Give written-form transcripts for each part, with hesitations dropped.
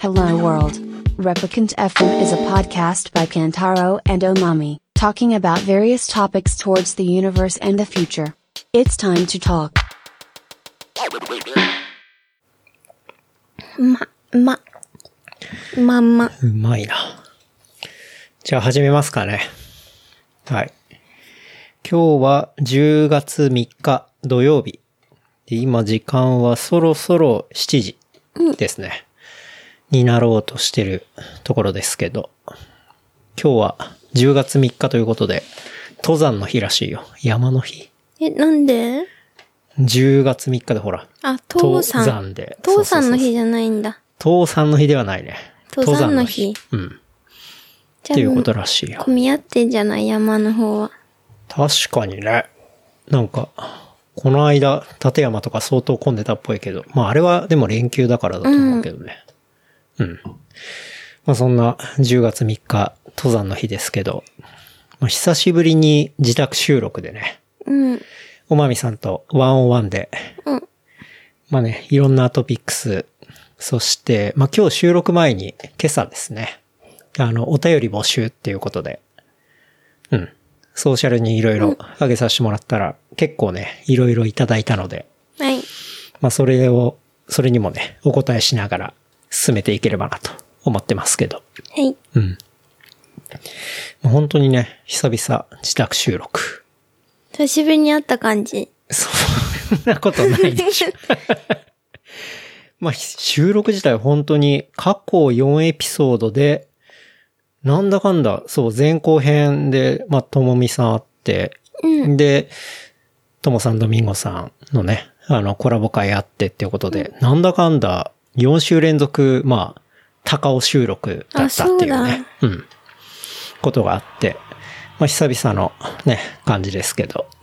Hello World. Replicant FM is a podcast by Kantaro and Omami, talking about various topics towards the universe and the future. It's time to talk. うまいな。じゃあ始めますかね。はい。今日は10月3日土曜日。で今時間はそろそろ7時ですね。になろうとしてるところですけど。今日は10月3日ということで、登山の日らしいよ。山の日。 なんで ?10 月3日でほら。 登山で。 登山の日じゃないんだ。 登山の日ではないね。 登山の日。 うん。っていうことらしいよ。 混み合ってんじゃない山の方は。確かにね。なんか、この間、立山とか相当混んでたっぽいけど、まああれはでも連休だからだと思うけどね。まあそんな10月3日登山の日ですけど、まあ、久しぶりに自宅収録でね。おまみさんとワンオンワンで。まあね、いろんなトピックス、そして、まあ今日収録前に今朝ですね。お便り募集っていうことで。ソーシャルにいろいろ上げさせてもらったら、結構ね、いろいろいただいたので。 はい。 まあそれにもね、お答えしながら進めていければなと思ってますけど。 はい。 本当にね、久々自宅収録。 久しぶりに会った感じ。 そんなことないでしょ。まあ収録自体本当に過去4エピソードで、なんだかんだ、そう、前後編で、まあ、ともみさんあって、で、ともさんとみんごさんのね、コラボ会あってっていうことで、なんだかんだ、4週連続、まあ、高尾収録だったっていうね、ことがあって、まあ、久々のね、感じですけど、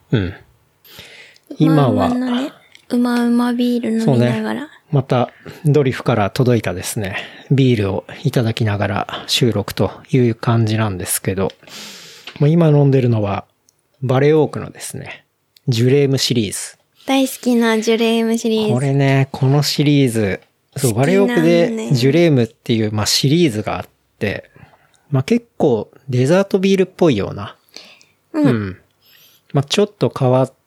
今は、 うまビール飲みながら。 また、ドリフから届いたですね、ビールをいただきながら収録という感じなんですけど、今飲んでるのは、バレーオークのですね、ジュレームシリーズ。 大好きなジュレームシリーズ。 これね、このシリーズ、そう、バレーオークでジュレームっていう、まあ、シリーズがあって、まあ、結構デザートビールっぽいような、まあ、ちょっと変わった、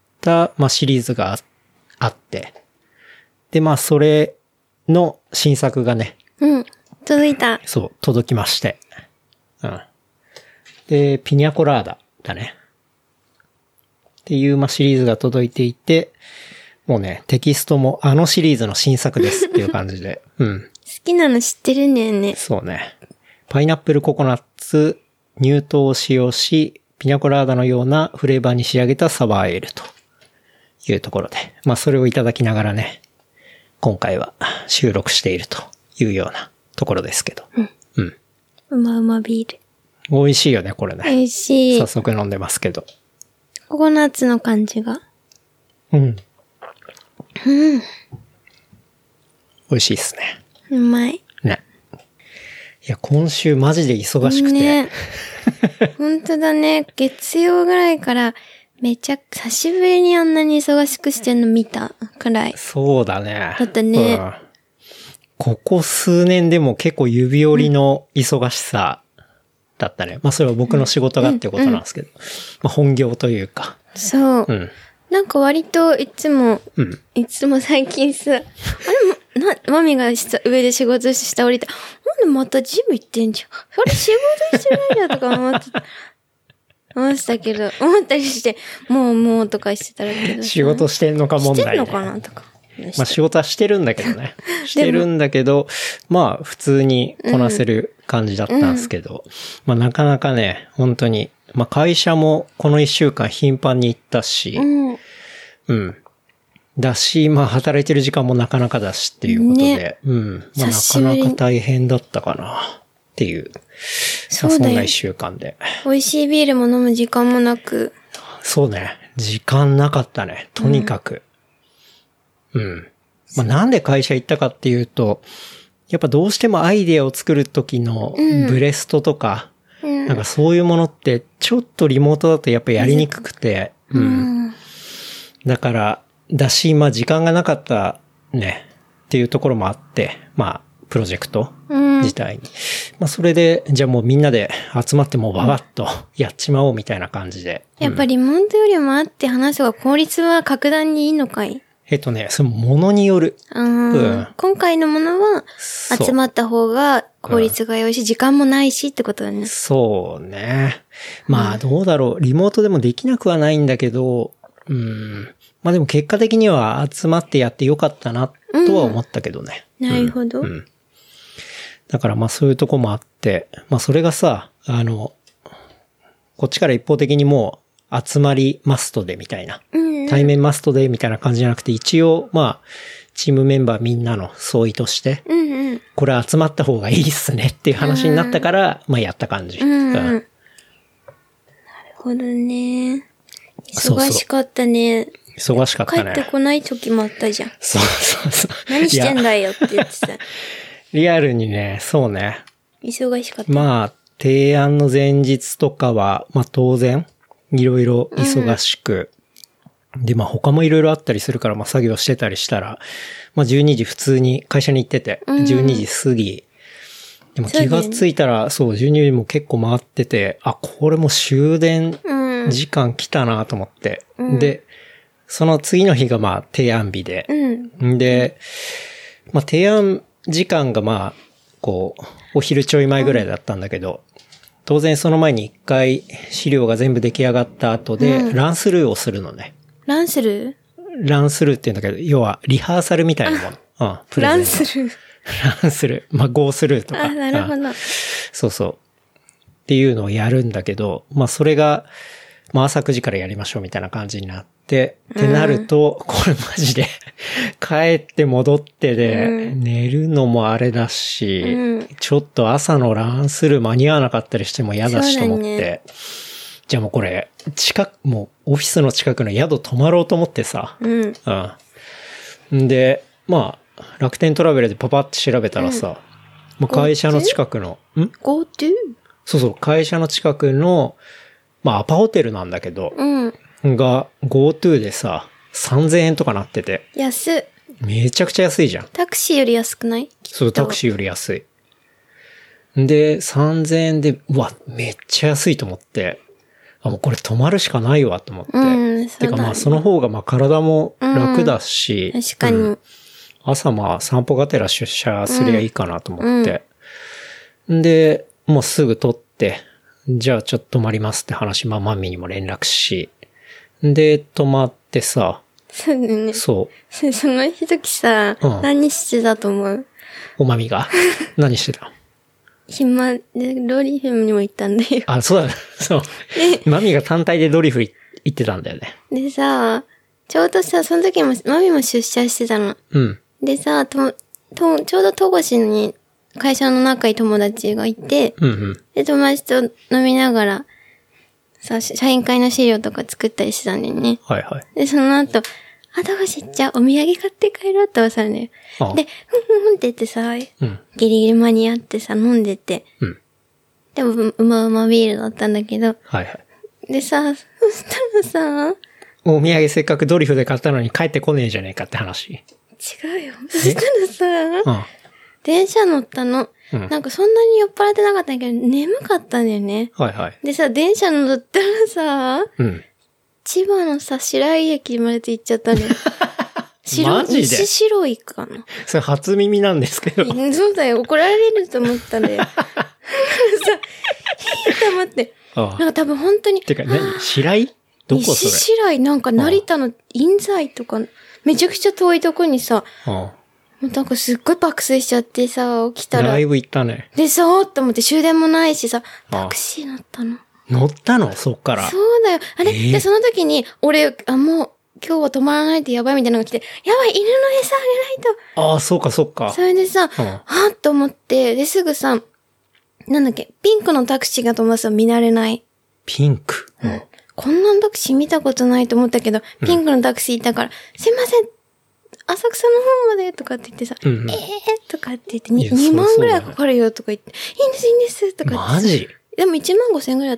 まあ、シリーズがあって、で、まあ、それの新作がね。 届いた。 そう、届きまして。で、ピニャコラーダだね。っていう、まあ、シリーズが届いていて、もうね、テキストもシリーズの新作ですっていう感じで。好きなの知ってるんだよね。 そうね。パイナップルココナッツ、乳糖を使用し、ピニャコラーダのようなフレーバーに仕上げたサワーエールというところで。まあ、それをいただきながらね、今回は収録しているというようなところですけど。 うまビール。 美味しいよね、これね。 美味しい。 早速飲んでますけど。 ココナッツの感じが。 美味しいですね。 うまい。 ね。いや、今週マジで忙しくて。 ね。本当だね。月曜ぐらいから久しぶりにあんなに忙しくしてんの見たくらい。 そうだね。 だったね。 ここ数年でも結構指折りの忙しさだったね。まあそれは僕の仕事がっていうことなんですけど。まあ本業というか。 そう。なんか割といつも最近さ、マミが上で仕事して下降りて、なんでまたジム行ってんじゃん。それ仕事してないじゃんとか思ったりして、もうとかしてたらけど。 仕事してんのか問題、ね。 してんのかなとか。 まあ仕事はしてるんだけどね。してるんだけど、まあ普通にこなせる感じだったんですけど、まあなかなかね、本当に、まあ会社もこの1週間頻繁に行ったし、だし、まあ働いてる時間もなかなかだしっていうことで、まあなかなか大変だったかなっていう、そんな1週間で。 美味しいビールも飲む時間もなく。 そうね。時間なかったね。とにかく。まあなんで会社行ったかっていうと、やっぱどうしてもアイデアを作る時のブレストとか、なんかそういうものってちょっとリモートだとやっぱやりにくくて、だから、まあ時間がなかったねっていうところもあって、まあプロジェクトうん。 自体に。まあそれで、じゃあもうみんなで集まってもうババッとやっちまおうみたいな感じで。 やっぱリモートよりも会って話す方が効率は格段にいいのかい？ そのものによる。 今回のものはそう集まった方が効率が良いし、時間もないしってことだね。 そうね。まあどうだろう。リモートでもできなくはないんだけど、まあでも結果的には集まってやってよかったなとは思ったけどね。 なるほど。 だからまあそういうとこもあって、まあそれがさ、こっちから一方的にもう集まりマストでみたいな、対面マストでみたいな感じじゃなくて、一応まあチームメンバーみんなの相違として、これ集まった方がいいっすねっていう話になったから、まあやった感じ。 なるほどね。忙しかったね。 忙しかったね。 帰ってこない時もあったじゃん。 そうそうそう。 何してんだよって言ってた。 リアルにね、そうね。 忙しかった。 まあ、提案の前日とかは、まあ当然、いろいろ忙しく、で、まあ他もいろいろあったりするから、まあ作業してたりしたら、まあ12時普通に会社に行ってて、12時過ぎ、でも気がついたら、そう、12時も結構回ってて、あ、これも終電時間来たなと思って、で、その次の日がまあ提案日で、で、まあ提案時間がまあ、こう、お昼ちょい前ぐらいだったんだけど、当然その前に一回資料が全部出来上がった後で、ランスルーをするのね。 ランスルー？ ランスルーって言うんだけど、要はリハーサルみたいなもの。プレゼンランスルー。 ランスルー。まあ、ゴースルーとか。 なるほど。 そうそう。っていうのをやるんだけど、まあそれが、まあ朝9時からやりましょうみたいな感じになって、ってなると、これマジで、帰って戻ってで、寝るのもあれだし、ちょっと朝のランスルー間に合わなかったりしても嫌だしと思って、じゃあもうこれ、もうオフィスの近くの宿泊まろうと思ってさ、で、まあ、楽天トラベルでパパって調べたらさ、まあ、会社の近くの、 GoTo？ そうそう、会社の近くの、まあアパホテルなんだけど、が GoTo でさ、3000円とかなってて。 安っ。 めちゃくちゃ安いじゃん。 タクシーより安くない？ そう、タクシーより安い。で、3000円で、うわ、めっちゃ安いと思って、あ、もうこれ泊まるしかないわと思って。てかまあその方がまあ体も楽だし、 確かに。 朝まあ散歩がてら出社すりゃいいかなと思って。で、もうすぐ取って、じゃあちょっと泊まりますって話、まあマミにも連絡し、で、泊まってさ、 そうだね。 そう。 その時さ、何してたと思う？ おまみが何してたの？ 暇で、ロリフェムにも行ったんだよ。 あ、そうだね。そう。マミが単体でドリフ行ってたんだよね。 でさ、ちょうどさ、その時も、マミも出社してたの。でさ、ちょうど戸越に会社の仲いい友達がいて、で、友達と飲みながら、さ、社員会の資料とか作ったりしてたんだよね。 はいはい。 で、その後、戸越じゃあお土産買って帰ろうってさね。で、って言ってさ、ギリギリ間に合ってさ、飲んでて。でも、うまビールだったんだけど。 はいはい。 でさ、そしたらさ、 お土産せっかくドリフで買ったのに帰ってこねえじゃねえかって話。 違うよ。そしたらさ、電車乗ったの。なんかそんなに酔っ払ってなかったんだけど、眠かったんだよね。 はいはい。 でさ、電車乗ったらさ、千葉のさ、白井駅まで行っちゃったね。 マジで？ 西白いかな。 それ初耳なんですけど。 そうだよ。怒られると思ったんだよ。さ、と思って。なんか多分本当に。 てか何？白井？どこそれ？ 西白井なんか成田の印西とか、めちゃくちゃ遠いとこにさ、なんかすっごい爆睡しちゃってさ、起きたら。 ライブ行ったね。 で、そうと思って終電もないしさ、タクシー乗ったの。 乗ったの？そっから。 そうだよ。あれ、で、その時に、俺、もう、今日は止まらないとやばいみたいなのが来て、やばい、犬の餌あげないと。 ああ、そうか、そうか。 それでさ、っと思って、で、すぐさ、なんだっけ、ピンクのタクシーが止まるさ、見慣れない。 ピンク、 こんなタクシー見たことないと思ったけど、ピンクのタクシーいたから、すいません、浅草の方までとかって言ってさ、とかって言って、2万ぐらいかかるよとか言って、いいんです、とか言って。 マジ？ でも1万5千ぐらいだった。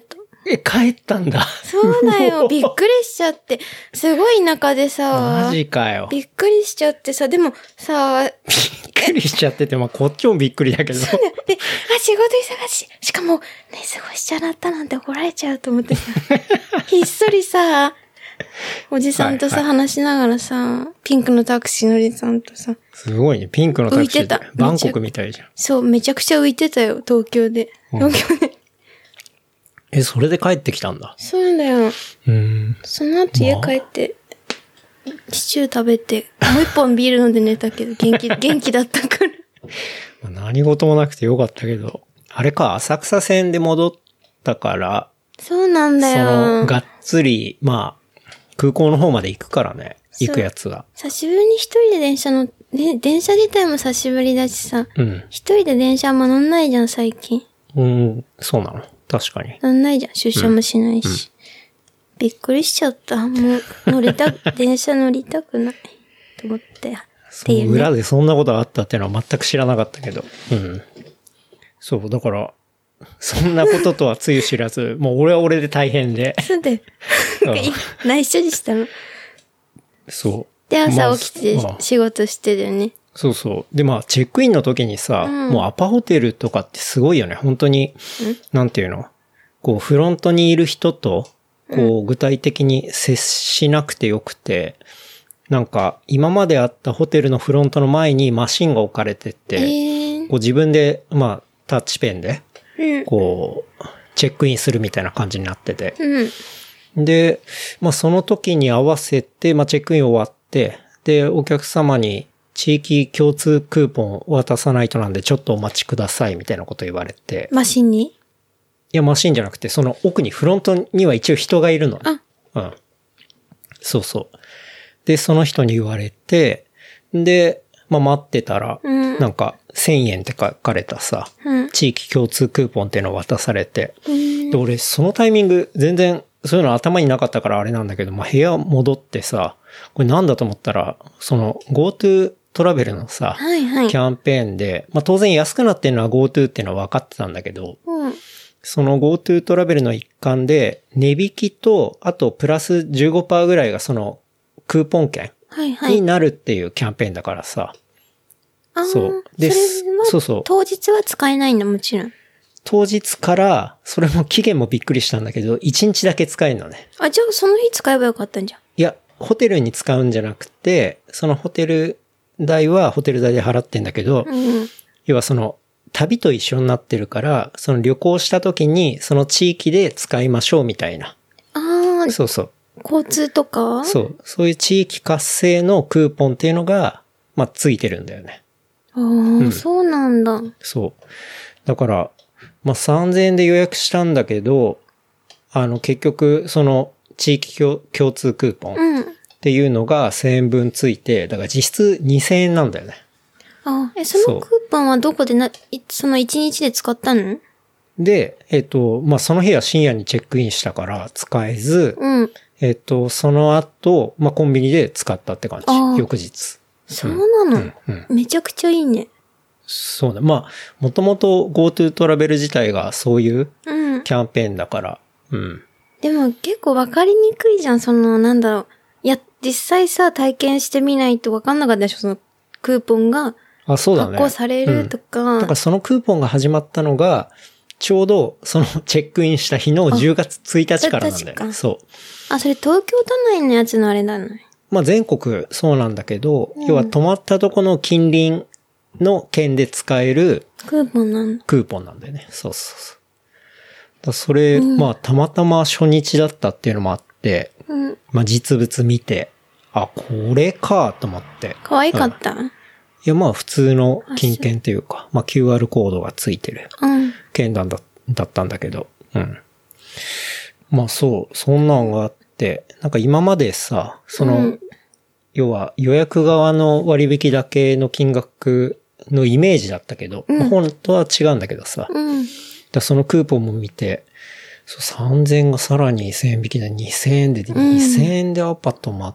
帰ったんだ。 そうだよ。びっくりしちゃって。すごい田舎でさ。 マジかよ。 びっくりしちゃってさ、でもさ、 びっくりしちゃってて、まあこっちもびっくりだけど。 そうだよ。で、仕事忙しい。しかも、ね、過ごしちゃったなんて怒られちゃうと思ってさ。ひっそりさ、おじさんとさ、 はいはい話しながらさ、ピンクのタクシーのおじさんとさ。 すごいね。ピンクのタクシーで浮いてた。 バンコクみたいじゃん。 そう、めちゃくちゃ浮いてたよ、東京で。東京で。 それで帰ってきたんだ。 そうだよ。 うん。 その後家帰って、シチュー食べて、もう一本ビール飲んで寝たけど、元気だったから。 何事もなくてよかったけど、あれか、浅草線で戻ったから、 そうなんだその、 よ。 がっつり、まあ、空港の方まで行くからね、 そう行くやつが。 久しぶりに一人で電車の、ね、電車自体も久しぶりだしさ、 うん。 一人で電車あんま乗んないじゃん、最近。 そうなの。確かに。 乗んないじゃん、出社もしないし。びっくりしちゃった。もう、電車乗りたくない。と思って。っていうね。 裏でそんなことがあったっていうのは全く知らなかったけど。うん。そう、だから、そんなこととはつゆ知らず、もう俺は俺で大変で。 そうだよ。内緒にしたの。 そう。 で、朝起きてまあ仕事してるよね。 そうそう。で、まあ、チェックインの時にさ、もうアパホテルとかってすごいよね。本当に、なんていうの？こう、フロントにいる人と、こう、具体的に接しなくてよくて、なんか、今まであったホテルのフロントの前にマシンが置かれてて、こう自分で、まあ、タッチペンで、こう、チェックインするみたいな感じになってて。で、まあ、その時に合わせて、まあ、チェックイン終わって、で、お客様に地域共通クーポンを渡さないとなんでちょっとお待ちくださいみたいなこと言われて。 マシンに？ いや、マシンじゃなくて、その奥にフロントには一応人がいるのね。うん。そうそう。で、その人に言われて、で、まあ、待ってたら、なんか1000円って書かれたさ、地域共通クーポンっていうのを渡されて、で、俺そのタイミング全然そういうの頭になかったからあれなんだけど、まあ、部屋戻ってさ、これなんだと思ったら、その GoTo トラベルのさ、キャンペーンで、まあ、当然安くなってるのは GoTo っていうのは分かってたんだけど、その GoTo トラベルの一環で、値引きと、あとプラス 15% ぐらいがそのクーポン券になるっていうキャンペーンだからさ。そう。で、そうそう。 当日は使えないんだ、もちろん。 当日から、それも期限もびっくりしたんだけど、1日だけ使えるのね。 あ、じゃあその日使えばよかったんじゃん。 いや、ホテルに使うんじゃなくて、そのホテル代はホテル代で払ってんだけど、要はその、旅と一緒になってるから、その旅行した時に、その地域で使いましょうみたいな。 ああ。 そうそう。 交通とか？ そう。そういう地域活性のクーポンっていうのが、まあ、ついてるんだよね。 ああ、そうなんだ。 そう。だから、まあ、3000円で予約したんだけど、結局、その、地域共通クーポンっていうのが1000円分ついて、だから実質2000円なんだよね。 ああ、そのクーポンはどこでその1日で使ったの？ で、まあ、その日は深夜にチェックインしたから使えず、その後、まあ、コンビニで使ったって感じ。翌日。 そうなの、めちゃくちゃいいね。 そうね。まあ、もともと GoTo トラベル自体がそういうキャンペーンだから。 でも結構わかりにくいじゃん、その、なんだろう。いや、実際さ、体験してみないとわかんなかったでしょ、そのクーポンが。 そうだね。 発行されるとか。 だからそのクーポンが始まったのが、ちょうどそのチェックインした日の10月1日からなんだよね。そう。 あ、それ東京都内のやつのあれだね。 まあ全国そうなんだけど、要は泊まったとこの近隣の県で使えるクーポンなんだよね。そうそうそう。だそれ、まあたまたま初日だったっていうのもあって、まあ実物見て、あ、これかと思って。 可愛かった？ いやまあ普通の金券というか、まあ QR コードがついてる券だったんだけど、まあそう、そんなんがあって、なんか今までさ、その、要は予約側の割引だけの金額のイメージだったけど、本当は違うんだけどさ、だそのクーポンも見て、3000円がさらに1000円引きで2000円で、2000円でアパ泊まって、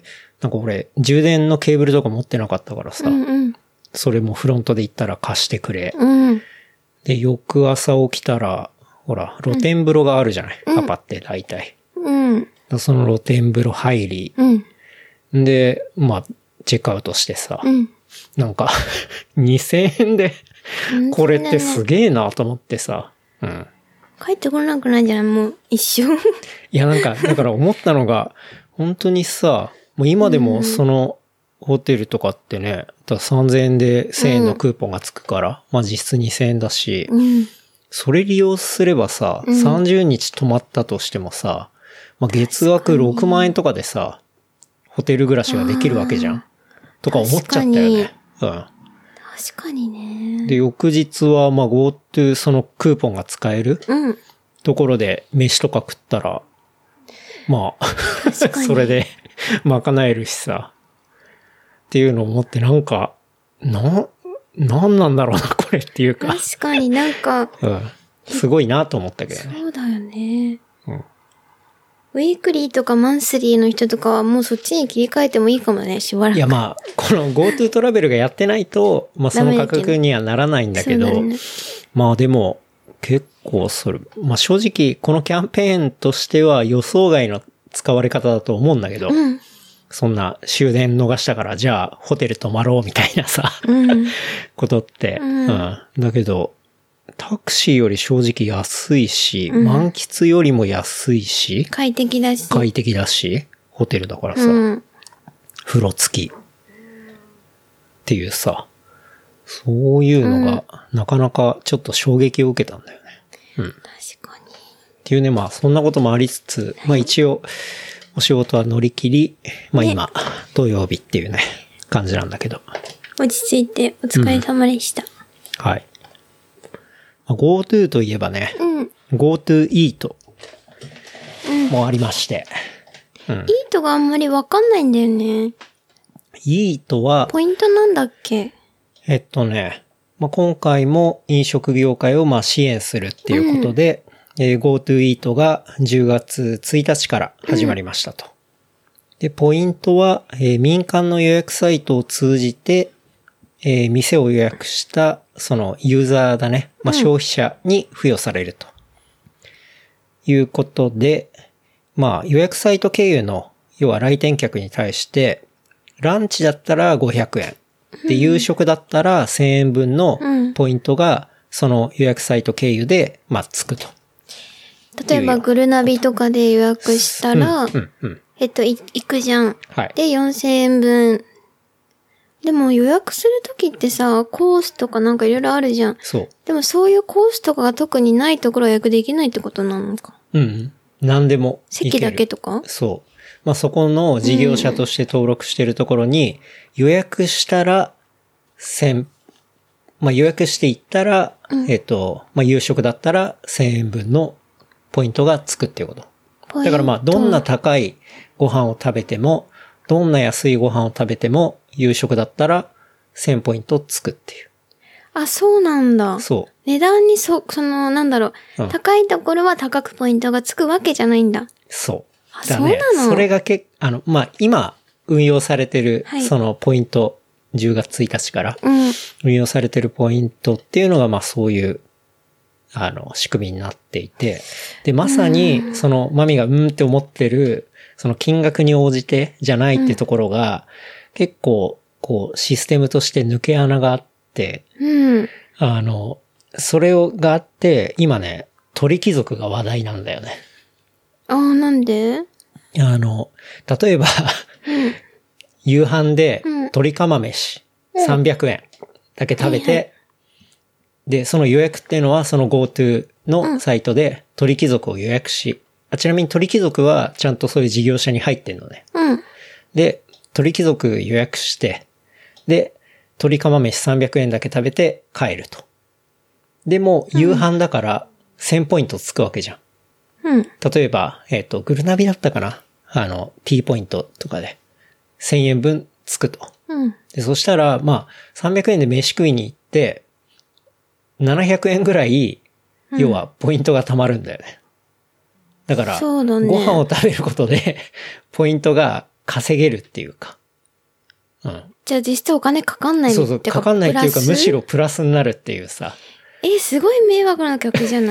なんか俺、充電のケーブルとか持ってなかったからさ、それもフロントで行ったら貸してくれ。で、翌朝起きたら、 ほら、露天風呂があるじゃない、アパって大体。 うん。 その露天風呂入り、 うん。 で、まあ、チェックアウトしてさ、 うん。 なんか、2000円で、これってすげえなと思ってさ、うん。 帰ってこなくないんじゃないもう一生。 いやなんか、だから思ったのが、本当にさ、もう今でもそのホテルとかってね、だ3000円で1000円のクーポンがつくから、まあ実質2000円だし、 うん。 それ利用すればさ、30日泊まったとしてもさ、まあ月額6万円とかでさ、ホテル暮らしができるわけじゃん。とか思っちゃったよね。うん。 確かにね。 で、翌日は、まあ GoTo そのクーポンが使えるうん。 ところで飯とか食ったら、まあ、それで賄えるしさ。っていうのを思ってなんか、なんなんだろうな、これっていうか。 確かになんか、 うん。すごいなと思ったけどね。 そうだよね。 うん。 ウィークリーとかマンスリーの人とかはもうそっちに切り替えてもいいかもね、しばらく。 いやまあ、この GoTo トラベルがやってないと、まあその価格にはならないんだけど、 そうだね、 まあでも、結構それ、まあ正直このキャンペーンとしては予想外の使われ方だと思うんだけど、 うん。 そんな終電逃したからじゃあホテル泊まろうみたいなさ、 うん。 ことって、 うんだけど、タクシーより正直安いし、満喫よりも安いし、 快適だし。 快適だし、ホテルだからさ、 うん。 風呂付きっていうさ、そういうのがなかなかちょっと衝撃を受けたんだよね。うん。 確かに。 っていうね、まあそんなこともありつつ、まあ一応お仕事は乗り切り、まあ今、土曜日っていうね、感じなんだけど。 落ち着いてお疲れ様でした。 はい。まあ GoTo といえばね、 うん。 GoTo Eat もありまして。 イートがあんまりわかんないんだよね。 Eat は、 ポイントなんだっけ？ まあ、今回も飲食業界をまあ支援するっていうことで、GoTo Eat が10月1日から始まりましたと。で、ポイントは、民間の予約サイトを通じて、店を予約したそのユーザーだね、まあ、消費者に付与されるということで、まあ予約サイト経由の要は来店客に対して、ランチだったら500円。で、夕食だったら1000円分のポイントが、その予約サイト経由で、まあ、つくと。 例えばグルナビとかで予約したら、行くじゃん。 はい。 で、4000円分。でも予約するときってさ、コースとかなんかいろいろあるじゃん。 そう。 でもそういうコースとかが特にないところは予約できないってことなのか。 うん。何でもいける。 席だけとか？ そう。まあ、そこの事業者として登録しているところに、予約したらまあ、予約していったら、まあ、夕食だったら1000円分のポイントがつくっていうこと。だからまあ、どんな高いご飯を食べても、どんな安いご飯を食べても、夕食だったら1000ポイントつくっていう。 あ、そうなんだ。 そう。 値段になんだろう、高いところは高くポイントがつくわけじゃないんだ。 そう。 あ、そうなの？ それがまあ、今、運用されてる、そのポイント、10月1日から運用されてるポイントっていうのが、まあそういう、仕組みになっていて、で、まさに、マミがって思ってる、その金額に応じてじゃないってところが、結構、こう、システムとして抜け穴があって、それがあって、今ね、鳥貴族が話題なんだよね。 ああ、なんで？ 例えば、夕飯で鶏釜飯300円だけ食べて、で、その予約っていうのはその GoTo のサイトで鳥貴族を予約し、ちなみに鳥貴族はちゃんとそういう事業者に入ってんのね。で、鳥貴族予約して、で、鶏釜飯300円だけ食べて帰ると。でも、夕飯だから1000ポイントつくわけじゃん。例えば、グルナビだったかなT ポイントとかで1000円分つくと。で、そしたら、まあ、300円で飯食いに行って、700円ぐらい、要はポイントが貯まるんだよね。だから、ご飯を食べることで、ポイントが稼げるっていうか。 じゃあ実質お金かかんないっていうか。 そう、かかんないっていうか、むしろプラスになるっていうさ。 すごい迷惑な客じゃない？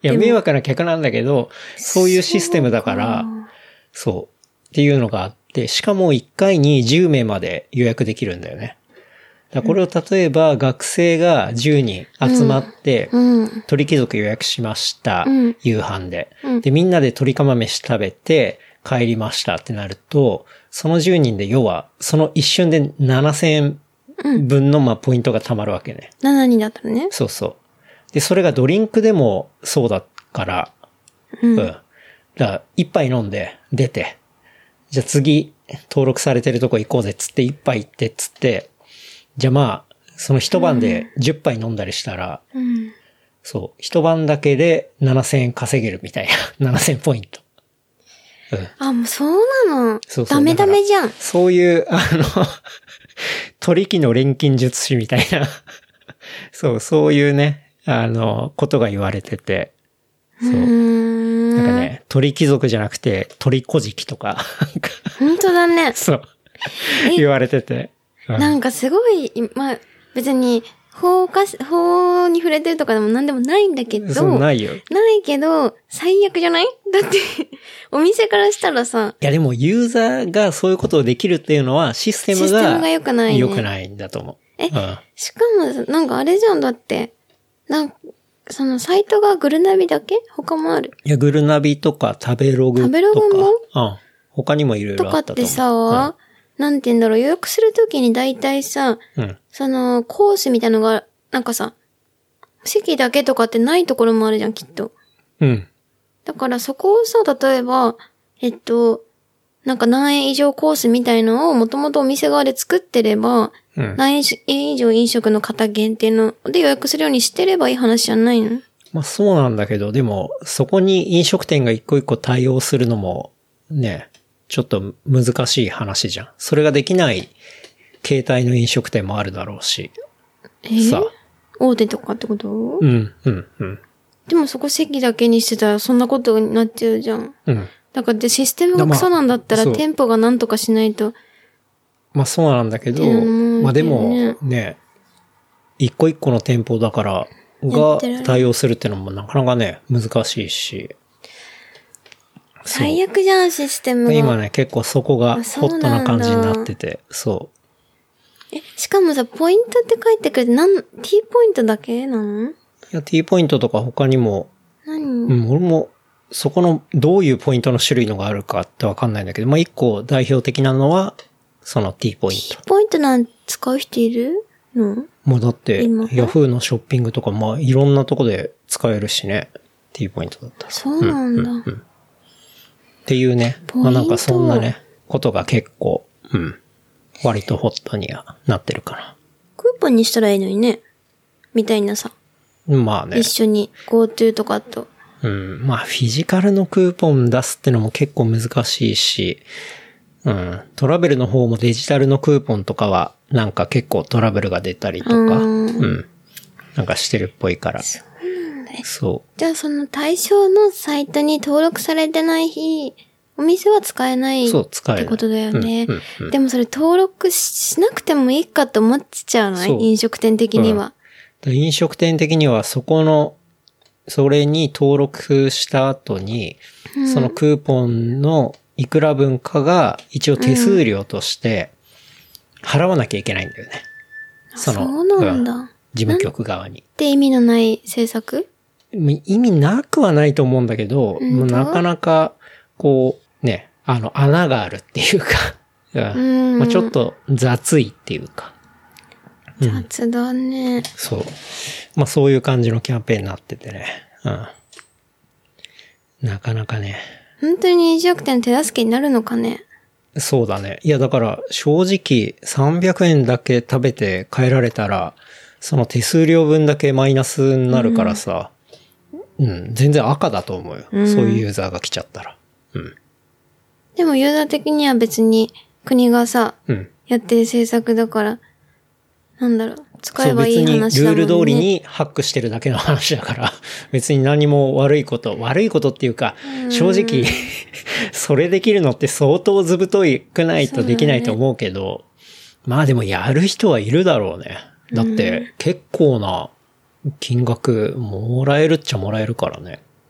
いや、迷惑な客なんだけど、そういうシステムだから、そうっていうのがあって、しかも1回に10名まで予約できるんだよね。だからこれを例えば学生が10人集まって、鳥貴族予約しました、夕飯で。で、みんなで鳥釜飯食べて帰りましたってなると、その10人で要は、その一瞬で7000円分のまあポイントが貯まるわけね。 7人だったのね。 そうそう。で、それがドリンクでもそうだから、だから一杯飲んで出て、じゃあ次登録されてるとこ行こうぜっつって一杯行ってっつって、じゃあまあ、その一晩で10杯飲んだりしたら、そう、一晩だけで7000円稼げるみたいな。7000ポイント。 あ、もうそうなの。 そうダメダメじゃん。 そういう、取引の錬金術師みたいな。そういうね、ことが言われてて。そう。なんかね、鳥貴族じゃなくて、鳥小敷とか。 本当だね。 そう。言われてて。 なんかすごい、まあ、別に、法に触れてるとかでも何でもないんだけど。 そう、ないよ。 ないけど、最悪じゃない？だって、お店からしたらさ。 いやでもユーザーがそういうことをできるっていうのはシステムが良くないね。 良くないんだと思う。 しかも、なんかあれじゃん、だって。そのサイトがグルナビだけ？他もある。 いや、グルナビとか食べログとか。 食べログも？ 他にもいろいろあったと思う。 とかってさ、なんて言うんだろう、予約するときに大体さ、そのコースみたいなのが、なんかさ、席だけとかってないところもあるじゃん、きっと。だからそこをさ、例えば、なんか何円以上コースみたいのをもともとお店側で作ってれば、何円以上飲食の方限定ので予約するようにしてればいい話じゃないの？ まあそうなんだけど、でもそこに飲食店が一個一個対応するのもね、ちょっと難しい話じゃん。それができない形態の飲食店もあるだろうし。さ大手とかってこと？でもそこ席だけにしてたらそんなことになっちゃうじゃん。だからシステムがクソなんだったら店舗がなんとかしないと。 まあそうなんだけど、まあでもね、一個一個の店舗だからが対応するってのもなかなかね、難しいし。 最悪じゃん、システムが。 今ね、結構そこがホットな感じになってて、そう。 しかもさ、ポイントって書いてくれて、T ポイントだけなの？ いや、T ポイントとか他にも、俺も、そこの、どういうポイントの種類のがあるかってわかんないんだけど、まあ、一個代表的なのは、その T ポイント。 T ポイントなんて使う人いるの？ もうだって、ヤフーのショッピングとか、まあ、いろんなとこで使えるしね。T ポイントだったら。 そうなんだ。 っていうね。まあなんかそんなね、ことが結構、割とホットにはなってるかな。 クーポンにしたらいいのにね。みたいなさ。 まあね。 一緒に GoTo とかと。 まあフィジカルのクーポン出すってのも結構難しいし、トラベルの方もデジタルのクーポンとかはなんか結構トラブルが出たりとか、なんかしてるっぽいから。 そうなんだよ。 そう。 じゃあその対象のサイトに登録されてない日、お店は使えないってことだよね。でもそれ登録しなくてもいいかと思っちゃうの？飲食店的には。 飲食店的にはそれに登録した後に、そのクーポンのいくら分かが一応手数料として払わなきゃいけないんだよね。 そうなんだ。 事務局側に。 って意味のない政策？ 意味なくはないと思うんだけど、もうなかなか、こう、ね、穴があるっていうか、まあちょっと雑いっていうか。 雑だね。 そう。まあそういう感じのキャンペーンになっててね。なかなかね。 本当に飲食店手助けになるのかね。 そうだね。いやだから正直300円だけ食べて帰られたら、その手数料分だけマイナスになるからさ、全然赤だと思うよ。そういうユーザーが来ちゃったら。 でもユーザー的には別に国がさ、やってる政策だから、なんだろう、使えばいい話だもんね。 別にルール通りにハックしてるだけの話だから、別に何も悪いことっていうか、正直、それできるのって相当ずぶといくないとできないと思うけど、まあでもやる人はいるだろうね。だって結構な金額もらえるっちゃもらえるからね。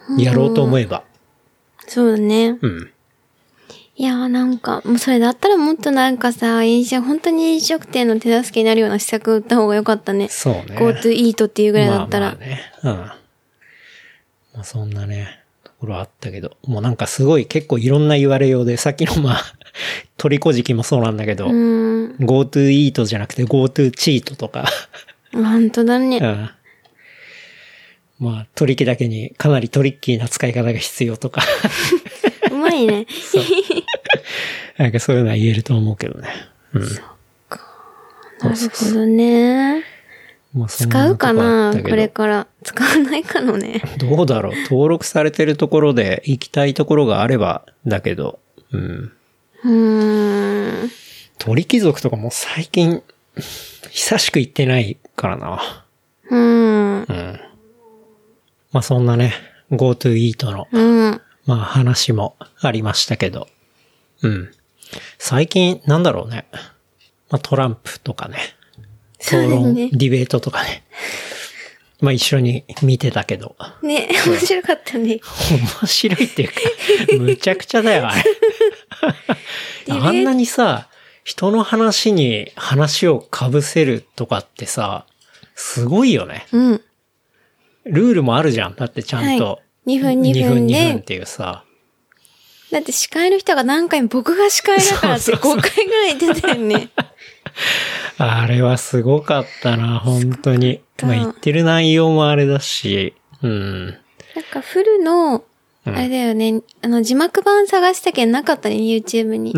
やろうと思えば。 そうだね。 うん。 いやーなんか、もうそれだったらもっとなんかさ、本当に飲食店の手助けになるような施策を打った方がよかったね。 そうね。 GoTo イートっていうぐらいだったら。 まあね。うん。まあそんなね、ところあったけど、もうなんかすごい結構いろんな言われようで、さっきのまあ、トリコ時期もそうなんだけど、GoTo イートじゃなくて GoTo チートとか。 本当だね。 うん。まあ、取引だけにかなりトリッキーな使い方が必要とか。 うまいね。 なんかそういうのは言えると思うけどね。うん。 そっか。なるほどね。 まあ、 使うかなこれから。使わないかのね。 どうだろう登録されてるところで行きたいところがあればだけど。うん。鳥貴族とかも最近、久しく行ってないからな。うん。まあそんなね、GoTo Eat の、まあ話もありましたけど。うん。最近、なんだろうね。まあトランプとかね。討論、ディベートとかね。まあ一緒に見てたけど。 ね、面白かったね。 面白いっていうか、むちゃくちゃだよ、あれ。あんなにさ、人の話に話を被せるとかってさ、すごいよね。 うん。 ルールもあるじゃん。だってちゃんと。 はい、2分で。 2分2分っていうさ。 だって司会の人が何回も僕が司会だからって5回ぐらい出たよね。 あれはすごかったな、本当に。まあ言ってる内容もあれだし。うん。 なんかフルの、あれだよね、字幕版探したけどなかったね、YouTube に。うん。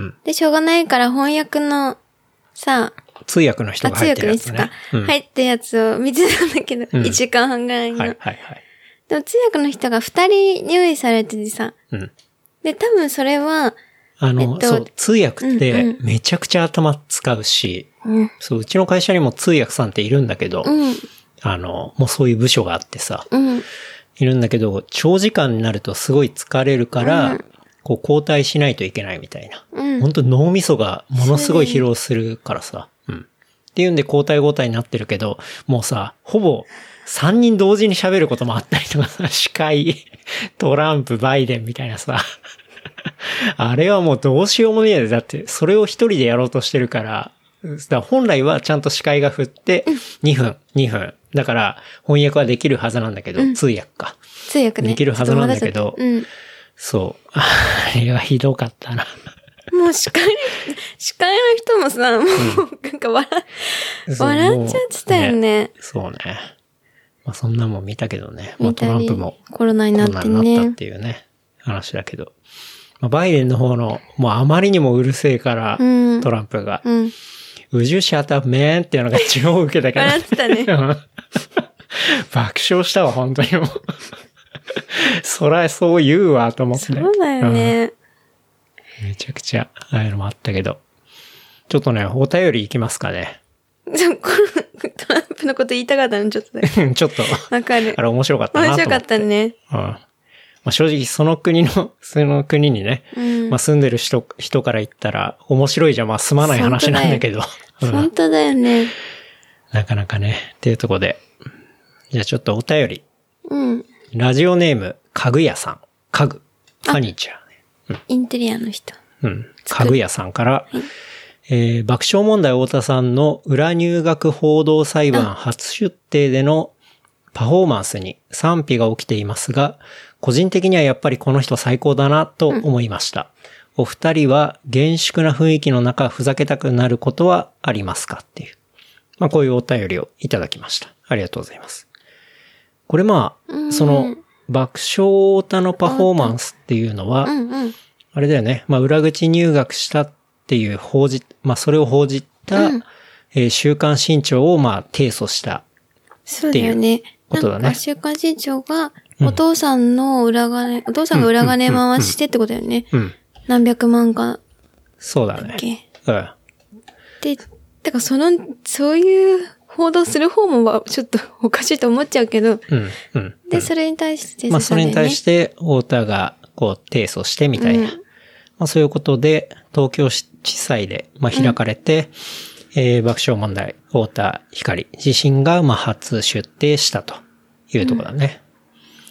で、しょうがないから翻訳のさ、 通訳の人が入ってるやつ、ね。 通訳の人が入ったやつを見てたんだけど、1時間半ぐらいの。はいはいはい。でも通訳の人が2人用意されててさ。うん。で、多分それは、 そう、通訳ってめちゃくちゃ頭使うし、そう、うちの会社にも通訳さんっているんだけど、もうそういう部署があってさ、いるんだけど、長時間になるとすごい疲れるから、こう交代しないといけないみたいな。本当脳みそがものすごい疲労するからさ、っていうんで交代交代になってるけど、もうさ、ほぼ3人同時に喋ることもあったりとかさ、司会、トランプ、バイデンみたいなさ、あれはもうどうしようもねえで、だってそれを一人でやろうとしてるから、だから本来はちゃんと司会が振って2分。だから翻訳はできるはずなんだけど、通訳か。 通訳ね。 できるはずなんだけど、そう。あれはひどかったな。 もう司会の人もさ、もうなんか笑っちゃってたよね。 そうね。まあそんなもん見たけどね。まあトランプもコロナになってね。 コロナになったっていうね、話だけど。まあ、バイデンの方の、もうあまりにもうるせえから、トランプが。Would you shut up, man? っていうのが超受けたから。 笑ってたね。 爆笑したわ、本当にもう。そらそう言うわ、と思って。 そうだよね。 めちゃくちゃ、ああいうのもあったけど。ちょっとね、お便りいきますかね。 トランプのこと言いたかったの、ちょっとね。 ちょっと。 わかる。 あれ面白かったなと思って。 面白かったね。 まあ、正直その国にね、まあ、住んでる人から言ったら面白いじゃまあ済まない話なんだけど。 本当だよね。 なかなかね、っていうところで。じゃあちょっとお便り。ラジオネーム、かぐやさん。かぐ。ファニチャーね。 インテリアの人。 かぐやさんから、爆笑問題太田さんの裏入学報道裁判初出廷でのパフォーマンスに賛否が起きていますが、個人的にはやっぱりこの人最高だなと思いました。お二人は厳粛な雰囲気の中ふざけたくなることはありますかっていう。まあこういうお便りをいただきました。ありがとうございます。これまあ、その爆笑太田のパフォーマンスっていうのは、あれだよね。まあ裏口入学したっていうまあそれを報じた、週刊新潮をまあ提訴したっていうことだね。 なんか週刊新潮がお父さんが裏金回してってことだよね。何百万か。 そうだね。 で、だからそういう報道する方もちょっとおかしいと思っちゃうけど。で、それに対して、 まあそれに対して太田がこう提訴してみたいな。まあそういうことで東京地裁でまあ開かれて、爆笑問題太田光自身がまあ初出廷したというところだね。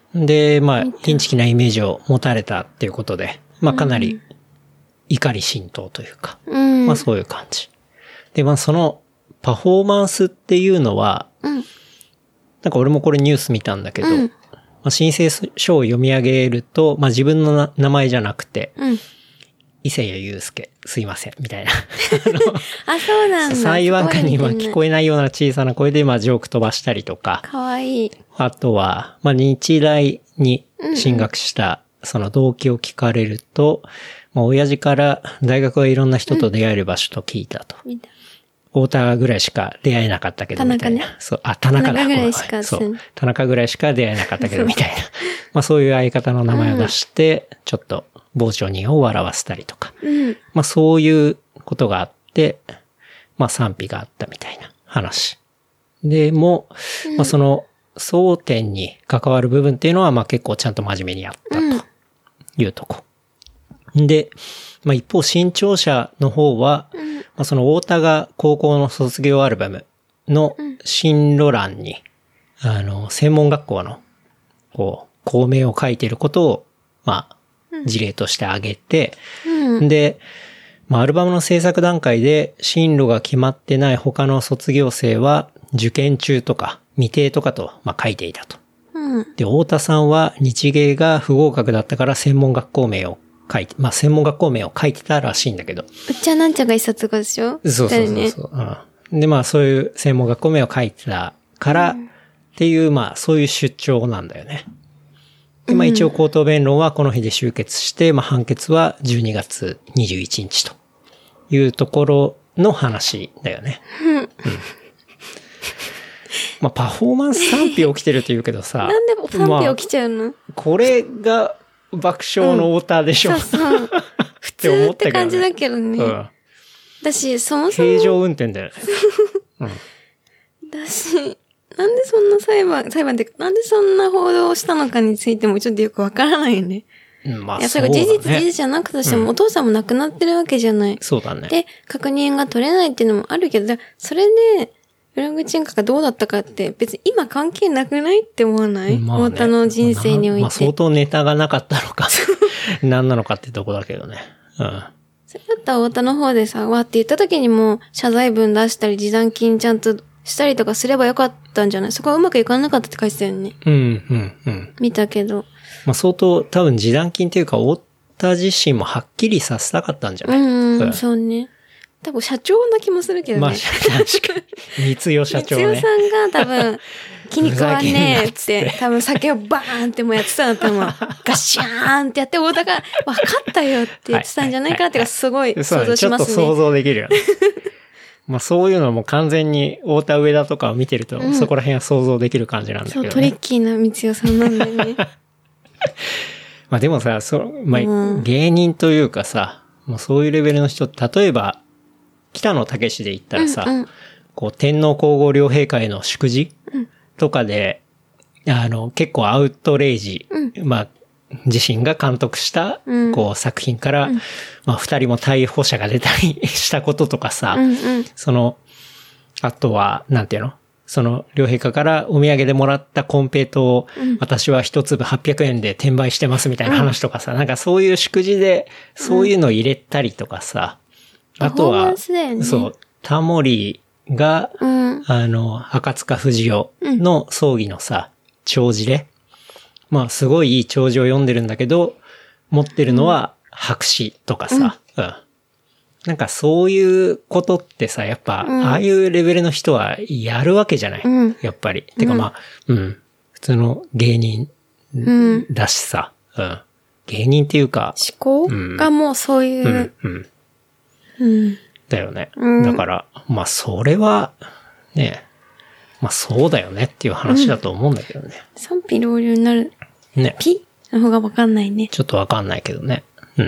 で、まあ、インチキなイメージを持たれたっていうことで、まあかなり怒り心頭というか、 うん。 まあそういう感じ。で、まあそのパフォーマンスっていうのは、 うん。 なんか俺もこれニュース見たんだけど、 うんまあ、申請書を読み上げると、まあ自分の名前じゃなくて、 うん。 伊勢谷友介、すいません、みたいな。 あ、そうなんだ。 裁判官にまあ聞こええないような小さな声でまあジョーク飛ばしたりとか、 かわいい。 あとは、まあ日大に進学したその動機を聞かれると、まあ親父から大学はいろんな人と出会える場所と聞いたと。 みたい太田ぐらいしか出会えなかったけど、 田中みたいな。 ねそう、あ、田中だ。 田中ぐらいしかそう。田中ぐらいしか出会えなかったけど、みたいな。まあそういう相方の名前を出して、ちょっと傍聴人を笑わせたりとか。 うん。 まあそういうことがあって、まあ賛否があったみたいな話。でも、まあその争点に関わる部分っていうのは、まあ結構ちゃんと真面目にやったというとこ。で、まあ一方新潮社の方は、まあその太田が高校の卒業アルバムの進路欄に、専門学校の、こう、校名を書いていることを、まあ、事例として挙げて、で、まあ、アルバムの制作段階で進路が決まってない他の卒業生は受験中とか未定とかと、まあ、書いていたと。 うん。 で、太田さんは日芸が不合格だったから専門学校名を書いて、まあ、専門学校名を書いてたらしいんだけど。 うっちゃなんちゃんが一冊がでしょそうそうそうね。 そう、うん。で、まあ、そういう専門学校名を書いてたからっていう、まあ、そういう主張なんだよね。で、まあ一応口頭弁論はこの日で終結して、まあ判決は12月21日というところの話だよね。うんまあパフォーマンス賛否起きてるって言うけどさ。 なんで賛まあ否起きちゃうの、 これが爆笑の太田でしょ。 そうそう。普通って感じだけどね。 うん。 だし、そもそ平も、 常運転だよね。 だし、なんでそんな裁判って、なんでそんな報道をしたのかについてもちょっとよくわからないよね。 うん、まあいや、そそうだね。 れが事実じゃなくとしても、お父さんも亡くなってるわけじゃない。 そうだね。 で、確認が取れないっていうのもあるけど、それで、裏口演歌がどうだったかって別に今関係なくないって思わない、 まあね太田の人生において。 まあ相当ネタがなかったのか、何なのかってとこだけどね。うん。 それだったら太田の方でさ、わって言った時にも謝罪文出したり、示談金ちゃんとしたりとかすればよかったんじゃない？そこはうまくいかなかったって書いてたよね。 うん、うん、うん。 見たけど。 まあ相当多分示談金っていうか、太田自身もはっきりさせたかったんじゃない？ そうね。多分社長な気もするけどね。 まあ確かに。三代社長ね。 三代さんが多分、気に食わねえって、多分酒をバーンってもうやってたの多分、ガッシャーンってやって、太田が、わかったよって言ってたんじゃないかなっていうか、すごい想像しますね。 ちょっと想像できるよね。まあそういうのも完全に太田上田とかを見てると、そこら辺は想像できる感じなんだけどね。 そう、トリッキーな三代さんなんだよね。 まあでもさ、まあ、芸人というかさ、もうそういうレベルの人、例えば、北野武で言ったらさ、こう天皇皇后両陛下への祝辞、とかで、結構アウトレイジ、まあ、自身が監督した、こう作品から、まあ二人も逮捕者が出たりしたこととかさ、あとは、なんていうの？その、両陛下からお土産でもらったコンペイトを、私は一粒800円で転売してますみたいな話とかさ、なんかそういう祝辞で、そういうのを入れたりとかさ、あとは、そう、タモリが、赤塚不二夫の葬儀のさ、弔辞で、まあすごいいい弔辞を読んでるんだけど、持ってるのは白紙とかさ、なんかそういうことってさ、やっぱ、ああいうレベルの人はやるわけじゃない、やっぱり。てかまあ、普通の芸人だしさ、芸人っていうか、 思考がもうそういう、 だよね。だから、まあそれは、ね、まあそうだよねっていう話だと思うんだけどね。 賛否両論になる。 ね。 ピの方がわかんないね。 ちょっとわかんないけどね。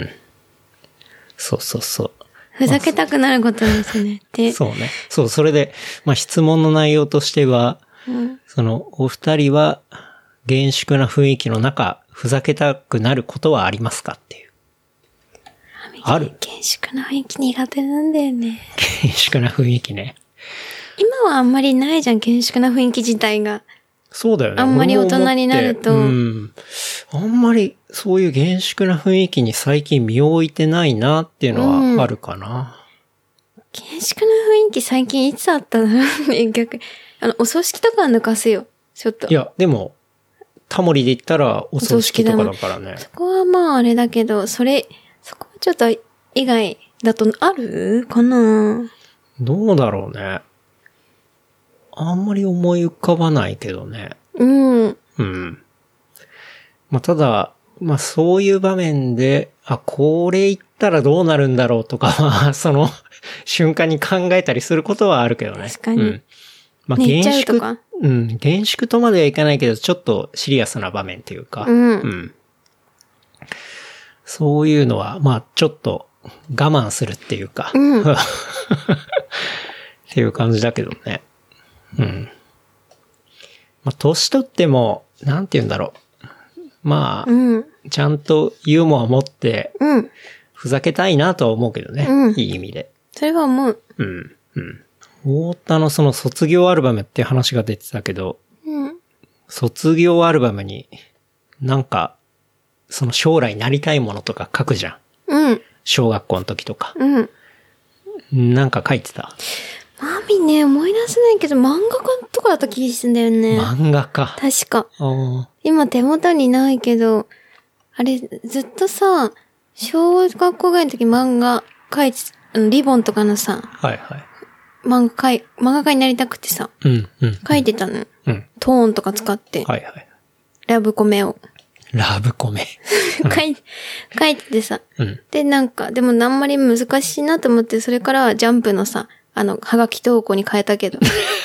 そうそうそう。 ふざけたくなることですね。で、 そうね。そう、それで、まあ質問の内容としては、お二人は厳粛な雰囲気の中、ふざけたくなることはありますかっていう。ある？ 厳粛な雰囲気苦手なんだよね。 厳粛な雰囲気ね。 今はあんまりないじゃん、厳粛な雰囲気自体が。 そうだよね。 あんまり大人になると。 うん。あんまりそういう厳粛な雰囲気に最近身を置いてないなっていうのはあるかな。 厳粛な雰囲気最近いつあったのね、逆に。お葬式とかは抜かすよ。ちょっと。 いや、でも、タモリで言ったらお葬式とかだからね。 そこはまああれだけど、そこはちょっと以外だとあるかな？ どうだろうね。あんまり思い浮かばないけどね。 うん。 うん。まあ、ただ、まあ、そういう場面で、これ言ったらどうなるんだろうとかは、その瞬間に考えたりすることはあるけどね。 確かに。 うん。まあ、 寝ちゃうとか。 うん。厳粛とまではいかないけど、ちょっとシリアスな場面っていうか。 うん。 うん。そういうのは、まあ、ちょっと我慢するっていうか。 うん。 っていう感じだけどね。うん。まあ、年取っても、なんて言うんだろう。まあ、 うん。 ちゃんとユーモア持って、 うん。 ふざけたいなとは思うけどね。 うんいい意味で。 それは思う。 うん。うん。太田のその卒業アルバムって話が出てたけど、 うん。 卒業アルバムになんか、その将来なりたいものとか書くじゃん。 うん。 小学校の時とか。 うん。 なんか書いてた。 マミね、思い出せないけど、漫画家とかだった気がするんだよね。 漫画家。 確か。 あ今手元にないけど、あれ、ずっとさ、小学校ぐらいの時漫画描いて、リボンとかのさ、 はいはい。 漫画家になりたくてさ、 うんうん。 描いてたの。 うん。 トーンとか使って、 はいはい。 ラブコメを。 ラブコメ。 書いててさ。 うん。 で、なんか、でもあんまり難しいなと思って、それからはジャンプのさ、はがき投稿に変えたけど。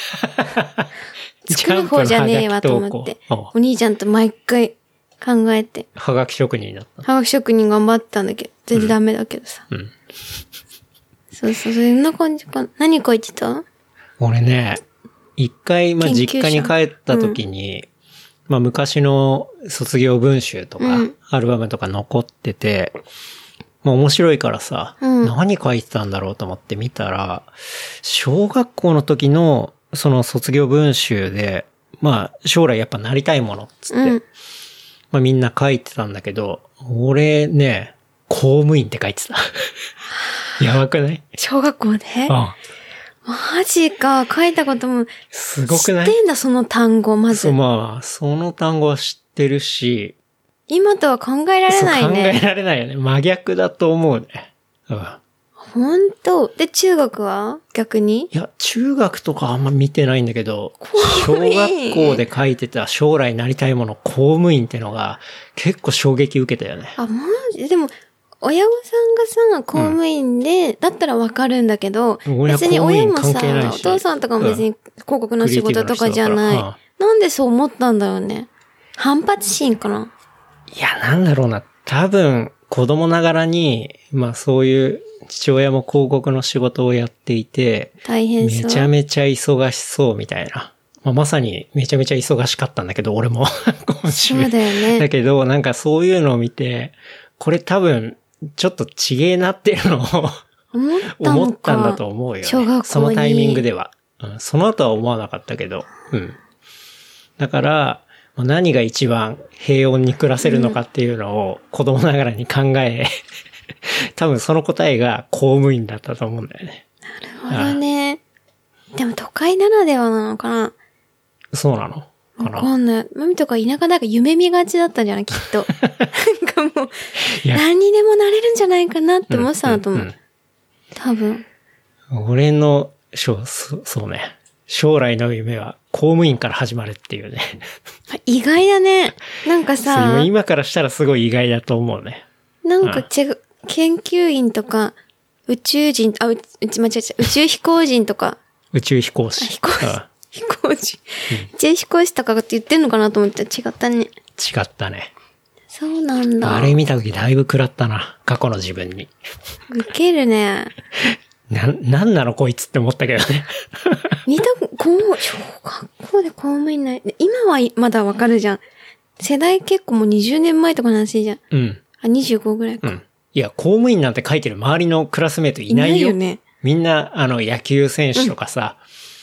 作る方じゃねえわと思って。お兄ちゃんと毎回考えて。 はがき職人になった。 はがき職人頑張ったんだけど、全然ダメだけどさ。 うん。 そう、そんな感じかな。何書いてた？ 俺ね、一回、まあ、実家に帰った時に、まあ、昔の卒業文集とか、アルバムとか残ってて、まあ、面白いからさ、何書いてたんだろうと思って見たら、小学校の時の、その卒業文集で、まあ、将来やっぱなりたいものっつって、まあ、みんな書いてたんだけど、俺ね、公務員って書いてた。やばくない？ 小学校で？マジか、書いたことも。 すごくない？ 知ってんだ、その単語、まず。 そう、まあ、その単語は知ってるし。 今とは考えられないね。 考えられないよね。真逆だと思うね。うん。 ほんと？で、中学は逆に？ いや、中学とかあんま見てないんだけど、小学校で書いてた将来なりたいもの、公務員ってのが結構衝撃受けたよね。 マジ？でも、親御さんがさ、公務員で、だったらわかるんだけど、別に親もさ、お父さんとかも別に広告の仕事とかじゃない。なんでそう思ったんだろうね。反発心かな。 いや、なんだろうな。多分、子供ながらに、まあそういう父親も広告の仕事をやっていて、 大変そう。 めちゃめちゃ忙しそうみたいな。まあ、まさにめちゃめちゃ忙しかったんだけど、俺も今週。 そうだよね。 だけど、なんかそういうのを見て、これ多分、ちょっとちげえなっていうのを思ったんだと思うよ、ね。 小学校に。 そのタイミングでは。その後は思わなかったけど。うん。だから、何が一番平穏に暮らせるのかっていうのを子供ながらに考え、多分その答えが公務員だったと思うんだよね。 なるほどね。でも都会ならではなのかな？ そうなのかな？ わかんない。マミとか田舎だから夢見がちだったんじゃないきっと。なんかもう、何にでもなれるんじゃないかなって思ってたのと思う。多分。 俺の、そうね。将来の夢は公務員から始まるっていうね。 意外だね。なんかさ。 今からしたらすごい意外だと思うね。 なんか研究員とか、宇宙人、間違えた。宇宙飛行人とか。 宇宙飛行士。 飛行士。宇宙飛行士とかって言ってんのかなと思って違ったね。 違ったね。 そうなんだ。 あれ見たときだいぶ食らったな。過去の自分に。 ウケるね。 なんなのこいつって思ったけどね。 小学校で公務員ない。今はまだわかるじゃん。世代結構もう20年前とかの話じゃん。 うん。 25ぐらいか。 うん。いや、公務員なんて書いてる周りのクラスメートいないよ。 いないよね。 みんな、野球選手とかさ、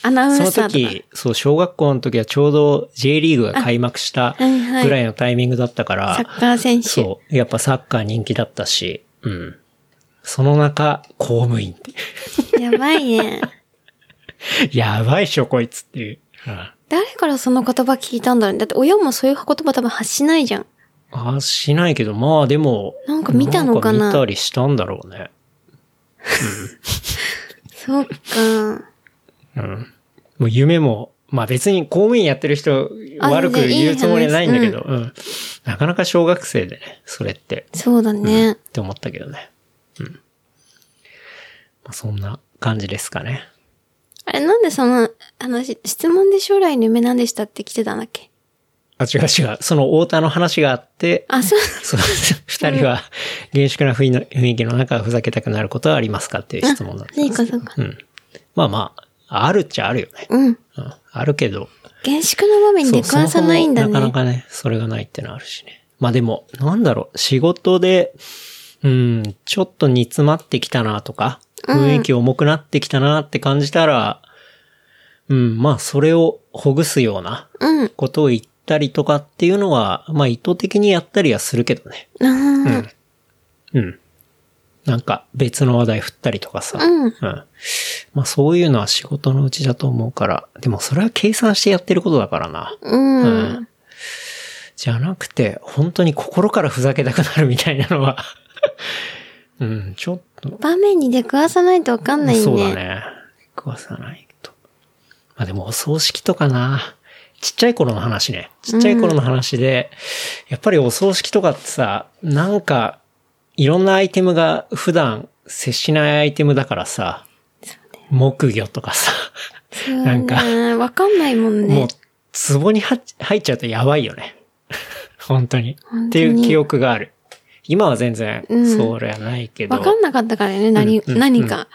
アナウンサーとか。 その時、そう、小学校の時はちょうど J リーグが開幕したぐらいのタイミングだったから、 サッカー選手。 そう、やっぱサッカー人気だったし、うん。その中、公務員って。 やばいね。 やばいっしょ、こいつっていう。うん、 誰からその言葉聞いたんだろうね。だって親もそういう言葉多分発しないじゃん。 発しないけど、まあでも、 なんか見たのかな。 なんか見たりしたんだろうね。 うん。そっか。 うん。もう夢も、まあ別に公務員やってる人悪く言うつもりはないんだけど、うん。なかなか小学生でね、それって。 そうだね。 って思ったけどね。うん。まあそんな感じですかね。 あれ、なんでその、質問で将来の夢何でしたって来てたんだっけ？ あ、違う。その太田の話があって、 あ、そう。 二人は厳粛な雰囲気の中ふざけたくなることはありますかっていう質問だったんです。 そうか。 うん。まあまあ、あるっちゃあるよね。 うん。 あるけど。 厳粛な場面で食わさないんだね。 なかなかね、それがないってのはあるしね。まあでも、なんだろう、仕事で、ちょっと煮詰まってきたなとか、雰囲気重くなってきたなって感じたら、まあそれをほぐすようなことを言ったりとかっていうのは、まあ意図的にやったりはするけどね。なんか別の話題振ったりとかさ。まあそういうのは仕事のうちだと思うから、でもそれは計算してやってることだからな。じゃなくて、本当に心からふざけたくなるみたいなのは、ちょっと。 場面に出くわさないとわかんないね。 そうだね。出くわさないと。まあでもお葬式とかな。ちっちゃい頃の話ね。ちっちゃい頃の話で、やっぱりお葬式とかってさ、なんか、いろんなアイテムが普段接しないアイテムだからさ、木魚とかさ、なんか、 わかんないもんね。 もう、壺に入っちゃうとやばいよね。本当に。っていう記憶がある。今は全然、それはないけど。 わかんなかったからね、何か。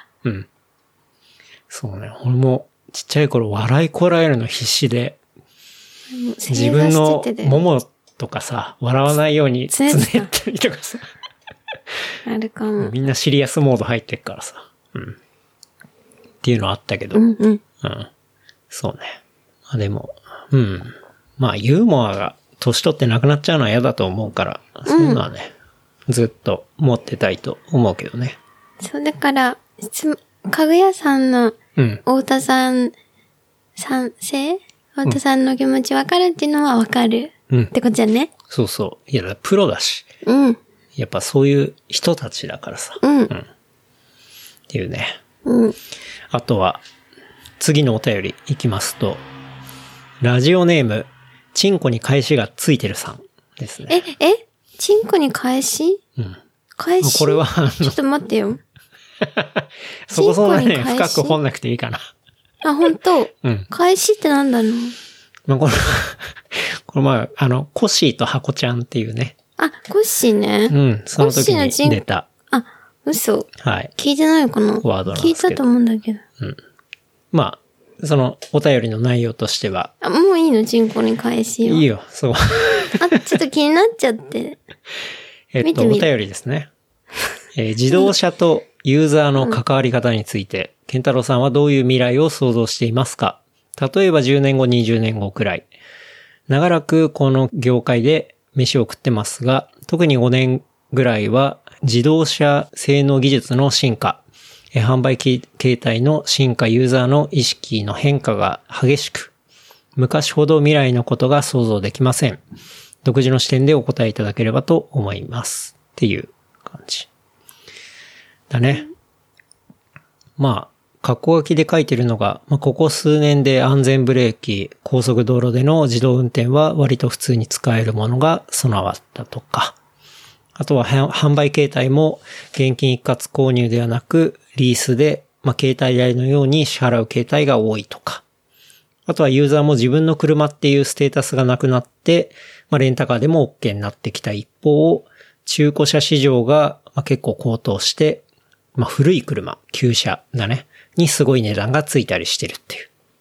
そうね。俺も、ちっちゃい頃笑いこらえるの必死で、自分のももとかさ、笑わないようにつねったりとかさ。 あるかも。 みんなシリアスモード入ってっからさ。っていうのはあったけど。そうね。まあでも、まあユーモアが年取ってなくなっちゃうのは嫌だと思うから、そういうのはね、ずっと持ってたいと思うけどね。 そう、だから、かぐやさんの、太田さん、太田さんの気持ちわかるっていうのはわかる。ってことじゃね。 そうそう。いや、プロだし。やっぱそういう人たちだからさ。っていうね。あとは、次のお便りいきますと、ラジオネーム、チンコに返しがついてるさんですね。 チンコに返し？返し？ これは、 ちょっと待ってよ。 そこそんなね、深く掘んなくていいかな。 あ、本当。返しってなんだろう。 まあ、これまあ、コッシーとハコちゃんっていうね。 あ、コッシーね。 その時に出た。 あ、嘘。 はい。 聞いてないかな。 ワードなんですけど。 聞いたと思うんだけど。 まあ、そのお便りの内容としては。 あ、もういいの？チンコに返しは。 いいよ、そう。 あ、ちょっと気になっちゃって。 お便りですね。自動車とユーザーの関わり方について、ケンタロウさんはどういう未来を想像していますか？例えば10年後、20年後くらい。長らくこの業界で飯を食ってますが、特に5年ぐらいは自動車性能技術の進化、販売形態の進化、ユーザーの意識の変化が激しく、昔ほど未来のことが想像できません。独自の視点でお答えいただければと思います。っていう感じ。だね。まあ、括弧書きで書いてるのが、ここ数年で安全ブレーキ、高速道路での自動運転は割と普通に使えるものが備わったとか、あとは販売形態も現金一括購入ではなく、リースで、携帯代のように支払う形態が多いとか、あとはユーザーも自分の車っていうステータスがなくなって、レンタカーでも OK になってきた一方、中古車市場が結構高騰して、古い車、旧車だね、にすごい値段がついたりしてるっていう。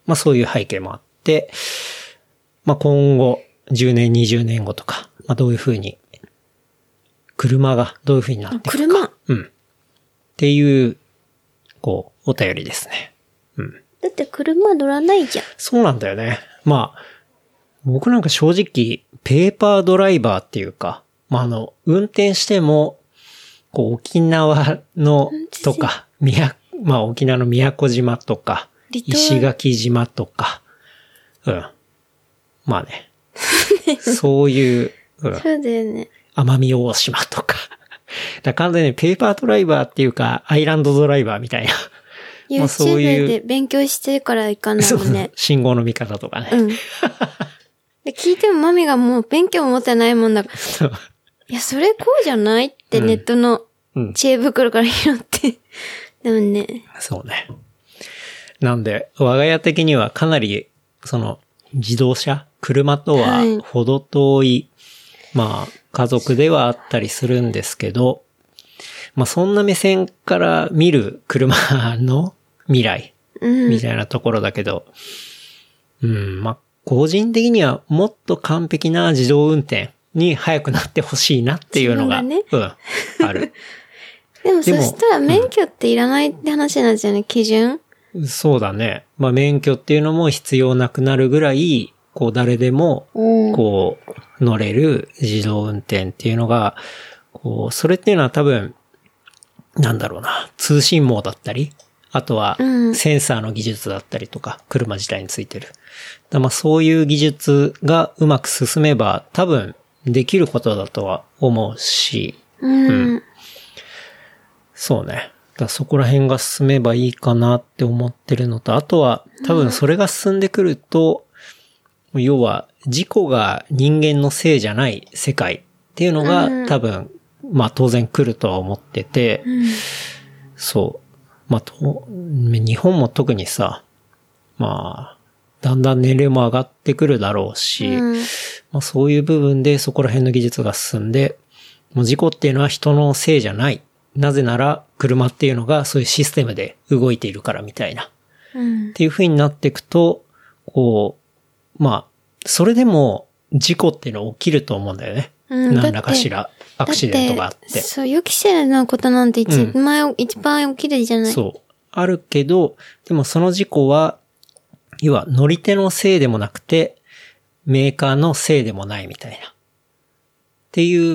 そういう背景もあって、今後、10年、20年後とか、どういう風に、車がどういう風になっていくか。っていう、お便りですね。 だって車乗らないじゃん。 そうなんだよね。まあ、僕なんか正直、ペーパードライバーっていうか、まあ運転しても、こう沖縄のとか、まあ沖縄の宮古島とか、石垣島とか、うん。まあね。そういう、 そうだよね。 奄美大島とか。だから完全にペーパードライバーっていうか、アイランドドライバーみたいな。 まあそういう YouTube で勉強してるからいかんないもんね。 信号の見方とかね。 うん。で、聞いてもマミがもう勉強持ってないもんだから。いや、それこうじゃないってネットの知恵袋から拾って。でもね。 そうね。なんで、我が家的にはかなり、自動車、車とは程遠い、まあ、家族ではあったりするんですけど、まあそんな目線から見る車の未来、みたいなところだけど、まあ個人的にはもっと完璧な自動運転に早くなってほしいなっていうのが、 ね、 ある。 でもそしたら免許っていらないって話なんですよね、基準？ そうだね。まあ免許っていうのも必要なくなるぐらい、こう誰でも、こう乗れる自動運転っていうのが、こう、それっていうのは多分、なんだろうな、通信網だったり、あとはセンサーの技術だったりとか、車自体についてる。まあそういう技術がうまく進めば多分できることだとは思うし、そうね。そこら辺が進めばいいかなって思ってるのと、あとは多分それが進んでくると、要は事故が人間のせいじゃない世界っていうのが多分、まあ当然来るとは思ってて、そう。まあ日本も特にさ、まあ、だんだん年齢も上がってくるだろうし、まあそういう部分でそこら辺の技術が進んで、もう事故っていうのは人のせいじゃない。なぜなら車っていうのがそういうシステムで動いているからみたいな。っていう風になっていくと、こう、まあ、それでも事故っていうのは起きると思うんだよね。何らかしらアクシデントがあって。 そう、予期せぬことなんて一番起きるじゃない。 そう。あるけど、でもその事故は、要は乗り手のせいでもなくて、メーカーのせいでもないみたいな。っていう、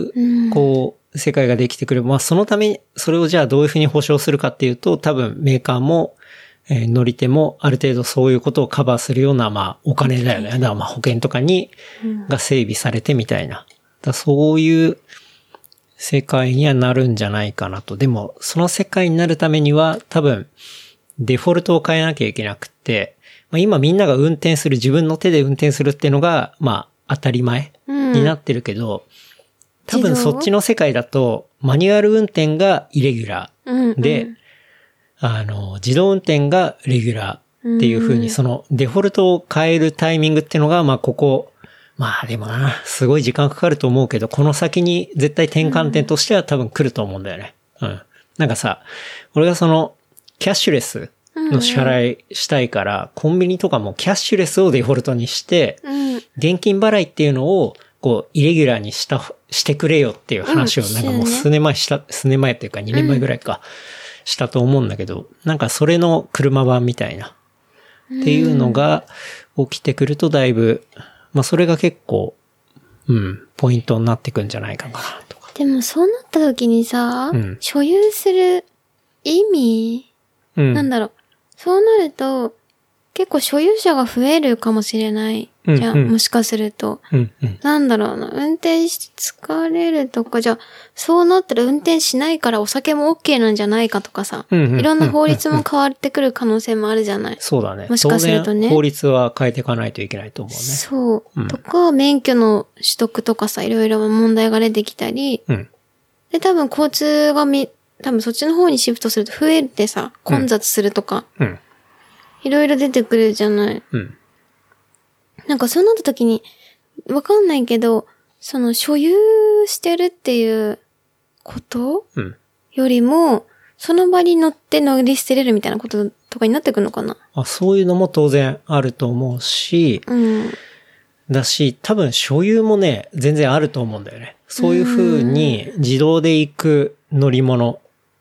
こう、世界ができてくれば、まあそのために、それをじゃあどういうふうに保証するかっていうと、多分メーカーも、乗り手もある程度そういうことをカバーするような、まあお金だよね。だからまあ保険とかに、が整備されてみたいな。だそういう世界にはなるんじゃないかなと。でも、その世界になるためには多分、デフォルトを変えなきゃいけなくて、まあ、今みんなが運転する、自分の手で運転するっていうのが、まあ当たり前になってるけど、多分そっちの世界だと、マニュアル運転がイレギュラーで、自動運転がレギュラーっていう風に、そのデフォルトを変えるタイミングっていうのが、まあここ、まあでもな、すごい時間かかると思うけど、この先に絶対転換点としては多分来ると思うんだよね。なんかさ、俺がその、キャッシュレスの支払いしたいから、コンビニとかもキャッシュレスをデフォルトにして、現金払いっていうのを、こう、イレギュラーにしてくれよっていう話をなんかもう数年前っていうか2年前ぐらいか、したと思うんだけど、なんかそれの車版みたいな、っていうのが起きてくるとだいぶ、まあそれが結構、ポイントになってくんじゃないかなとか。 でもそうなった時にさ、所有する意味、なんだろう。そうなると、結構所有者が増えるかもしれない。じゃあ、もしかすると。なんだろうな。運転し疲れるとか、じゃあ、そうなったら運転しないからお酒も OK なんじゃないかとかさ。いろんな法律も変わってくる可能性もあるじゃない。 そうだね。 もしかするとね。 法律は変えていかないといけないと思うね。 そう。とか、免許の取得とかさ、いろいろ問題が出てきたり。で、多分交通が多分そっちの方にシフトすると増えてさ、混雑するとか。いろいろ出てくるじゃない。なんかそうなった時に、わかんないけど、その所有してるっていうことよりも、その場に乗って乗り捨てれるみたいなこととかになってくるのかな。 そういうのも当然あると思うし、だし、多分所有もね、全然あると思うんだよね。そういう風に自動で行く乗り物っ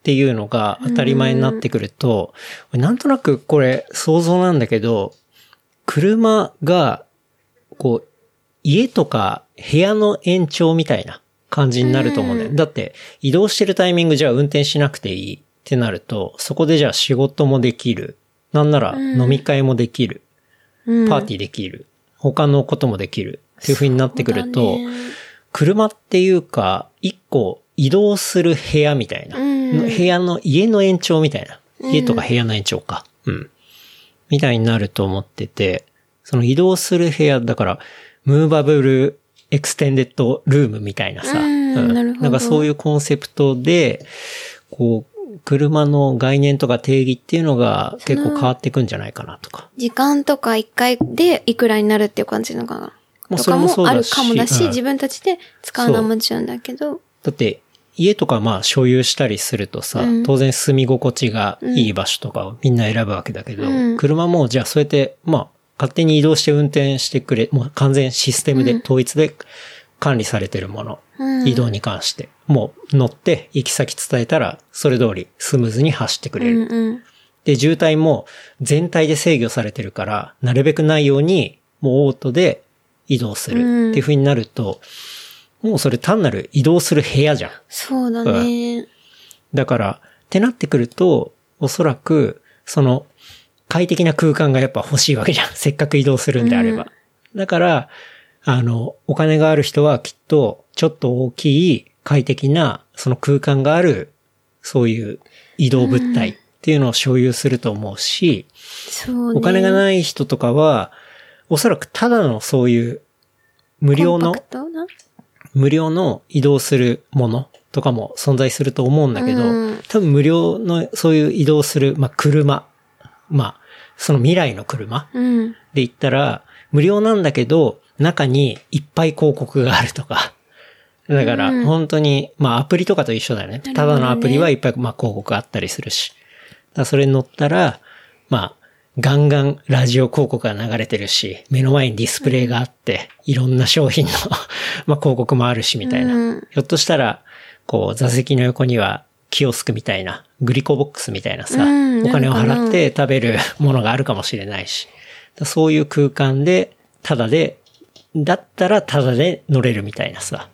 っていうのが当たり前になってくると、なんとなくこれ想像なんだけど、車が、こう、家とか部屋の延長みたいな感じになると思うんだよ。だって移動してるタイミングじゃあ運転しなくていいってなると、そこでじゃあ仕事もできる。なんなら飲み会もできる。パーティーできる。他のこともできる。っていう風になってくると、車っていうか、一個移動する部屋みたいな。部屋の、家の延長みたいな。家とか部屋の延長か。みたいになると思ってて、その移動する部屋、だから、ムーバブルエクステンデッドルームみたいなさ。なんかそういうコンセプトで、こう、車の概念とか定義っていうのが結構変わっていくんじゃないかなとか。 時間とか一回でいくらになるっていう感じなのかな。とかもあるかもだし、自分たちで使うのはもちろんだけど。 だって、家とかまあ所有したりするとさ、当然住み心地がいい場所とかをみんな選ぶわけだけど、車もじゃあそうやってまあ勝手に移動して運転してくれ、もう完全システムで統一で管理されてるもの、移動に関して、もう乗って行き先伝えたらそれ通りスムーズに走ってくれる。で、渋滞も全体で制御されてるから、なるべくないようにもうオートで移動するっていう風になると、もうそれ単なる移動する部屋じゃん。 そうだね。 だから、ってなってくると、おそらく、その、快適な空間がやっぱ欲しいわけじゃん。せっかく移動するんであれば。だから、お金がある人はきっと、ちょっと大きい快適な、その空間がある、そういう移動物体っていうのを所有すると思うし、 そうね、 お金がない人とかは、おそらくただのそういう無料の移動するものとかも存在すると思うんだけど、多分無料のそういう移動する、まあ車、まあその未来の車で言ったら、無料なんだけど中にいっぱい広告があるとか、だから本当に、まあアプリとかと一緒だよね。ただのアプリはいっぱいまあ広告あったりするし、だからそれに乗ったら、まあガンガンラジオ広告が流れてるし、目の前にディスプレイがあって、いろんな商品のまあ広告もあるしみたいな。ひょっとしたら、こう座席の横にはキオスクみたいな、グリコボックスみたいなさ、お金を払って食べるものがあるかもしれないし、そういう空間で、ただで、だったらただで乗れるみたいなさ。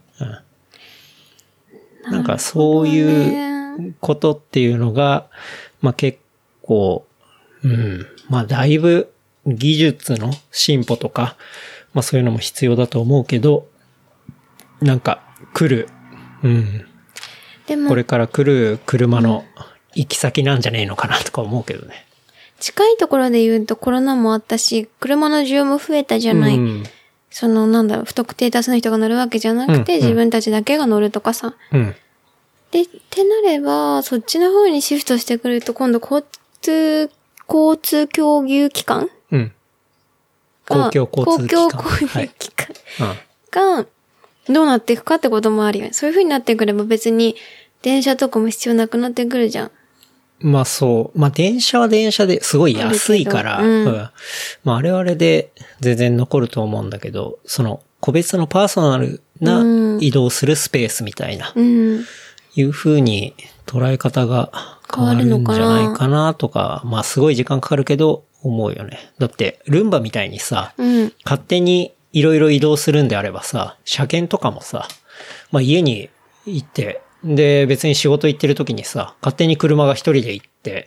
なんかそういうことっていうのが、まあ結構、まあだいぶ技術の進歩とか、まあそういうのも必要だと思うけど、なんか来る、でもこれから来る車の行き先なんじゃねえのかなとか思うけどね。 近いところで言うとコロナもあったし、車の需要も増えたじゃない。その不特定多数の人が乗るわけじゃなくて、自分たちだけが乗るとかさ。で、ってなれば、そっちの方にシフトしてくると、今度交通共有機関公共交通機関。 が、どうなっていくかってこともあるよね。そういう風になってくれば別に電車とかも必要なくなってくるじゃん。まあそう。まあ電車は電車ですごい安いから、まああれはあれで全然残ると思うんだけど、その個別のパーソナルな移動するスペースみたいな、いう風に捉え方が変わるんじゃないかなとか、まあすごい時間かかるけど思うよね。だってルンバみたいにさ、勝手にいろいろ移動するんであればさ、車検とかもさ、まあ家に行って、で別に仕事行ってる時にさ、勝手に車が一人で行って、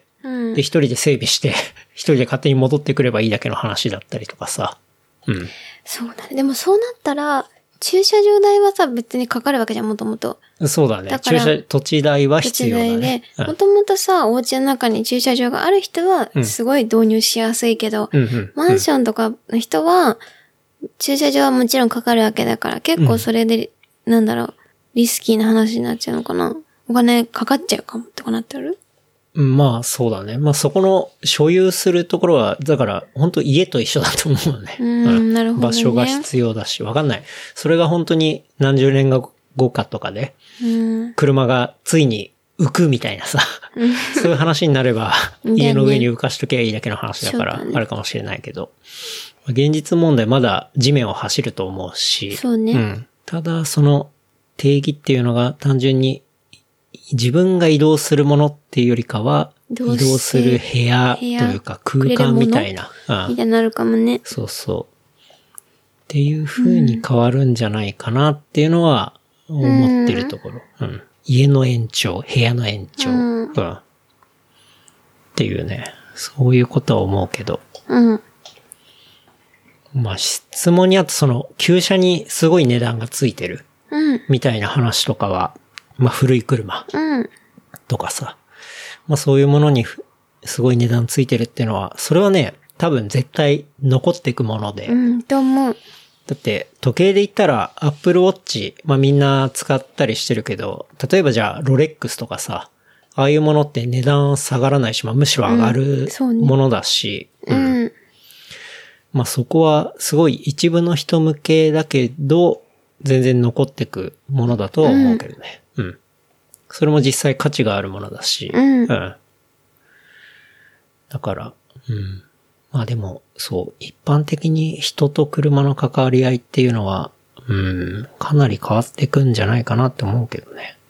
で一人で整備して、一人で勝手に戻ってくればいいだけの話だったりとかさ。 そうだね。でもそうなったら、駐車場代はさ、別にかかるわけじゃん、もともと。 そうだね。土地代は必要だね。 もともとさ、お家の中に駐車場がある人は、すごい導入しやすいけど、マンションとかの人は、駐車場はもちろんかかるわけだから、結構それで、リスキーな話になっちゃうのかな。お金かかっちゃうかもとかなってる？ まあそうだね。まあそこの所有するところは、だから本当家と一緒だと思うよね。 なるほどね。 場所が必要だし、わかんない。それが本当に何十年後かとかで、車がついに浮くみたいなさ、そういう話になれば、家の上に浮かしとけばいいだけの話だから、あるかもしれないけど、現実問題まだ地面を走ると思うし、 そうね。 ただその定義っていうのが単純に自分が移動するものっていうよりかは、移動する部屋というか空間みたいな。 みたいになるかもね。 そうそう。っていう風に変わるんじゃないかなっていうのは思ってるところ。うん。家の延長、部屋の延長。っていうね。そういうことは思うけど。まあ質問にあってその旧車にすごい値段がついてる。みたいな話とかは、まあ古い車。とかさ。まあそういうものにすごい値段ついてるっていうのは、それはね、多分絶対残っていくもので。 と思う。 だって時計で言ったら Apple Watch、まあみんな使ったりしてるけど、例えばじゃあロレックスとかさ、ああいうものって値段下がらないし、まあむしろ上がるものだし、まあそこはすごい一部の人向けだけど、全然残ってくものだとは思うけどね。それも実際価値があるものだし、だから、まあでも、そう、一般的に人と車の関わり合いっていうのは、かなり変わっていくんじゃないかなって思うけどね。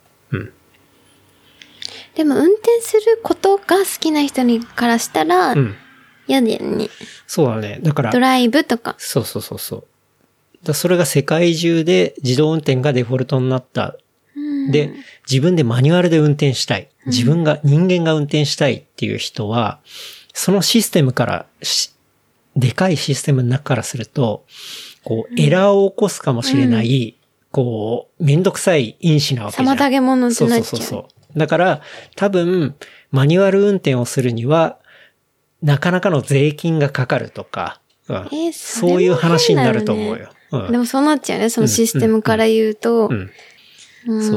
でも運転することが好きな人にからしたら、嫌だよね。 そうだね。だから、 ドライブとか。 そう。それが世界中で自動運転がデフォルトになった。で、自分でマニュアルで運転したい。人間が運転したいっていう人は、そのシステムから、でかいシステムの中からすると、こう、エラーを起こすかもしれない、こう、めんどくさい因子なわけじゃん。 妨げ物ってなっちゃう。 そう。だから、多分、マニュアル運転をするには、なかなかの税金がかかるとか、そういう話になると思うよ。 でもそうなっちゃうね、そのシステムから言うと。 そう。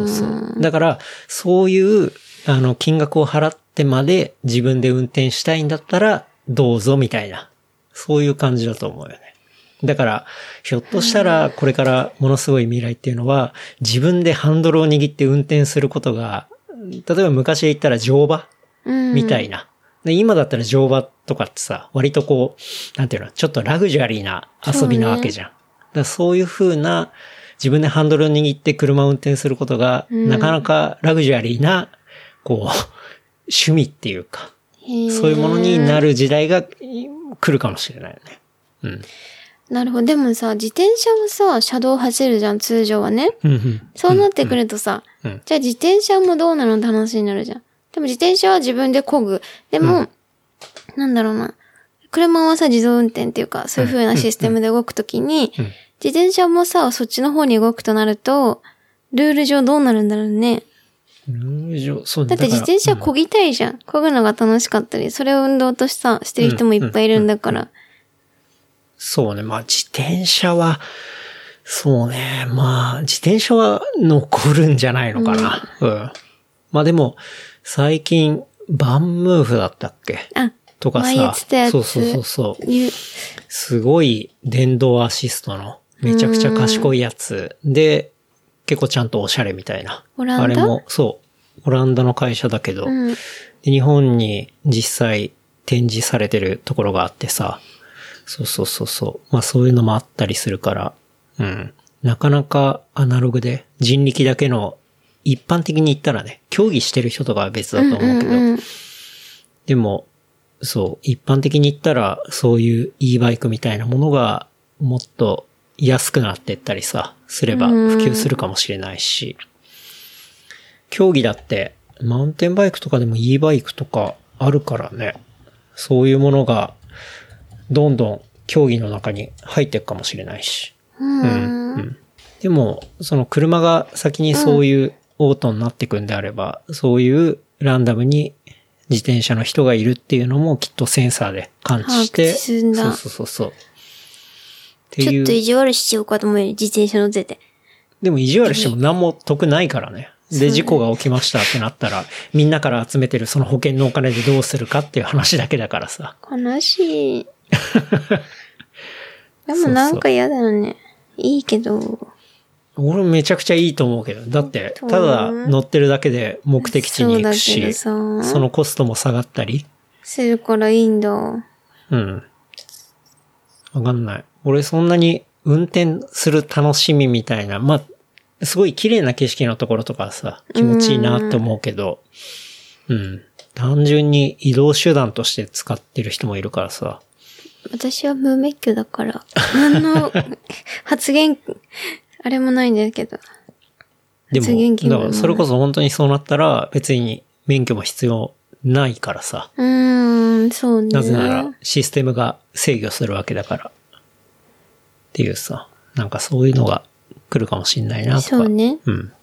だから、そういう、金額を払ってまで自分で運転したいんだったら、どうぞみたいな。そういう感じだと思うよね。だから、ひょっとしたら、これからものすごい未来っていうのは、自分でハンドルを握って運転することが、例えば昔で言ったら乗馬みたいな。で今だったら乗馬とかってさ、割とこう、なんていうの、ちょっとラグジュアリーな遊びなわけじゃん。だからそういう風な、自分でハンドルを握って車を運転することが、なかなかラグジュアリーな、こう、趣味っていうか、そういうものになる時代が来るかもしれないよね。 なるほど。でもさ、自転車はさ、車道走るじゃん、通常はね。そうなってくるとさ、じゃあ自転車もどうなのって話になるじゃん。でも自転車は自分で漕ぐ。でも、なんだろうな。車はさ、自動運転っていうか、そういう風なシステムで動くときに、自転車もさ、そっちの方に動くとなると、ルール上どうなるんだろうね。 ルール上、そうだって自転車漕ぎたいじゃん。漕ぐのが楽しかったり、それを運動としてる人もいっぱいいるんだから。 そうね。まあ自転車は、そうね。まあ自転車は残るんじゃないのかな。まあでも、最近、バンムーフだったっけとかさ。 前言ってたやつ。 そう。すごい電動アシストの、めちゃくちゃ賢いやつで、結構ちゃんとおしゃれみたいな。あれも、そう。オランダの会社だけど、で日本に実際展示されてるところがあってさ。そう。まあそういうのもあったりするから、なかなかアナログで人力だけの、一般的に言ったらね、競技してる人とかは別だと思うけど、でも、そう、一般的に言ったら、そういう e バイクみたいなものがもっと安くなっていったりさ、すれば普及するかもしれないし、競技だって、マウンテンバイクとかでも e バイクとかあるからね、そういうものがどんどん競技の中に入っていくかもしれないし。でも、その車が先にそういうオートになっていくんであれば、そういうランダムに自転車の人がいるっていうのもきっとセンサーで感知して、そう。っていう。 ちょっと意地悪しちゃうかと思うよ、自転車乗ってて。 でも意地悪しても何も得ないからね。で、事故が起きましたってなったら、みんなから集めてるその保険のお金でどうするかっていう話だけだからさ。 悲しい。でもなんか嫌だよね。いいけど。 俺めちゃくちゃいいと思うけど。だって、ただ乗ってるだけで目的地に行くし、そのコストも下がったり。 するからいいんだ。 わかんない。俺そんなに運転する楽しみみたいな、まあ、 すごい綺麗な景色のところとかさ、気持ちいいなって思うけど、単純に移動手段として使ってる人もいるからさ。 私は無免許だから、何の発言、あれもないんですけど。 でも、だからそれこそ本当にそうなったら別に免許も必要ないからさ。 そうね。 なぜならシステムが制御するわけだから。っていうさ、なんかそういうのが来るかもしんないなとか。 そうね。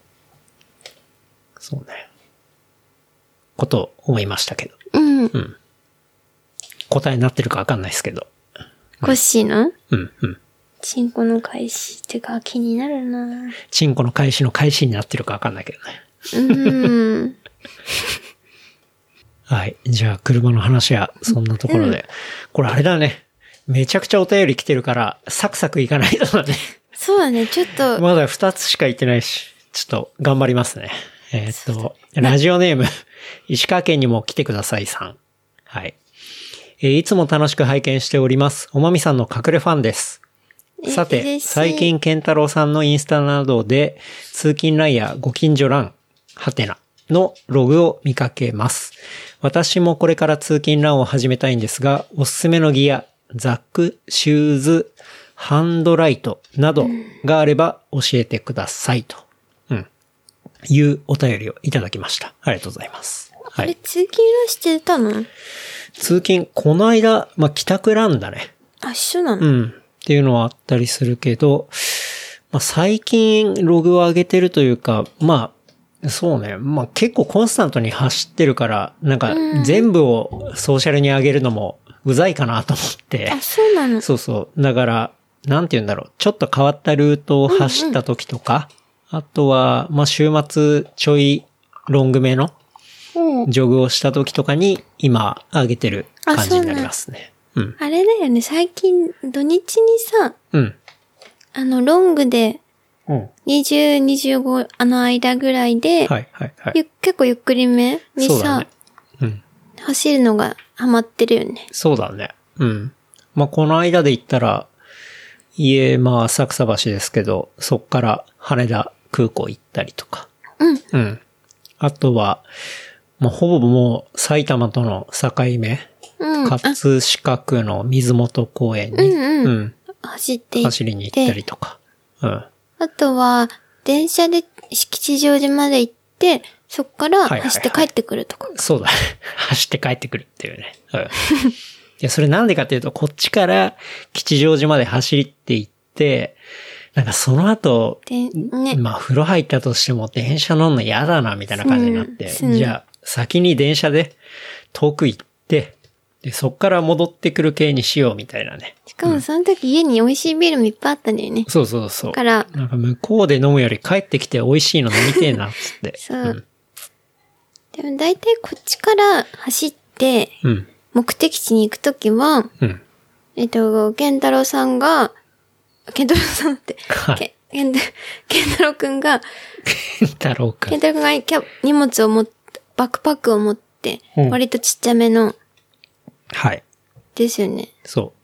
そうね。ことを思いましたけど。答えになってるかわかんないですけど。 コッシーのチンコの返しってか気になるな。 チンコの返しの返しになってるかわかんないけどね。はい。じゃあ、車の話はそんなところで。これあれだね。めちゃくちゃお便り来てるから、サクサクいかないとだね。 そうだね、ちょっと。 まだ2つしか言ってないし、ちょっと頑張りますね。ラジオネーム、石川県にも来てくださいさん。はい。いつも楽しく拝見しております。おまみさんの隠れファンです。さて、最近健太郎さんのインスタなどで、通勤ランやご近所ラン、はてなのログを見かけます。私もこれから通勤ランを始めたいんですが、おすすめのギア、ザック、シューズ、ハンドライトなどがあれば教えてくださいと、いうお便りをいただきました。ありがとうございます。はい。 あれ、通勤ランしてたの？ 通勤、この間、帰宅ランだね。 あ、一緒なの？ っていうのはあったりするけど、最近ログを上げてるというか、そうね。結構コンスタントに走ってるから、なんか全部をソーシャルに上げるのもうざいかなと思って。 あ、そうなの？ そうそう。だから、なんて言うんだろう。ちょっと変わったルートを走った時とか、あとは、週末ちょいロングめのジョグをした時とかに今上げてる感じになりますね。 あれだよね、最近土日にさ、ロングで、20、25間ぐらいで、結構ゆっくりめにさ、走るのがハマってるよね。 そうだね。この間で言ったら、家、浅草橋ですけど、そっから羽田空港行ったりとか。あとは、ほぼもう埼玉との境目、葛飾区の水元公園に、走りに行ったりとか。あとは、電車で吉祥寺まで行って、そっから走って帰ってくるとか。 そうだね。走って帰ってくるっていうね。いや、それなんでかっていうと、こっちから吉祥寺まで走って行って、なんかその後、風呂入ったとしても電車乗んの嫌だな、みたいな感じになって、じゃあ、先に電車で遠く行って、で、そっから戻ってくる系にしようみたいなね。 しかもその時家に美味しいビールもいっぱいあったんだよね。 そうそうそう。 だから、 なんか向こうで飲むより帰ってきて美味しいの飲みてえな、つって。 そう。でも大体こっちから走って、目的地に行くときは、健太郎さんが、健太郎さんって、健太郎くんが、 健太郎くんが荷物をバックパックを持って、割とちっちゃめの、 はい。 ですよね。 そう。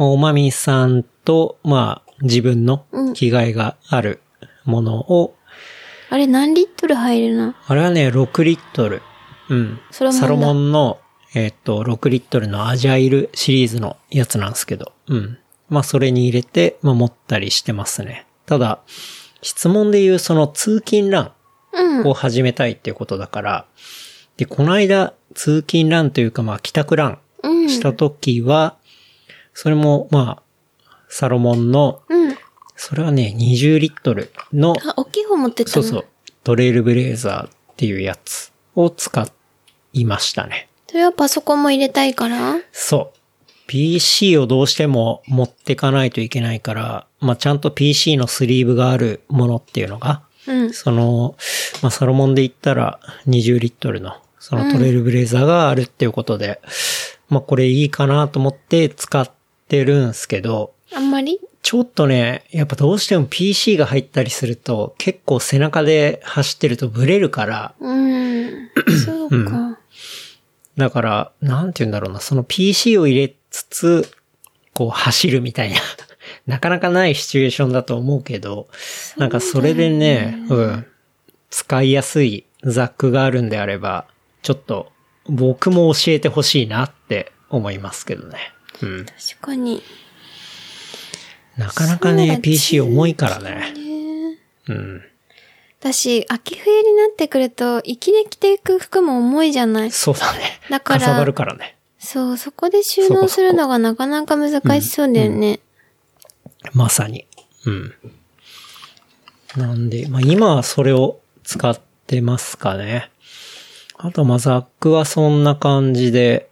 おまみさんと、自分の着替えがあるものを、 あれ何リットル入るの？ あれはね、6リットル。サロモンの、6リットルのアジャイルシリーズのやつなんですけど、それに入れて、持ったりしてますね。ただ、質問で言うその通勤ランを始めたいっていうことだから、で、この間、通勤ランというか、帰宅ランした時は、それも、サロモンの、それはね、20リットルの、 大きい方持ってたの？ そう。トレイルブレイザーっていうやつを使いましたね。 それはパソコンも入れたいから？ そう。PC をどうしても持ってかないといけないから、ちゃんと PC のスリーブがあるものっていうのが、その、サロモンで言ったら20リットルの、そのトレイルブレイザーがあるっていうことで、これいいかなと思って使ってるんすけど、 あんまり？ ちょっとね、やっぱどうしても PC が入ったりすると、結構背中で走ってるとブレるから、 そうか。 だから、なんて言うんだろうな、その PC を入れつつ、こう走るみたいななかなかないシチュエーションだと思うけど、なんかそれでね、使いやすいザックがあるんであれば、ちょっと僕も教えてほしいなって思いますけどね。うん。 確かに。 なかなかね、PC 重いからね。うん。 私、秋冬になってくると、生きで着ていく服も重いじゃない。 そうだね。 だから、 かさばるからね。 そう、そこで収納するのがなかなか難しそうだよね。 まさに。うん。なんで、まあ今はそれを使ってますかね。あと、まあザックはそんな感じで、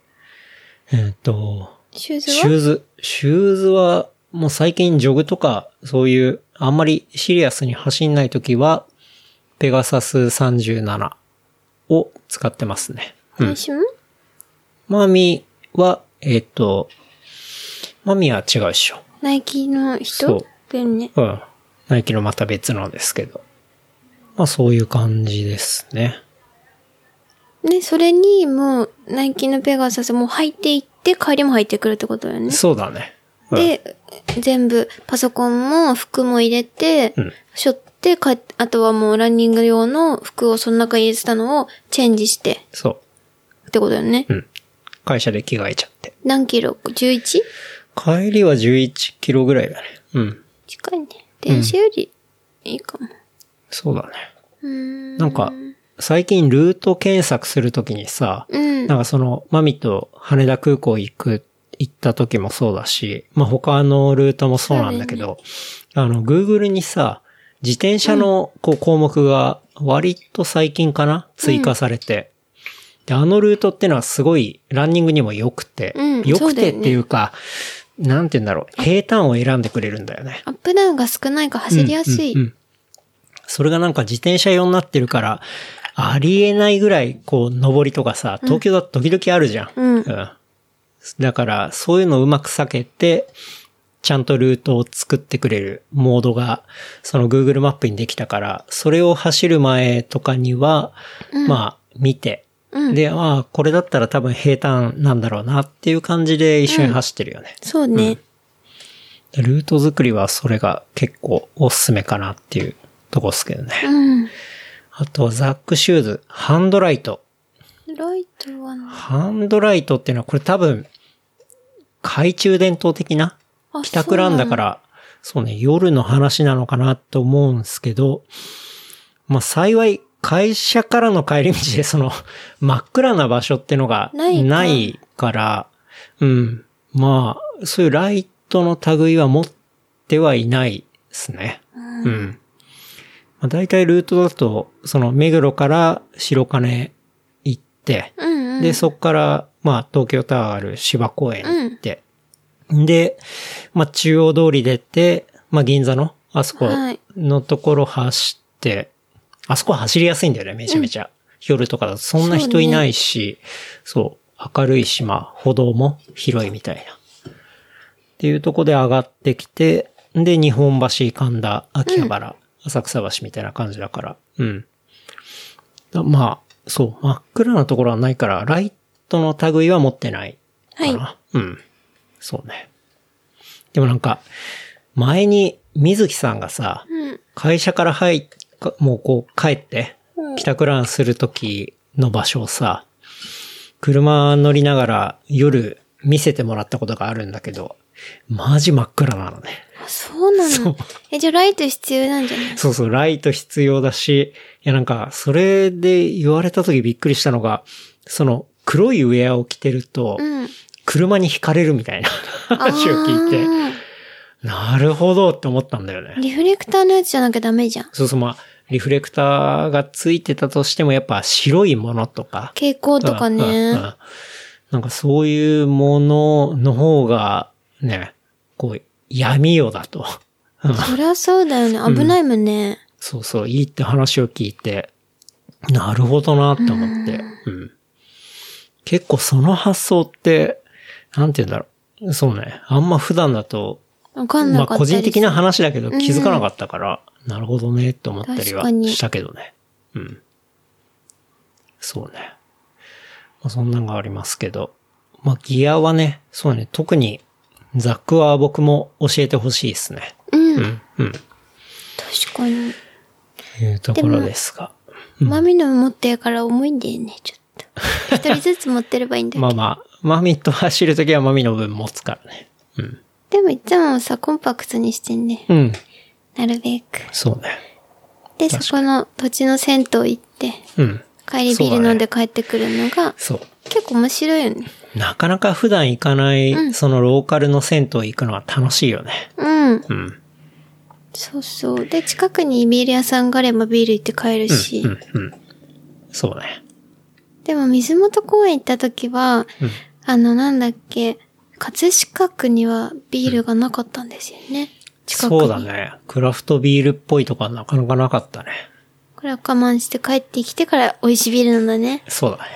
シューズはシューズは、もう最近ジョグとか、そういう、あんまりシリアスに走んないときは、ペガサス37を使ってますね。 私もマミは、マミは違うでしょ。 ナイキの人だよね。 うん。ナイキのまた別のですけど。まあそういう感じですね。 ね、それにもう、ナイキのペガサスもう履いていって、帰りも履いてくるってことだよね。 そうだね。 で、全部、パソコンも服も入れて、背負って、あとはもうランニング用の服をその中に入れてたのをチェンジして。 そう。 ってことだよね。 うん。会社で着替えちゃって。 何キロ ?11? 帰りは11キロぐらいだね。うん。 近いね。電車よりいいかも。 そうだね。なんか、最近ルート検索するときにさ、なんかその、マミと羽田空港行った時もそうだし、まあ他のルートもそうなんだけど、Google にさ、自転車の項目が割と最近かな追加されて、で、あのルートってのはすごいランニングにも良くて、良くてっていうか、なんて言うんだろう、平坦を選んでくれるんだよね。 アップダウンが少ないから走りやすい。 それがなんか自転車用になってるから、ありえないぐらい、上りとかさ、東京だと時々あるじゃん。だから、そういうのをうまく避けて、ちゃんとルートを作ってくれるモードが、その Google マップにできたから、それを走る前とかには、まあ、見て、で、まあ、これだったら多分平坦なんだろうなっていう感じで一緒に走ってるよね。 そうね。 ルート作りはそれが結構おすすめかなっていうとこですけどね。あと、ザックシューズ、ハンドライト。 ライトはね。 ハンドライトっていうのはこれ多分、懐中電灯的な帰宅ランだから、そうね、夜の話なのかなと思うんですけど、まあ幸い会社からの帰り道でその真っ暗な場所ってのがないから、まあ、そういうライトの類は持ってはいないですね。まあ、大体ルートだと、その目黒から白金行って、で、そこから、まあ東京タワーある芝公園行って、で、まあ中央通り出て、まあ銀座のあそこのところ走って、あそこは走りやすいんだよね、めちゃめちゃ。夜とかだとそんな人いないし、そう、明るいし、まあ歩道も広いみたいな。っていうとこで上がってきて、で、日本橋、神田、秋葉原、浅草橋みたいな感じだから、まあ、そう、真っ暗なところはないから、ライトの類は持ってないかな。そうね。でもなんか、前に水木さんがさ、会社からもう帰って、帰宅ランするときの場所をさ、車乗りながら夜見せてもらったことがあるんだけど、マジ真っ暗なのね。 そうなの？じゃあライト必要なんじゃない？ そうそう、ライト必要だし、いやなんか、それで言われた時びっくりしたのが、その黒いウェアを着てると、車に惹かれるみたいな話を聞いて、なるほどって思ったんだよね。 リフレクターのやつじゃなきゃダメじゃん。 そうそう、まあ、リフレクターがついてたとしてもやっぱ白いものとか。 蛍光とかね。 なんかそういうものの方が、ね、闇夜だと。 そりゃそうだよね。危ないもんね。 そうそう、いいって話を聞いて、なるほどなって思って。結構その発想って、なんて言うんだろう。そうね。あんま普段だと、 わかんなかったり。 まあ個人的な話だけど気づかなかったから、なるほどねって思ったりはしたけどね。そうね。まあそんなのがありますけど。まあギアはね、そうね、特にザックは僕も教えてほしいですね。 うん。 うん。うん。 確かに。 というところですが。 マミの持ってるから重いんだよね、ちょっと。一人ずつ持ってればいいんだけど。 まあ、マミと走るときはマミの分持つからね。うん。 でもいつもさ、コンパクトにしてんね。 うん。 なるべく。 そうね。 で、そこの土地の銭湯行って、 うん。 帰りビール飲んで帰ってくるのが、 そう。 結構面白いよね。 なかなか普段行かない、そのローカルの銭湯行くのは楽しいよね。 うん。 うん。 そうそう。で、近くにビール屋さんがあればビール行って帰るし。 うん、うん、うん。そうね。 でも水元公園行った時は、なんだっけ、葛飾区にはビールがなかったんですよね。近くに。 そうだね。クラフトビールっぽいとかなかなかなかったね。 これは我慢して帰ってきてから美味しいビールなんだね。 そうだね。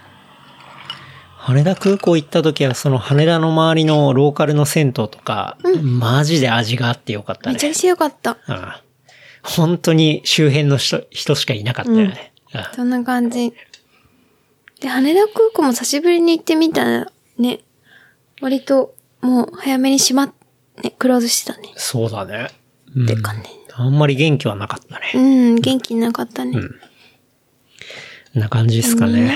羽田空港行った時はその羽田の周りのローカルの銭湯とか、マジで味があってよかったね。 めちゃくちゃよかった。 うん。本当に周辺の人しかいなかったよね。 そんな感じ。で、羽田空港も久しぶりに行ってみたら、ね、割ともう早めにクローズしてたね。 そうだね。うん。 てかね。 あんまり元気はなかったね。 うん、元気なかったね。 こんな感じですかね。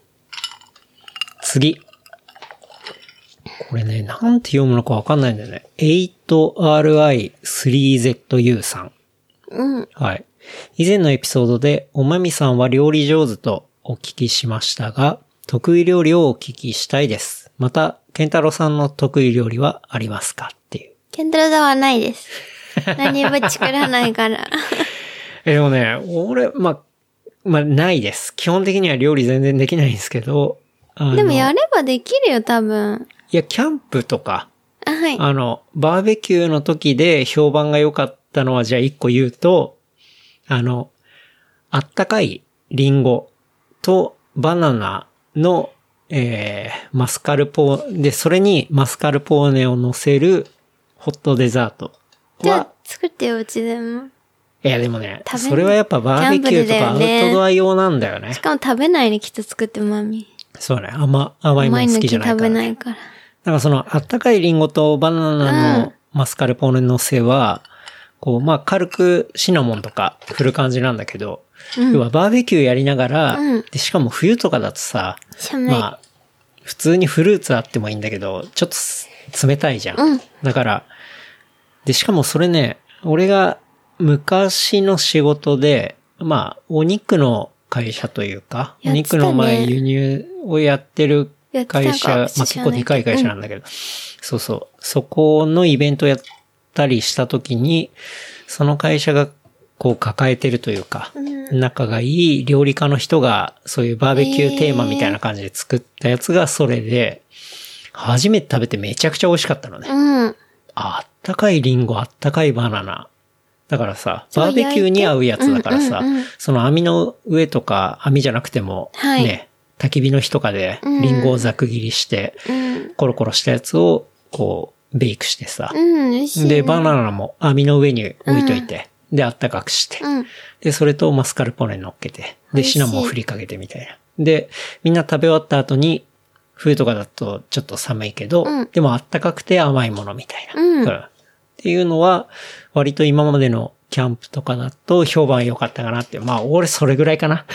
次。これね、なんて読むのかわかんないんだよね。8RI3ZU さん。 うん。 はい。以前のエピソードで、おまみさんは料理上手とお聞きしましたが、得意料理をお聞きしたいです。また、ケンタロウさんの得意料理はありますかっていう。 ケンタロウさんはないです。何も作らないから。 でもね、俺、ないです。基本的には料理全然できないんですけど。 でもやればできるよ、多分。 いや、キャンプとか。 はい。 バーベキューの時で評判が良かったのは、じゃあ一個言うと、あったかいリンゴとバナナの、マスカルポーネ、で、それにマスカルポーネを乗せるホットデザートは。 じゃあ、作ってよ、うちでも。 いや、でもね、それはやっぱバーベキューとかアウトドア用なんだよね。 しかも食べないできっと作ってマミ。 そうね、甘いもの好きじゃないから、ね。 食べないから。 なんかその、あったかいリンゴとバナナのマスカルポーネのせは、こう、軽くシナモンとか振る感じなんだけど、要はバーベキューやりながら、で、しかも冬とかだとさ、普通にフルーツあってもいいんだけど、ちょっと冷たいじゃん。だから、で、しかもそれね、俺が昔の仕事で、お肉の会社というか、お肉の輸入をやってる会社、結構でかい会社なんだけど、そうそう、そこのイベントやったりした時に、その会社がこう抱えてるというか、仲がいい料理家の人がそういうバーベキューテーマみたいな感じで作ったやつがそれで、初めて食べてめちゃくちゃ美味しかったのね。あったかいリンゴ、あったかいバナナ。だからさ、バーベキューに合うやつだからさ、その網の上とか、網じゃなくても、ね、焚き火の火とかでリンゴをざく切りして、コロコロしたやつをこう、ベイクしてさ。で、バナナも網の上に置いといて、で、あったかくして。で、それとマスカルポーネ乗っけて、で、シナモンを振りかけてみたいな。で、みんな食べ終わった後に、冬とかだとちょっと寒いけど、でもあったかくて甘いものみたいな。っていうのは、割と今までのキャンプとかだと評判良かったかなって。俺それぐらいかな。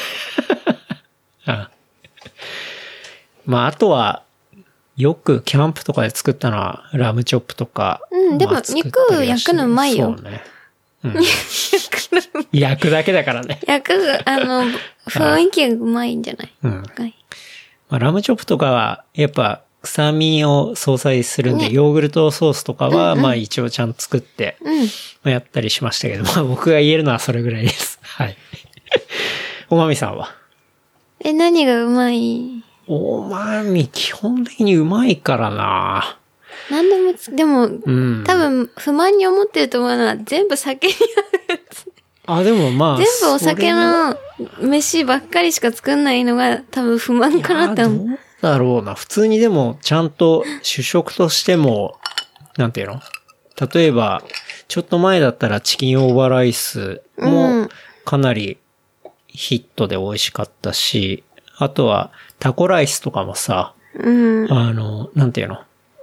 あとは、よくキャンプとかで作ったのはラムチョップとか。 でも肉焼くのうまいよ。 そうね。焼くだけだからね。 雰囲気がうまいんじゃない？ ラムチョップとかは、やっぱ、臭みを相殺するんで、ヨーグルトソースとかは、一応ちゃんと作って、やったりしましたけど、僕が言えるのはそれぐらいです。はい。おまみさんは？ 何がうまい？ おまみ、基本的にうまいからな。 なんでもでも、多分、不満に思ってると思うのは、全部酒に合うやつ。 でも全部お酒の飯ばっかりしか作んないのが多分不満かなって思う。 どうだろうな。普通にでもちゃんと主食としても、なんていうの？例えば、ちょっと前だったらチキンオーバーライスもかなりヒットで美味しかったし、あとはタコライスとかもさ、なんていうの？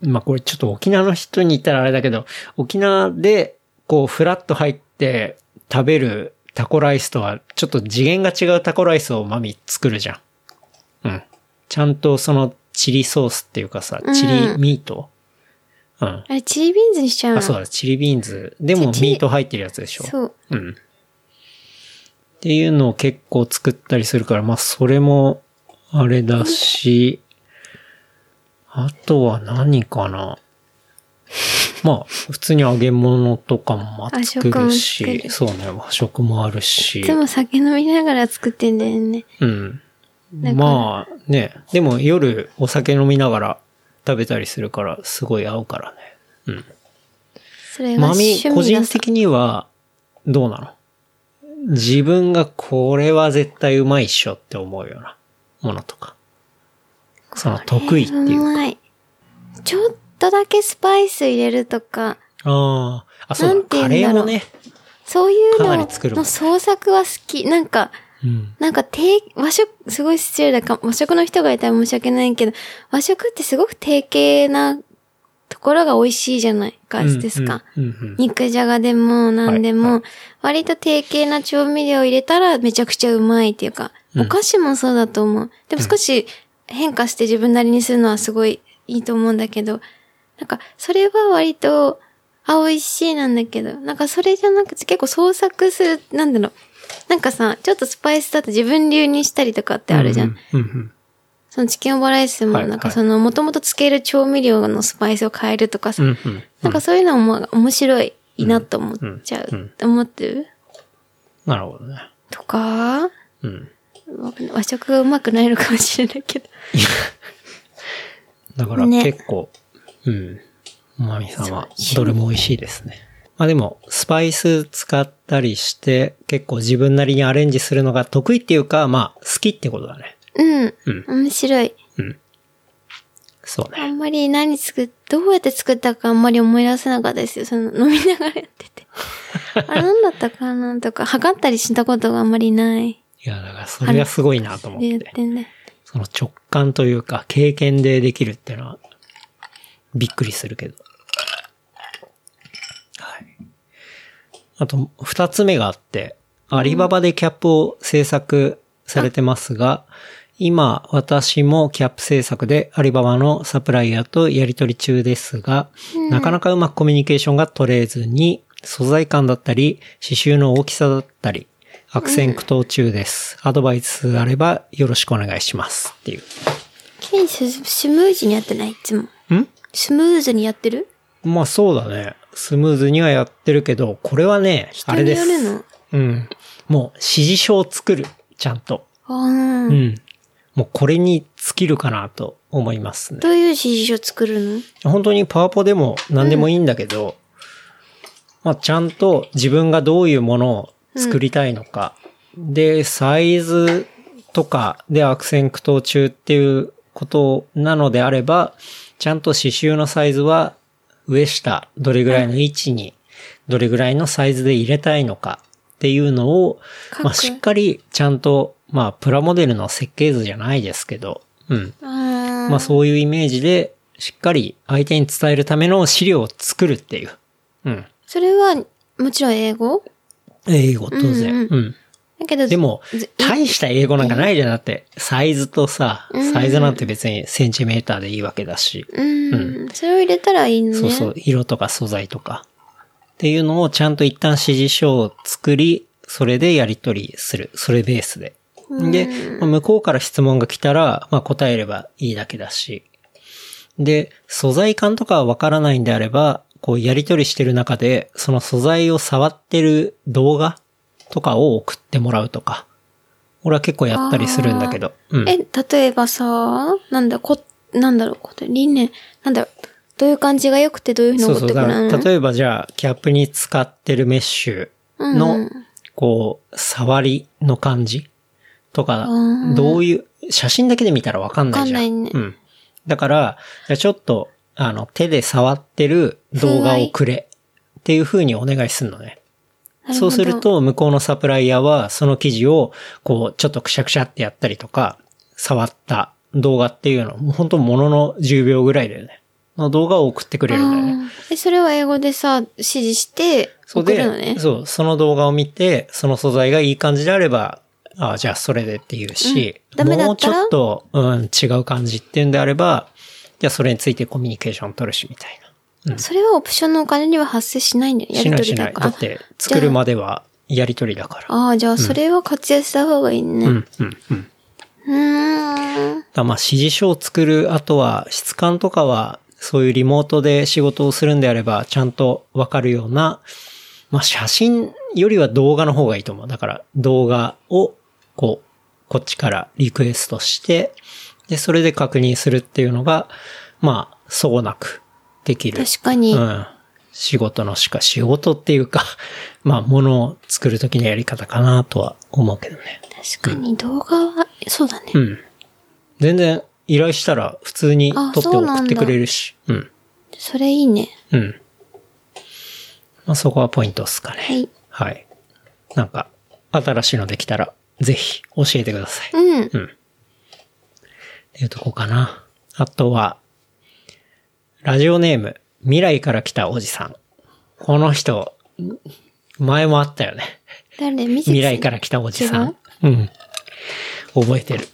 まあこれちょっと沖縄の人に言ったらあれだけど、沖縄でこうフラッと入って食べるタコライスとはちょっと次元が違うタコライスをマミ作るじゃん。うん。ちゃんとそのチリソースっていうかさ、チリミート、うん。 あれ、チリビーンズにしちゃうの？ あ、そうだ、チリビーンズ。でもミート入ってるやつでしょ。 そう。 うん。っていうのを結構作ったりするから、まあそれもあれだし、あとは何かな。まあ、普通に揚げ物とかも作るし、そうね、和食もあるし。 いつも酒飲みながら作ってんだよね。 うん。まあね、でも夜お酒飲みながら食べたりするからすごい合うからね。うん。 それが趣味だ。 マミ、個人的にはどうなの？自分がこれは絶対うまいっしょって思うようなものとか。その得意っていうか。 うまい。ちょっとだけスパイス入れるとか。 ああ、そうだ、カレーもね。 そういうのの創作は好き。なんか和食、すごい失礼だか、和食の人がいたら申し訳ないけど、和食ってすごく定型なところが美味しいじゃないかですか。肉じゃがでも何でも、割と定型な調味料を入れたらめちゃくちゃうまいっていうか、お菓子もそうだと思う。でも少し変化して自分なりにするのはすごいいいと思うんだけど、なんかそれは割と、美味しいなんだけど、なんかそれじゃなくて結構創作する、なんだろう。なんかさ、ちょっとスパイスだと自分流にしたりとかってあるじゃん。そのチキンオーバーライスも、なんかその、もともとつける調味料のスパイスを変えるとかさ、なんかそういうのも面白いなと思っちゃう。思ってる？ なるほどね。 とか、和食がうまくないのかもしれないけど。 だから結構、マミさんはどれも美味しいですね。まあでも、スパイス使ったりして、結構自分なりにアレンジするのが得意っていうか、まあ好きってことだね。 面白い。 そうね。 あんまりどうやって作ったかあんまり思い出せなかったですよ。その飲みながらやってて。何だったかなとか、測ったりしたことがあんまりない。 いや、だからそれがすごいなと思って。 言ってね。 その直感というか、経験でできるっていうのは、びっくりするけど。はい。あと、二つ目があって、アリババでキャップを制作されてますが、今、私もキャップ制作でアリババのサプライヤーとやり取り中ですが、なかなかうまくコミュニケーションが取れずに、素材感だったり、刺繍の大きさだったり、悪戦苦闘中です。アドバイスあればよろしくお願いします。っていう。 スムーズにやってないいつも。スムーズにやってる？ まあそうだね。スムーズにはやってるけど、これはね、あれです。 人によるの？ もう指示書を作る。ちゃんと。もうこれに尽きるかなと思いますね。 どういう指示書作るの？ 本当にパワポでも何でもいいんだけど、まあちゃんと自分がどういうものを作りたいのか。で、サイズとかで悪戦苦闘中っていうことなのであれば、ちゃんと刺繍のサイズは上下どれぐらいの位置にどれぐらいのサイズで入れたいのかっていうのを、まあしっかりちゃんと、まあプラモデルの設計図じゃないですけど、まあそういうイメージでしっかり相手に伝えるための資料を作るっていう。 それはもちろん英語？ 英語、当然。だけどでも、大した英語なんかないじゃん。だって、サイズとさ、サイズなんて別にセンチメーターでいいわけだし。 それを入れたらいいのね。 そうそう、色とか素材とか。っていうのをちゃんと一旦指示書を作り、それでやり取りする。それベースで。で、向こうから質問が来たら、まあ答えればいいだけだし。で、素材感とかはわからないんであれば、こうやり取りしてる中で、その素材を触ってる動画とかを送ってもらうとか。俺は結構やったりするんだけど。 例えばさ、なんだろう、理念、どういう感じが良くてどういうふうに送ってくるの？ そう、例えばじゃあ、キャップに使ってるメッシュの、こう、触りの感じとか、どういう、写真だけで見たらわかんないじゃん。 わかんないね。 だから、じゃあちょっと、手で触ってる動画をくれっていう風にお願いするのね。そうすると、向こうのサプライヤーは、その記事を、こう、ちょっとくしゃくしゃってやったりとか、触った動画っていうの、もう本当ものの10秒ぐらいだよね。 の動画を送ってくれるんだよね。 それは英語でさ、指示して送るのね。 そう、その動画を見て、その素材がいい感じであれば、じゃあそれでっていうし、 ダメだったらもうちょっと、違う感じっていうんであれば、じゃあそれについてコミュニケーション取るしみたいな。 それはオプションのお金には発生しないんだよ。やり取りだから。 しない。だって、作るまではやり取りだから。 じゃあそれは活用した方がいいね。 まあ指示書を作る、あとは質感とかは、そういうリモートで仕事をするんであれば、ちゃんとわかるような、まあ写真よりは動画の方がいいと思う。だから動画を、こっちからリクエストして、で、それで確認するっていうのが、まあ、そうなくできる。 確かに。 仕事っていうか、まあ、ものを作るときのやり方かなとは思うけどね。 確かに動画は、そうだね。 全然依頼したら普通に撮って送ってくれるし。 それいいね。 まあ、そこはポイントっすかね。 はい。 はい。なんか、新しいのできたら、ぜひ教えてください。っていうとこかな。あとは、ラジオネーム、未来から来たおじさん。この人、前もあったよね。 誰？ 未来から来たおじさん。覚えてる。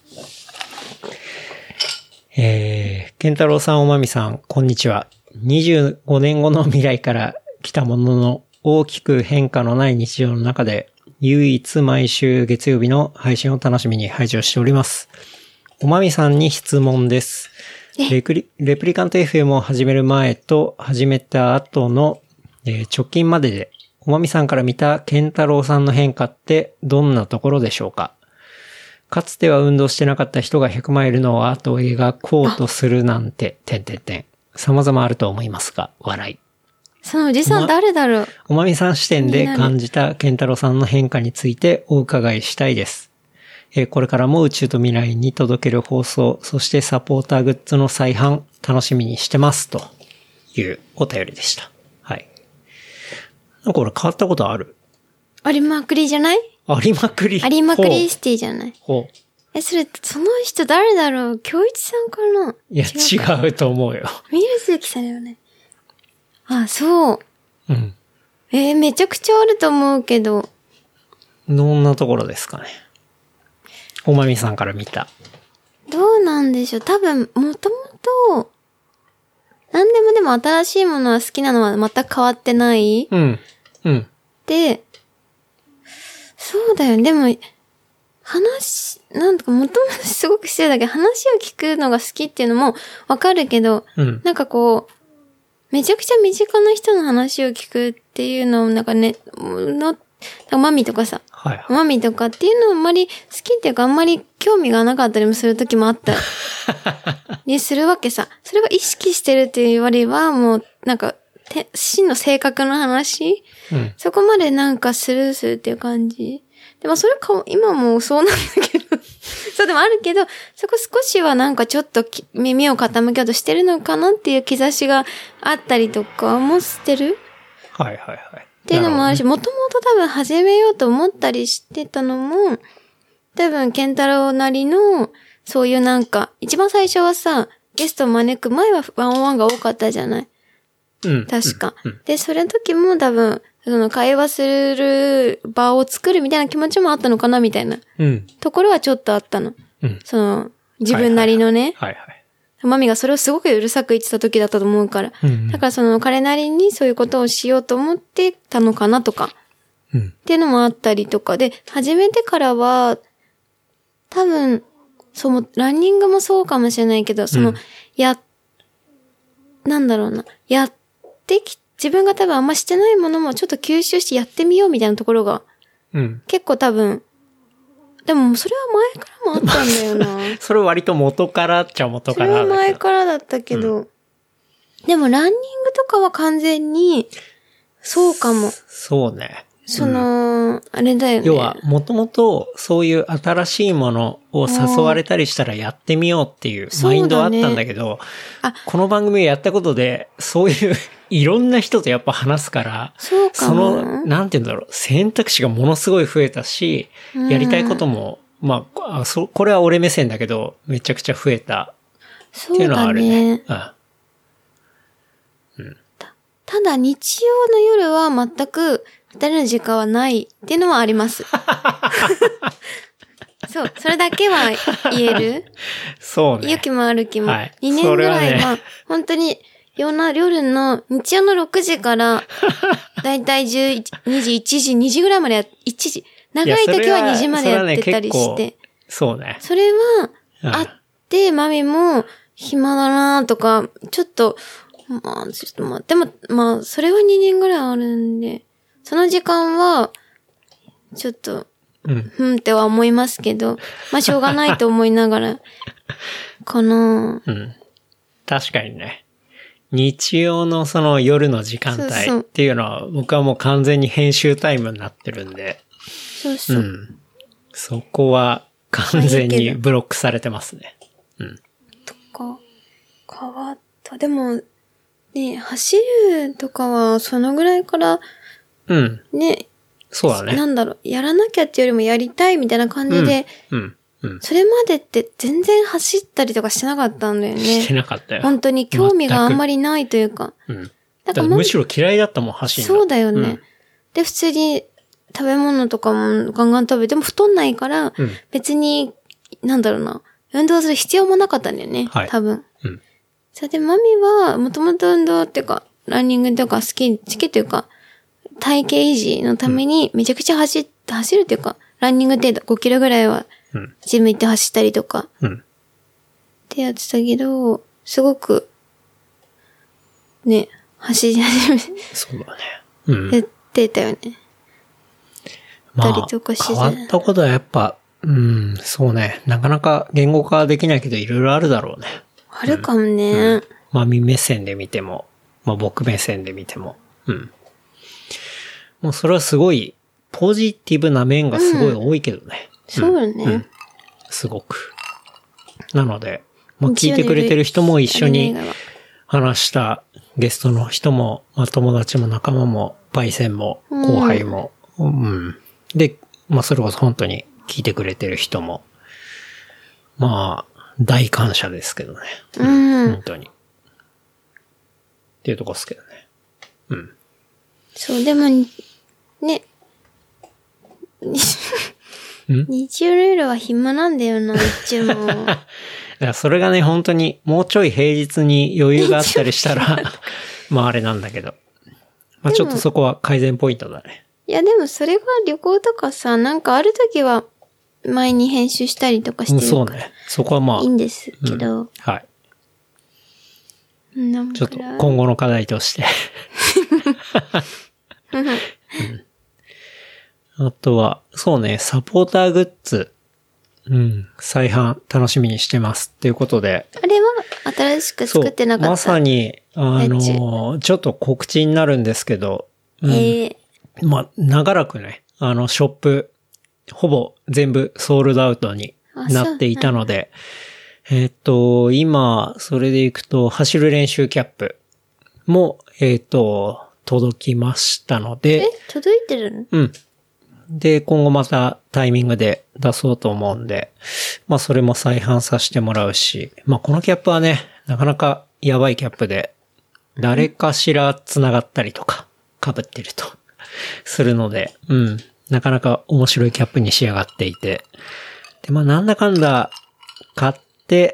ケンタロウさん、おまみさん、こんにちは。25年後の未来から来たものの、大きく変化のない日常の中で、唯一毎週月曜日の配信を楽しみに拝聴しております。おまみさんに質問です。レプリカント FM を始める前と始めた後の、直近までで、おまみさんから見たケンタロウさんの変化ってどんなところでしょうか？かつては運動してなかった人が100マイルの後を描こうとするなんて、様々あると思いますが、笑い。 そのおじさん誰だろう？ おまみさん視点で感じたケンタロウさんの変化についてお伺いしたいです。これからも宇宙と未来に届ける放送、そしてサポーターグッズの再販、楽しみにしてます。というお便りでした。はい。なんかこれ変わったことある？ ありまくりじゃない？ ありまくり。 ありまくりシティじゃない？ ほう。 その人誰だろう？京一さんかな？ いや、違うと思うよ。 ミルズキさんだよね。そう。めちゃくちゃあると思うけど。 どんなところですかね。おまみさんから見た。 どうなんでしょう。多分、もともと、何でもでも新しいものは好きなのは全く変わってない。で、そうだよ。でも、なんとかもともとすごく失礼だけど、話を聞くのが好きっていうのもわかるけど、なんかこう、めちゃくちゃ身近な人の話を聞くっていうのを、なんかね、マミとかさ、マミとかっていうのをあんまり好きっていうかあんまり興味がなかったりもする時もあったりするわけさ。それは意識してるっていうよりはもうなんか真の性格の話、そこまでなんかスルーするっていう感じ。でもそれか今もそうなんだけどそうでもあるけど、そこ少しはなんかちょっと耳を傾けようとしてるのかなっていう兆しがあったりとかもしてる。っていうのもあるし、もともと多分始めようと思ったりしてたのも、多分ケンタロウなりの、そういうなんか、一番最初はさ、ゲストを招く前はワンオンワンが多かったじゃない？確か。で、それの時も多分、その会話する場を作るみたいな気持ちもあったのかなみたいな、ところはちょっとあったの。その、自分なりのね。マミがそれをすごくうるさく言ってた時だったと思うから。だからその彼なりにそういうことをしようと思ってたのかなとか。っていうのもあったりとかで、始めてからは、多分、ランニングもそうかもしれないけど、なんだろうな。自分が多分あんましてないものもちょっと吸収してやってみようみたいなところが、結構多分、でもそれは前からもあったんだよな。 それ割と元からっちゃ元からだけど。 それは前からだったけど、でもランニングとかは完全に、そうかも。 そうね。 あれだよね。 要は、もともとそういう新しいものを誘われたりしたらやってみようっていうマインドはあったんだけど、この番組をやったことで、そういういろんな人とやっぱ話すから、なんて言うんだろう、選択肢がものすごい増えたし、やりたいことも、これは俺目線だけど、めちゃくちゃ増えたっていうのはあるね。 ただ日曜の夜は全く二人の時間はないっていうのはあります。そう、それだけは言える。 そうね。 良きも悪きも。 はい、 2年ぐらいは、 ね、 本当に夜の日曜の6時から、だいたい12時、1時、2時ぐらいまで1時。長い時は2時までやってたりして。 そうね。 それは、あって、マミも暇だなとか、ちょっとでも、それは2年ぐらいあるんで、その時間は、ちょっと、っては思いますけど、しょうがないと思いながら、かな。 確かにね。日曜のその夜の時間帯っていうのは、僕はもう完全に編集タイムになってるんで、 そうそう。 そこは完全にブロックされてますね。 とか、変わった。でも、ね、走るとかは、そのぐらいから、ね、 そうだね。 やらなきゃっていうよりもやりたいみたいな感じで、それまでって全然走ったりとかしてなかったんだよね。 してなかったよ。 本当に興味があんまりないというか。 だからむしろ嫌いだったもん、走るの。 そうだよね。で、普通に食べ物とかもガンガン食べても太んないから、別に、運動する必要もなかったんだよね。多分。それで、マミは、もともと運動っていうか、ランニングとか好きというか、体型維持のためにめちゃくちゃ走るっていうか、ランニング程度5キロぐらいは、ジム行って走ったりとか、ってやってたけど、すごく、ね、走り始めて。 そうだね。 やってたよね。 変わったことはやっぱ、そうね、なかなか言語化できないけど、いろいろあるだろうね。 あるかもね。 マミ目線で見ても、僕目線で見ても。もうそれはすごい、ポジティブな面がすごい多いけどね。 そうよね。 すごく。なので、聞いてくれてる人も一緒に話したゲストの人も、友達も仲間も、パイセンも、後輩も、で、それこそ本当に聞いてくれてる人も、大感謝ですけどね。本当に。っていうとこですけどね。 そう、でも、ね。日曜の夜は暇なんだよな、いつも。だからそれがね、本当に、もうちょい平日に余裕があったりしたら、あれなんだけど。ちょっとそこは改善ポイントだね。 いや、でもそれが旅行とかさ、ある時は、前に編集したりとかしてるそうね。そこはいいんですけど。 はい。ちょっと今後の課題として。あとは、そうね、サポーターグッズ。再販楽しみにしてますっていうことで。 あれは新しく作ってなかった？ まさに、ちょっと告知になるんですけど。長らくね、ショップ、ほぼ全部ソールドアウトになっていたので、今、それでいくと、走る練習キャップも、届きましたので。 届いてるの？ で、今後またタイミングで出そうと思うんで、それも再販させてもらうし、このキャップはね、なかなかやばいキャップで、誰かしら繋がったりとか、被ってると、するので、なかなか面白いキャップに仕上がっていて、で、なんだかんだ、買って、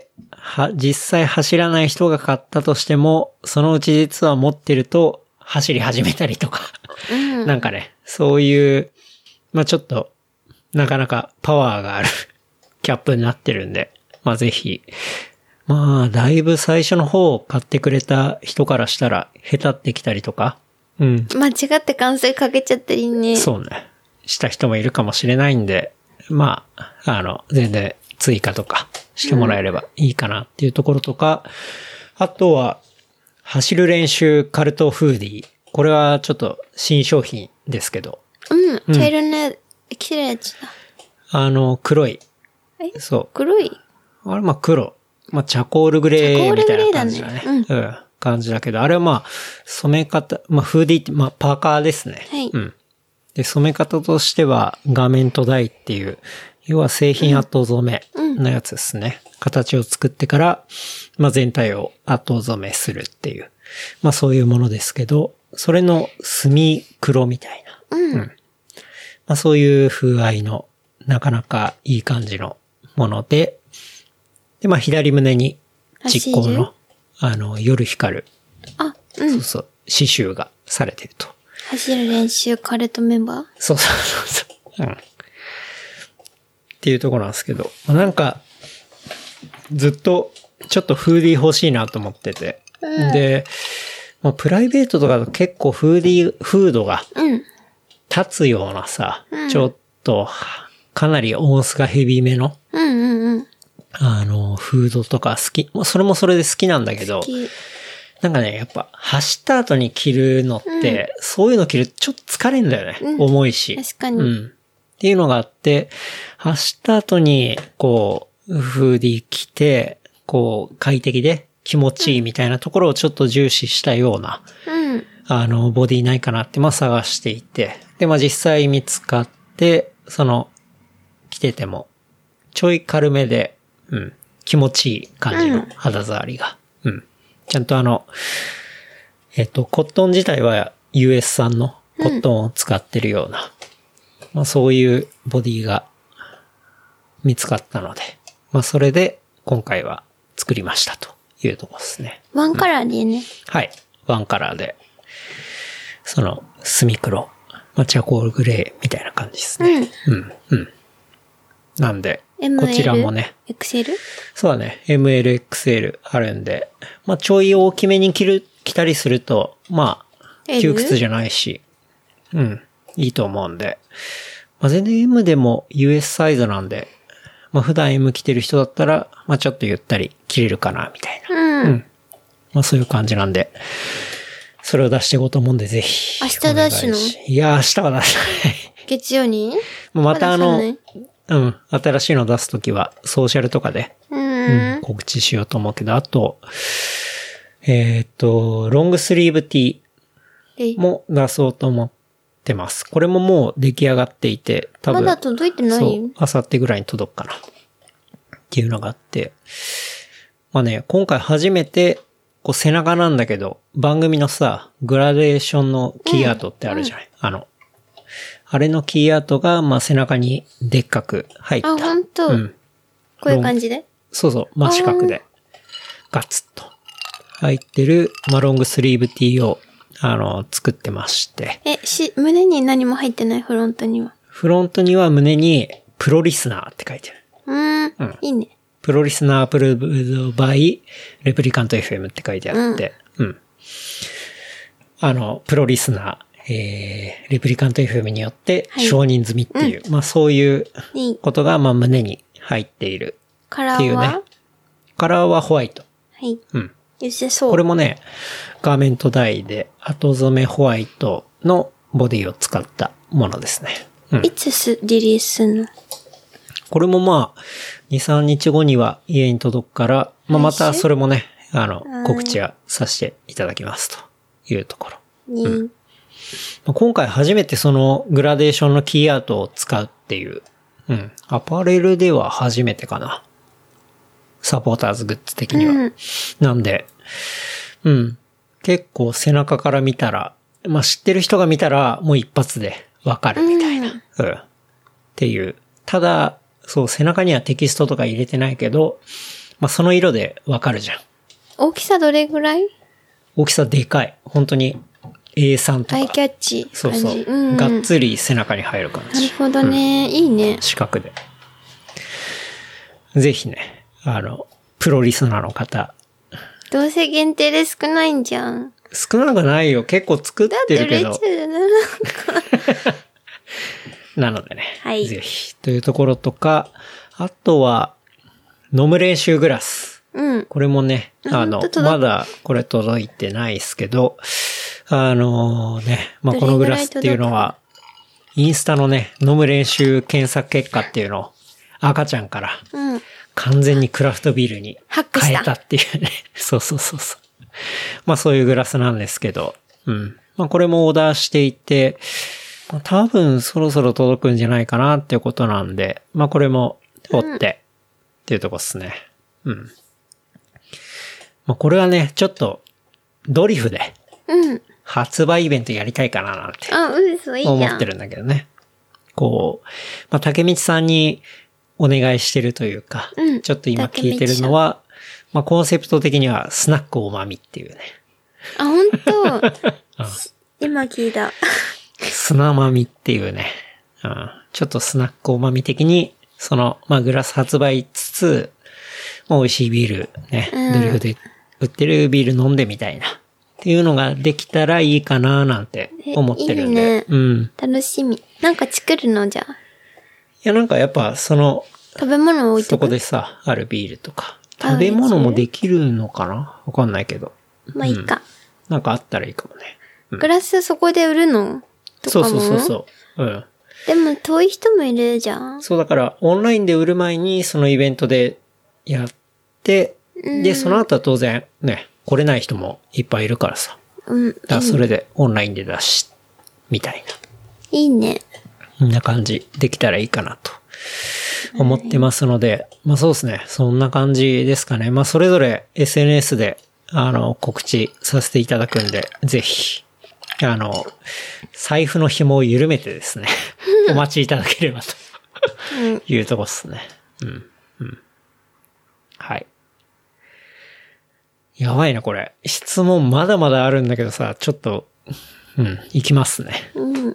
実際走らない人が買ったとしても、そのうち実は持ってると、走り始めたりとか、なんかね、そういう、ちょっと、なかなかパワーがあるキャップになってるんで、ぜひ、だいぶ最初の方を買ってくれた人からしたら、下手ってきたりとか、 間違って関西かけちゃったりね。 そうね。した人もいるかもしれないんで、全然追加とかしてもらえればいいかなっていうところとか、あとは、走る練習カルトフーディー。これはちょっと新商品ですけど。 茶色ね、綺麗なやつだ。 黒い。そう。 黒い？ あれ、黒。チャコールグレーみたいな感じだね。感じだけど、あれは染め方、フーディーって、パーカーですね。 はい。 で、染め方としては、画面と台っていう、要は製品後染めのやつですね。形を作ってから、全体を後染めするっていう、そういうものですけど、 それの墨黒みたいな。まあ、そういう風合いの、なかなかいい感じのもので、で、まあ、左胸に実光の、夜光る、そうそう、刺繍がされてると。 走る練習カレットメンバー？ そうそうそうそう。っていうところなんですけど、まあ、なんか、ずっとちょっとフーディー欲しいなと思ってて。で、まあ、プライベートとかだと結構フードが立つようなさ、ちょっとかなり音数がヘビーめの、フードとか好き。それもそれで好きなんだけど、なんかね、やっぱ走った後に着るのって、そういうの着るとちょっと疲れんだよね。重いし。 確かに。 っていうのがあって、走った後に、こう、フーディー着て、こう、快適で気持ちいいみたいなところをちょっと重視したような、ボディないかなって、まあ探していて、で、まあ実際見つかって、着てても、ちょい軽めで、気持ちいい感じの肌触りが、ちゃんとコットン自体は US 産のコットンを使ってるような、まあそういうボディが見つかったので、まあそれで今回は作りましたというところですね。 ワンカラーでね。 はい。ワンカラーで、墨黒、まあチャコールグレーみたいな感じですね。なんで、こちらもね。 XL？ そうだね。ML、XL あるんで、まあちょい大きめに着たりすると、まあ、窮屈じゃないし、いいと思うんで。まあ全然 M でも US サイズなんで、まあ普段 M 着てる人だったら、まあちょっとゆったり着れるかな、みたいな。まあそういう感じなんで、それを出していこうと思うんで、ぜひ。 明日出すの？ いや、明日は出さない。 月曜に？ また新しいの出すときは、ソーシャルとかで、告知しようと思うけど、あと、ロングスリーブ T も出そうと思ってます。これももう出来上がっていて、多分。 まだ届いてない？ そう、あさってぐらいに届くかな。っていうのがあって。まあね、今回初めて、こう背中なんだけど、番組のさ、グラデーションのキーアートってあるじゃない、あれのキーアートが、まあ、背中にでっかく入った。 あ、ほんと？こういう感じで？ そうそう、真四角で、ガツッと入ってる、まあ、ロングスリーブ T を、作ってまして。 胸に何も入ってない？フロントには。 フロントには胸に、プロリスナーって書いてある。 いいね。 プロリスナーアプルブドバイ、レプリカント FM って書いてあって、プロリスナー、レプリカント FM によって承認済みっていう、まあそういうことがまあ胸に入っているっていうね。 カラーは？ カラーはホワイト。 はい。良さそう。 これもね、ガーメントダイで後染めホワイトのボディを使ったものですね。 いつリリースすんの？ これもまあ、2、3日後には家に届くから、まあまたそれもね、告知はさせていただきますというところ。今回初めてそのグラデーションのキーアートを使うっていう、アパレルでは初めてかな。サポーターズグッズ的には。なんで、結構背中から見たら、まあ知ってる人が見たらもう一発でわかるみたいな。っていう。ただ、そう、背中にはテキストとか入れてないけど、まあその色でわかるじゃん。 大きさどれぐらい？ 大きさでかい。本当に A3 とか。 アイキャッチ。 そうそう。がっつり背中に入る感じ。 なるほどね。いいね。 四角で。ぜひね、プロリスナーの方。 どうせ限定で少ないんじゃん。 少なくないよ。結構作ってるけど。 だってレチェルなんか。 なのでね、 はい、 ぜひというところとか、あとは、飲む練習グラス。これもね、まだこれ届いてないですけど、まあこのグラスっていうのは、インスタのね、飲む練習検索結果っていうのを、赤ちゃんから、完全にクラフトビールに変えたっていうね。そう。まあそういうグラスなんですけど、まあこれもオーダーしていて、多分そろそろ届くんじゃないかなっていうことなんで、まあこれも追ってっていうとこですね。まあこれはね、ちょっとドリフで発売イベントやりたいかななんてあ、嘘、いいじゃん。 思ってるんだけどね。こう、まあ、竹道さんにお願いしてるというか、 うんちょっと今聞いてるのは、まあ、コンセプト的にはスナックおまみっていうね。 あ、ほんと今聞いた。 砂まみっていうね。うん、ちょっとスナックおまみ的に、その、まあ、グラス発売つつ、まあ、美味しいビールね、ドリフで売ってるビール飲んでみたいな。っていうのができたらいいかななんて思ってるんで。 いいね。 うん。 楽しみ。なんか作るのじゃあ。 いや、なんかやっぱその、 食べ物を置いとそく。 こでさ、あるビールとか。食べ物もできるのかなわかんないけど。 まあいいか。 なんかあったらいいかもね。 グラスそこで売るのとかもそうそうそうそう。うん。 でも遠い人もいるじゃん。 そうだからオンラインで売る前にそのイベントでやって、で、その後は当然ね、来れない人もいっぱいいるからさ。 うん。 だからそれでオンラインで出し、みたいいいね。 な。こんな感じできたらいいかなと思ってますので、まあそうですね。そんな感じですかね。まあそれぞれ SNS で告知させていただくんで、ぜひ、財布の紐を緩めてですね、お待ちいただければというとこですね。うん。うん。はい。やばいな、これ。質問まだまだあるんだけどさ、ちょっと、いきますね。 うん。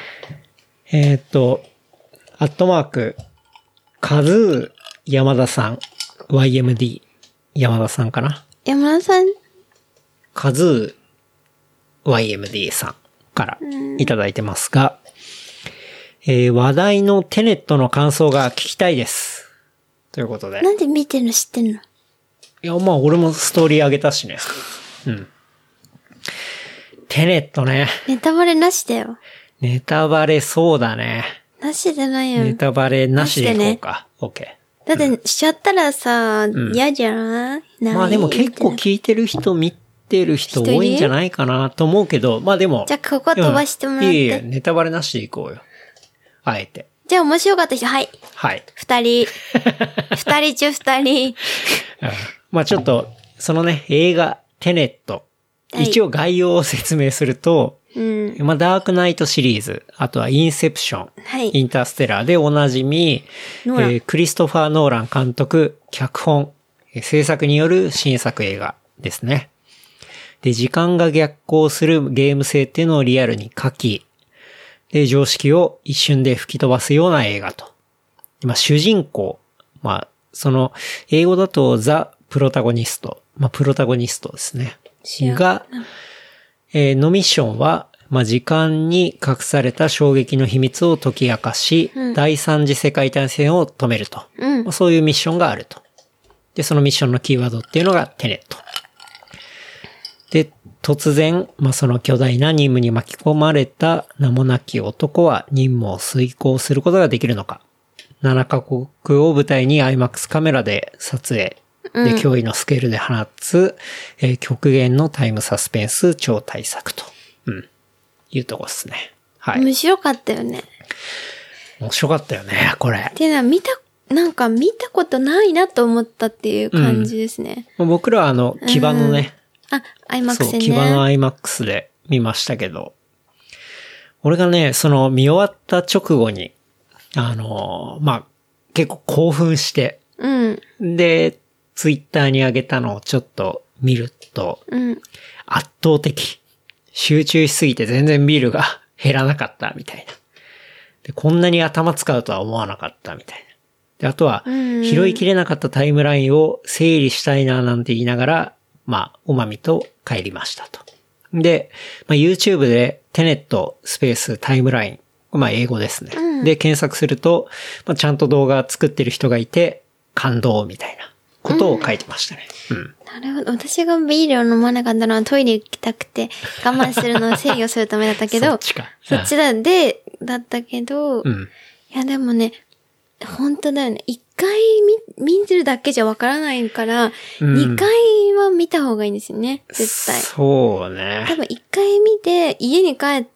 カズー山田さん、YMD 山田さんかな。 山田さん、 カズー YMD さんからいただいてますが、話題のテネットの感想が聞きたいです。ということで。 なんで見てるの知ってんの？ いや、まあ俺もストーリー上げたしね。うん。テネットね。 ネタバレなしだよ。 ネタバレそうだね。 なしじゃないよ。 ネタバレなしでいこうか。オッケー。 だってしちゃったらさ、嫌じゃないまあでも結構聞いてる人、見てる人多いんじゃないかなと思うけど、まあでも。 じゃあここ飛ばしてもらって。 いえ、ネタバレなしでいこうよ。あえて。 じゃあ面白かった人、はい。 はい。 二人中二人。 まあちょっと、そのね、映画、テネット。一応概要を説明すると、まあダークナイトシリーズ、あとはインセプション、 はい、 インターステラーでおなじみ、クリストファー・ノーラン監督、脚本、制作による新作映画ですね。で、時間が逆行するゲーム性っていうのをリアルに書き、で、常識を一瞬で吹き飛ばすような映画と。まあ主人公、まあ、その、英語だとザ・プロタゴニスト、まあプロタゴニストですね。が、のミッションは、まあ、時間に隠された衝撃の秘密を解き明かし、第三次世界大戦を止めると、まあ。そういうミッションがあると。で、そのミッションのキーワードっていうのがテネット。で、突然、まあ、その巨大な任務に巻き込まれた名もなき男は任務を遂行することができるのか。7カ国を舞台に IMAX カメラで撮影。で、驚異のスケールで放つ、極限のタイムサスペンス超大作と。いうとこですね。はい。 面白かったよね。 面白かったよね、これ。 っていうのはなんか見たことないなと思ったっていう感じですね。 僕らは木場のね。 IMAX でね。 そう、木場の IMAX で見ましたけど。俺がね、見終わった直後に、まあ、結構興奮して。で、ツイッターに上げたのをちょっと見ると、圧倒的。集中しすぎて全然ビールが減らなかったみたいな。で、こんなに頭使うとは思わなかったみたいな。で、あとは、拾いきれなかったタイムラインを整理したいななんて言いながら、まあ、おまみと帰りましたと。で、まあ、YouTube でテネットスペースタイムライン、まあ、英語ですね。で、検索すると、まあ、ちゃんと動画作ってる人がいて、感動みたいなことを書いてましたね。 なるほど。私がビールを飲まなかったのはトイレ行きたくて我慢するのを制御するためだったけど、 そっちか。 そっちだったけど、いやでもね、本当だよね。一回見てるだけじゃわからないから、二回は見た方がいいんですよね。絶対。 そうね。 多分一回見て、家に帰って、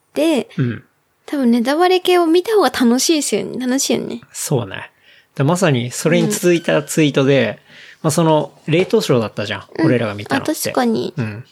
多分ネタバレ系を見た方が楽しいですよね。楽しいよね。 そうね。まさにそれに続いたツイートで、まあ冷凍ショーだったじゃん。俺らが見たのって。 確かに。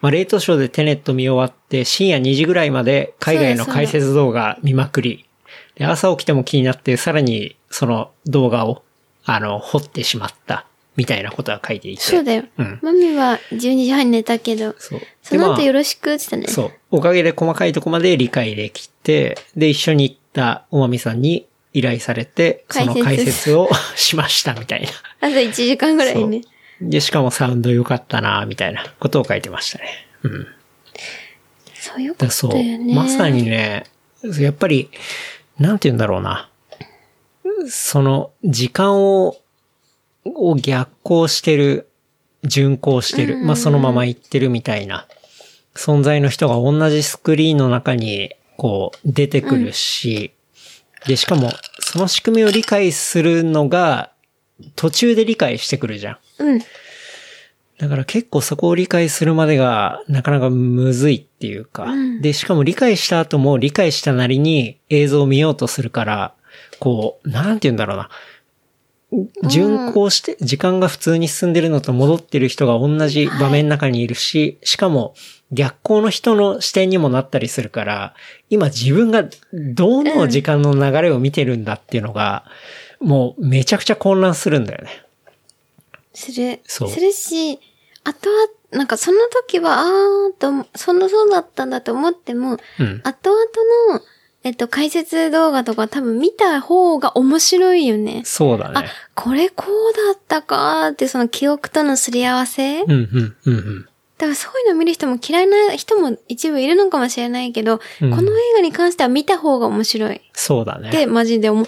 まあ、レイトショーでテネット見終わって、深夜2時ぐらいまで海外の解説動画見まくり。で、朝起きても気になって、さらにその動画を、掘ってしまった。みたいなことは書いていて。 そうだよ。うん。マミは12時半に寝たけど。そう。その後よろしくって言ったね。 そう。おかげで細かいとこまで理解できて、で、一緒に行ったおまみさんに依頼されて、その解説をしましたみたいな。 あと1時間ぐらいね。 で、しかもサウンド良かったなみたいなことを書いてましたね。うん。 そうよかったよね。 そう。まさにね、やっぱり、なんて言うんだろうな。その、時間を逆行してる、順行してる、まあ、そのまま行ってるみたいな存在の人が同じスクリーンの中にこう出てくるし、で、しかもその仕組みを理解するのが途中で理解してくるじゃん。 うん。 だから結構そこを理解するまでがなかなかむずいっていうか、で、しかも理解した後も理解したなりに映像を見ようとするから、こう、なんて言うんだろうな。順行して、時間が普通に進んでるのと戻ってる人が同じ場面の中にいるし、しかも逆行の人の視点にもなったりするから、今自分がどの時間の流れを見てるんだっていうのが、もうめちゃくちゃ混乱するんだよね。 するし、あとは、なんかその時は、そうだったんだと思っても、後々の、解説動画とか多分見た方が面白いよね。 そうだね。 あ、これこうだったかってその記憶とのすり合わせ。だからそういうの見る人も嫌いな人も一部いるのかもしれないけど、この映画に関しては見た方が面白い。 そうだね。 ってマジで思った。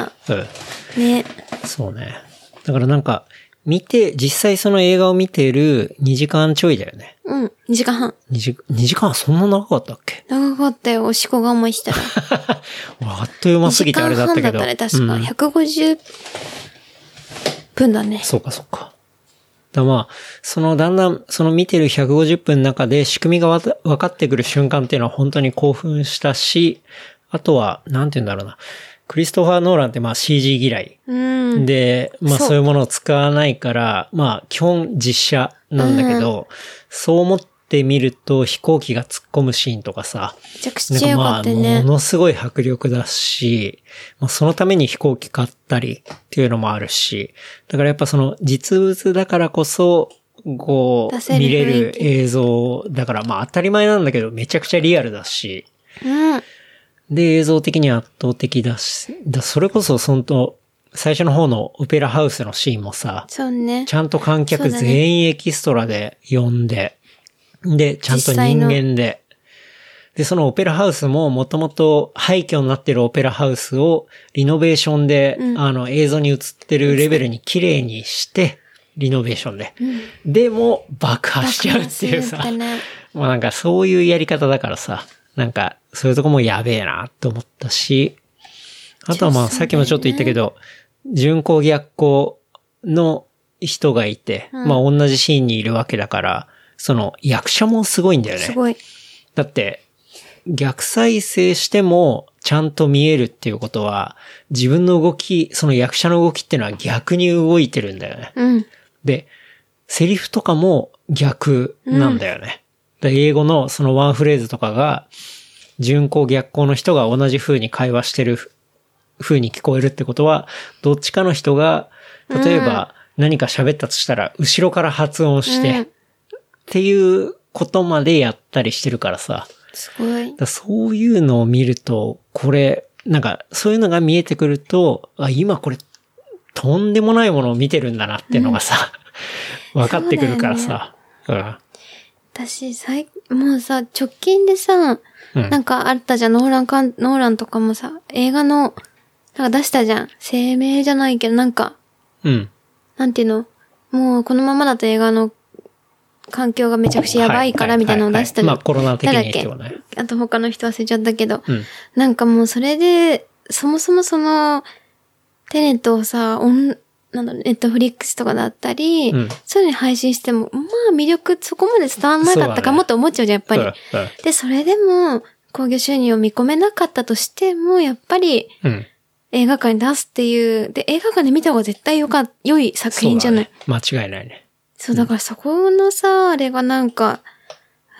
ね。 そうね。だからなんか、実際その映画を見てる2時間ちょいだよね。 うん、2時間半。 2時間そんな長かったっけ？ 長かったよ、おしこ我慢したら。 あっという間すぎてあれだったけど。2時間半だったね、確か。150分だね。 そうか、そうか。まあ、だんだん、その見てる150分の中で仕組みが分かってくる瞬間っていうのは本当に興奮したし、あとは、なんて言うんだろうな。クリストファー・ノーランってまあ CG 嫌い。で、まあそういうものを使わないから、まあ基本実写なんだけど、そう思ってみると飛行機が突っ込むシーンとかさ、 めちゃくちゃ良かったね。 まあものすごい迫力だし、まあ、そのために飛行機買ったりっていうのもあるし、だからやっぱその実物だからこそ、こう見れる映像だからまあ当たり前なんだけどめちゃくちゃリアルだし、で、映像的に圧倒的だし、それこそ最初の方のオペラハウスのシーンもさ、 そうね。 ちゃんと観客全員エキストラで呼んで、で、ちゃんと人間で、で、そのオペラハウスももともと廃墟になってるオペラハウスをリノベーションで、映像に映ってるレベルに綺麗にして、リノベーションで。でも爆破しちゃうっていうさ、もうなんかそういうやり方だからさ、なんか、そういうとこもやべえなって思ったし、あとはまあさっきもちょっと言ったけど、順行逆行の人がいて、まあ同じシーンにいるわけだから、その役者もすごいんだよね。 すごい。 だって、逆再生してもちゃんと見えるっていうことは、自分の動き、その役者の動きっていうのは逆に動いてるんだよね。で、セリフとかも逆なんだよね。英語のそのワンフレーズとかが、順行逆行の人が同じ風に会話してる風に聞こえるってことは、どっちかの人が、例えば何か喋ったとしたら、後ろから発音して、っていうことまでやったりしてるからさ。 すごい。 そういうのを見ると、これ、なんか、そういうのが見えてくると、今これ、とんでもないものを見てるんだなっていうのがさ、分かってくるからさ。 私、もうさ、直近でさ、なんかあったじゃん、ノーランとかもさ、映画の、なんか出したじゃん。声明じゃないけど、なんか、なんていうの、もうこのままだと映画の環境がめちゃくちゃやばいからみたいなのを出したじゃん。 まあコロナ的にってことね。 あと他の人忘れちゃったけど、なんかもうそれで、そもそもその、テネットをさ、ネットフリックスとかだったり、そういうのに配信しても、まあ魅力そこまで伝わんなかったかもって思っちゃうじゃん、やっぱり。で、それでも、興行収入を見込めなかったとしても、やっぱり、映画館に出すっていう、で、映画館で見た方が絶対良い作品じゃない。 間違いないね。 そう、だからそこのさ、あれがなんか、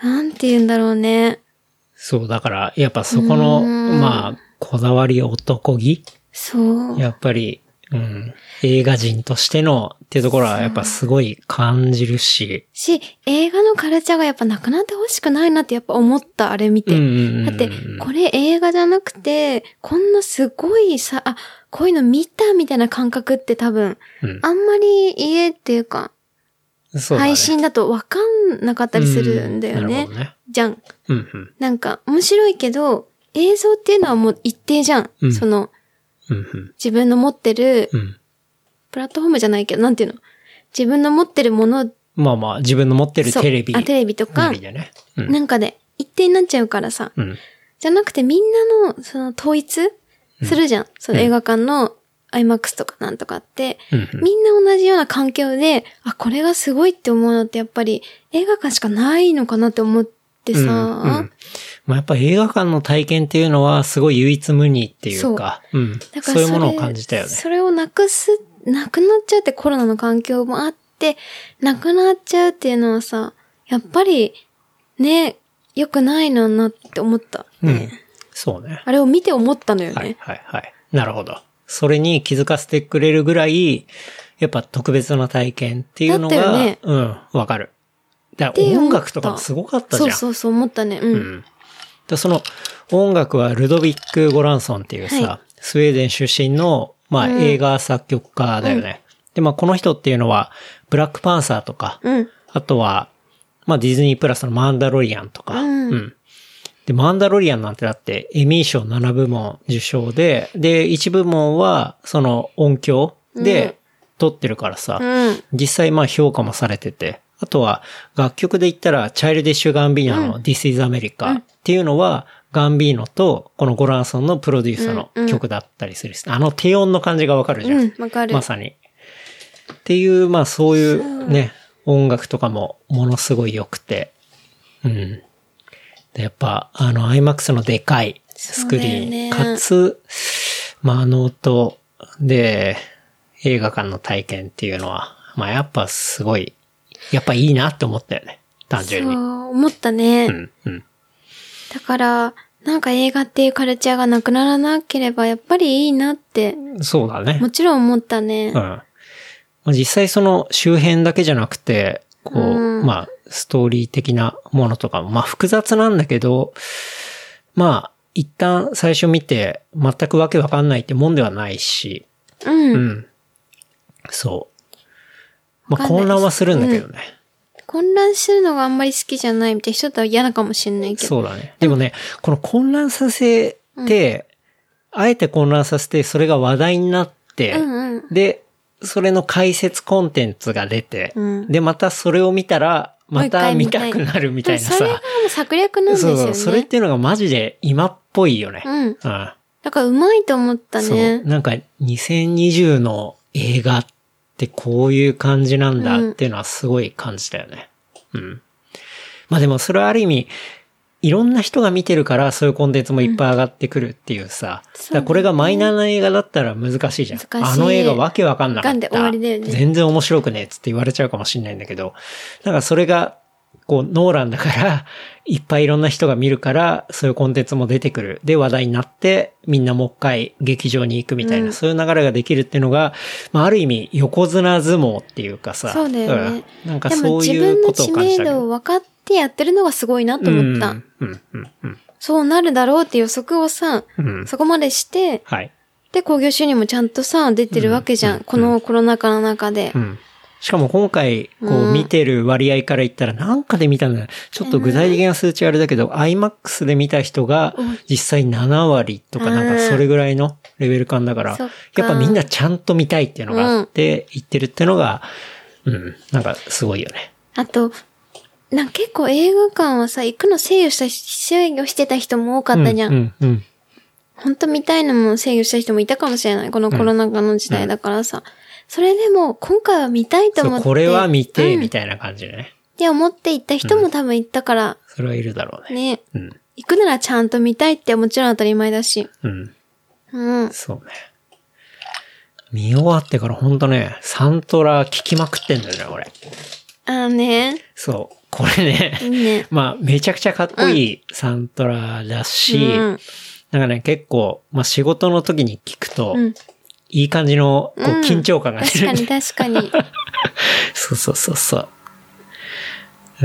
なんて言うんだろうね。 そう、だから、やっぱそこの、まあ、こだわり男気そう。 やっぱり、映画人としてのっていうところはやっぱすごい感じるし。 映画のカルチャーがやっぱなくなってほしくないなってやっぱ思った、あれ見て。だって、これ映画じゃなくて、こんなすごいさ、こういうの見たみたいな感覚って多分、あんまり家っていうか、 そうだね、 配信だとわかんなかったりするんだよね。 なるほどね。 じゃん。なんか、面白いけど、映像っていうのはもう一定じゃん。その、自分の持ってる、プラットフォームじゃないけど、なんていうの？自分の持ってるもの。 まあまあ、自分の持ってるテレビ。 テレビとか、 ね、 なんかで一定になっちゃうからさ。じゃなくてみんなの、その統一するじゃん。その映画館の IMAX とかなんとかって、みんな同じような環境で、これがすごいって思うのってやっぱり映画館しかないのかなって思ってさ。 まあ、やっぱ映画館の体験っていうのはすごい唯一無二っていうか、そういうものを感じたよね。 それをなくなっちゃうってコロナの環境もあって、なくなっちゃうっていうのはさ、やっぱりね、良くないのなって思った、ね。 そうね。 あれを見て思ったのよね。 はい。なるほど。それに気づかせてくれるぐらい、やっぱ特別な体験っていうのが、ね、わかる。だから音楽とかもすごかったじゃん。 そう思ったね。 その音楽はルドビック・ゴランソンっていうさ、スウェーデン出身の、まあ映画作曲家だよね。で、まあこの人っていうのは、ブラックパンサーとか、あとは、まあディズニープラスのマンダロリアンとか、で、マンダロリアンなんてだってエミー賞7部門受賞で、で、1部門はその音響で撮ってるからさ、実際まあ評価もされてて、あとは楽曲で言ったらチャイルディッシュ・ガンビーノの This is America っていうのはガンビーノとこのゴランソンのプロデューサーの曲だったりするし、低音の感じがわかるじゃん。 わかる。 まさに。っていう、まあそういうね、音楽とかもものすごい良くて、でやっぱIMAX のでかいスクリーン、かつ、まあ音で映画館の体験っていうのは、まあやっぱすごい、やっぱいいなって思ったよね。単純に。 そう思ったね。だから、なんか映画っていうカルチャーがなくならなければやっぱりいいなって。 そうだね。 もちろん思ったね。 実際その周辺だけじゃなくて、こう、まあ、ストーリー的なものとかも、まあ複雑なんだけど、まあ、一旦最初見て全くわけわかんないってもんではないし、そう。まあ混乱はするんだけどね。 混乱するのがあんまり好きじゃないみたいな人だったら嫌なかもしれないけど。 そうだね。でもね、この混乱させて、あえて混乱させて、それが話題になって、で、それの解説コンテンツが出て、で、またそれを見たら、また見たくなるみたいなさ。 それがもう策略なんですよね。 そう、それっていうのがマジで今っぽいよね。 だからうまいと思ったね。 そう。なんか2020の映画ってこういう感じなんだっていうのはすごい感じたよね。まあでもそれはある意味、いろんな人が見てるからそういうコンテンツもいっぱい上がってくるっていうさ。だからこれがマイナーな映画だったら難しいじゃん。あの映画わけわかんなかった。 終わりだよね。 全然面白くねえっつって言われちゃうかもしれないんだけど、なんかそれが、こう、ノーランだから、いっぱいいろんな人が見るから、そういうコンテンツも出てくる。で、話題になって、みんなもう一回劇場に行くみたいな、そういう流れができるっていうのが、まあ、ある意味、横綱相撲っていうかさ。 そうだよね。 なんかそういうことを感じたけど。でも自分の知名度を分かってやってるのがすごいなと思った。そうなるだろうって予測をさ、そこまでして、で、興行収入もちゃんとさ、出てるわけじゃん。このコロナ禍の中で。しかも今回、こう見てる割合から言ったらなんかで見たんだよ。ちょっと具体的な数値あれだけど、IMAX で見た人が実際7割とかなんかそれぐらいのレベル感だから、やっぱみんなちゃんと見たいっていうのがあって言ってるっていうのが、なんかすごいよね。 あと、結構映画館はさ、行くの制御してた人も多かったじゃん。本当見たいのも制御した人もいたかもしれない。このコロナ禍の時代だからさ。それでも、今回は見たいと思って。 これは見て、みたいな感じでね。 って思って行った人も多分行ったから。 それはいるだろうね。 行くならちゃんと見たいってもちろん当たり前だし。 そうね。見終わってからほんとね、サントラ聞きまくってんだよね、俺。 ね。 そう。 これね、 ね。 まあ、めちゃくちゃかっこいいサントラだし、 うんなんかね、結構、まあ仕事の時に聞くと、 うんいい感じのこう緊張感が出る、 確かに確かに。 そうそうそうそう。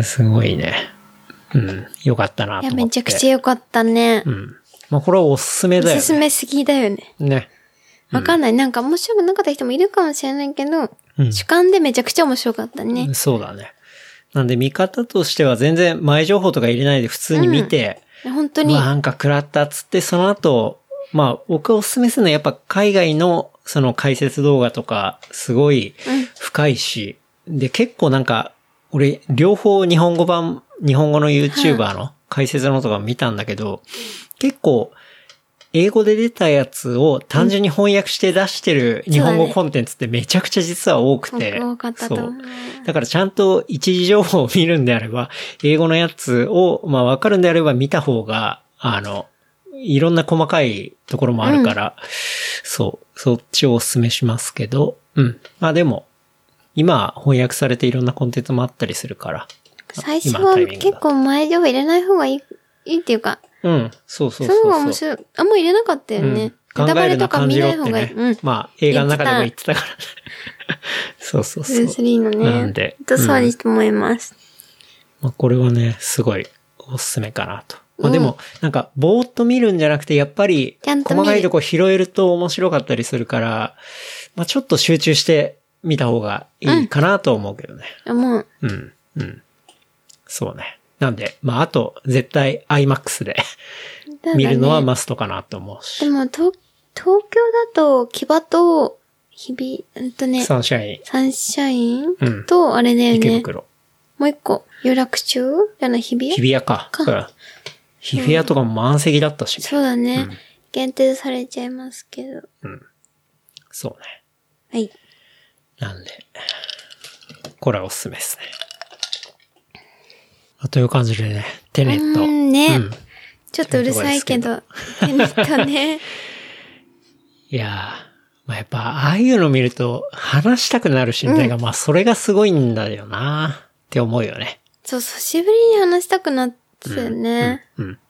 すごいね。うん。よかったなと思って。 いや、めちゃくちゃ良かったね。 うん。まあこれはおすすめだよね。 おすすめすぎだよね。 ね。 わかんない。なんか面白くなかった人もいるかもしれないけど、 うん主観でめちゃくちゃ面白かったね。 そうだね。なんで見方としては全然前情報とか入れないで普通に見て、 本当に。 まあなんか食らったっつってその後、まあ僕がおすすめするのはやっぱ海外のその解説動画とかすごい深いし、で結構なんか俺両方日本語の YouTuber の解説のとか見たんだけど、結構英語で出たやつを単純に翻訳して出してる日本語コンテンツってめちゃくちゃ実は多くて。 多かったと思う。 だからちゃんと一時情報を見るんであれば、英語のやつを、まあわかるんであれば見た方が、いろんな細かいところもあるから、そっちをお勧めしますけど、うん。まあでも、今翻訳されていろんなコンテンツもあったりするから。 最初は結構前情報入れない方がいいっていうか、 うん、そうそうその方が面白い。あんま入れなかったよね。 考えるな感じろってね。 うん。 まあ、映画の中でも言ってたから。そうそうそう。 ブルース・リーのね。 なんで。 そうにと思います。 まあ、これはね、すごいおすすめかなと。まあでも、なんか、ぼーっと見るんじゃなくて、やっぱり、細かいとこ拾えると面白かったりするから、まあちょっと集中して見た方がいいかなと思うけどね。 もう。 うん、うん。そうね。なんで、まああと、絶対 IMAX で見るのはマストかなと思うし。 でも、東京だと、木場と、 サンシャイン。 サンシャインと、あれだよね。 池袋。 もう一個、有楽町じゃない、日比谷日比谷か。日比谷とかも満席だったしね。 そうだね。限定されちゃいますけど。 うん。そうね。 はい。 なんで、これはおすすめですね。という感じでね、テネット。 ね、ちょっとうるさいけど、テネットね。 いやー、まあ、やっぱ、ああいうの見ると話したくなるし、みたいな、まあ、それがすごいんだよなって思うよね。 そう、久しぶりに話したくなったよね。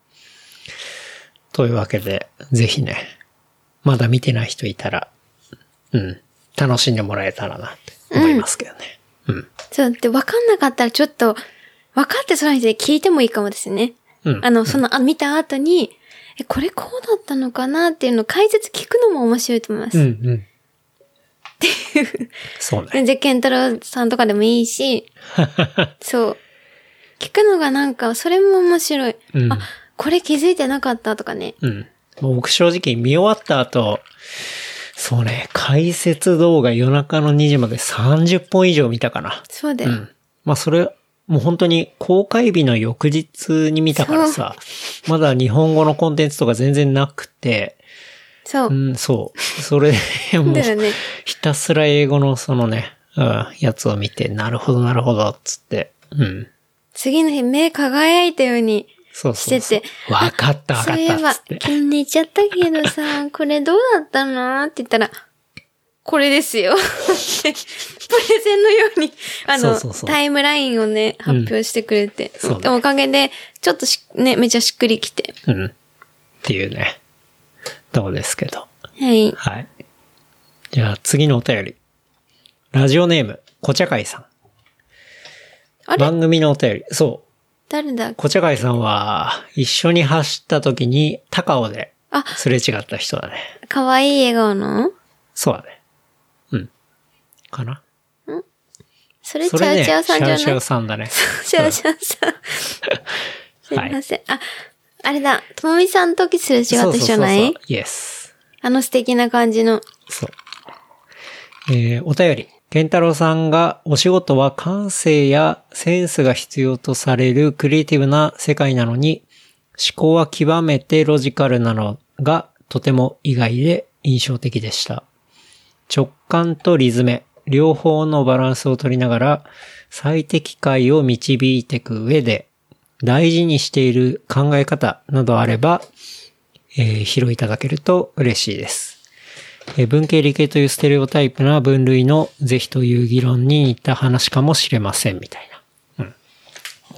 というわけで、ぜひね、まだ見てない人いたら、楽しんでもらえたらなって思いますけどね。 そう、で、わかんなかったらちょっと、分かってその人で聞いてもいいかもですね。見た後に、これこうだったのかなっていうのを解説聞くのも面白いと思います。っていう。 そうね。 で、ケンタロウさんとかでもいいし、そう。聞くのがなんか、それも面白い。あ、これ気づいてなかったとかね。 僕正直見終わった後、そうね、解説動画夜中の2時まで30本以上見たかな。 そうだよ。 まあそれ、もう本当に公開日の翌日に見たからさ、まだ日本語のコンテンツとか全然なくて、 そう。 そう。それでもう、ひたすら英語のそのね、やつを見て、なるほどなるほど、つって、 次の日目輝いたようにしてて。 わかったわかった。そういえば、 今日寝ちゃったけどさ、これどうだったのって言ったら、これですよ。プレゼンのように、タイムラインをね、発表してくれて。おかげで、ちょっとめちゃしっくりきて。 っていうね。どうですけど。 はい。 はい。じゃあ次のお便り。ラジオネーム、こちゃかいさん。あれ？番組のお便り。そう。 誰だ？ こちゃかいさんは、一緒に走った時に高尾ですれ違った人だね。 かわいい笑顔の？ そうだね。かな？ それチャウチャウさんじゃない？ チャウチャウさんだね。 チャウチャウさん。すいません。あれだ。ともみさんの時すれ違った人じゃない？ イエス。 素敵な感じの。 そう。お便り。ケンタロウさんがお仕事は感性やセンスが必要とされるクリエイティブな世界なのに、思考は極めてロジカルなのがとても意外で印象的でした。直感とリズム、両方のバランスを取りながら最適解を導いていく上で大事にしている考え方などあれば、披露いただけると嬉しいです。文系理系というステレオタイプな分類の是非という議論に似た話かもしれませんみたいな。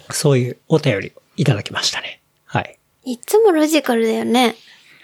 そういうお便りをいただきましたね。はい。 いつもロジカルだよね。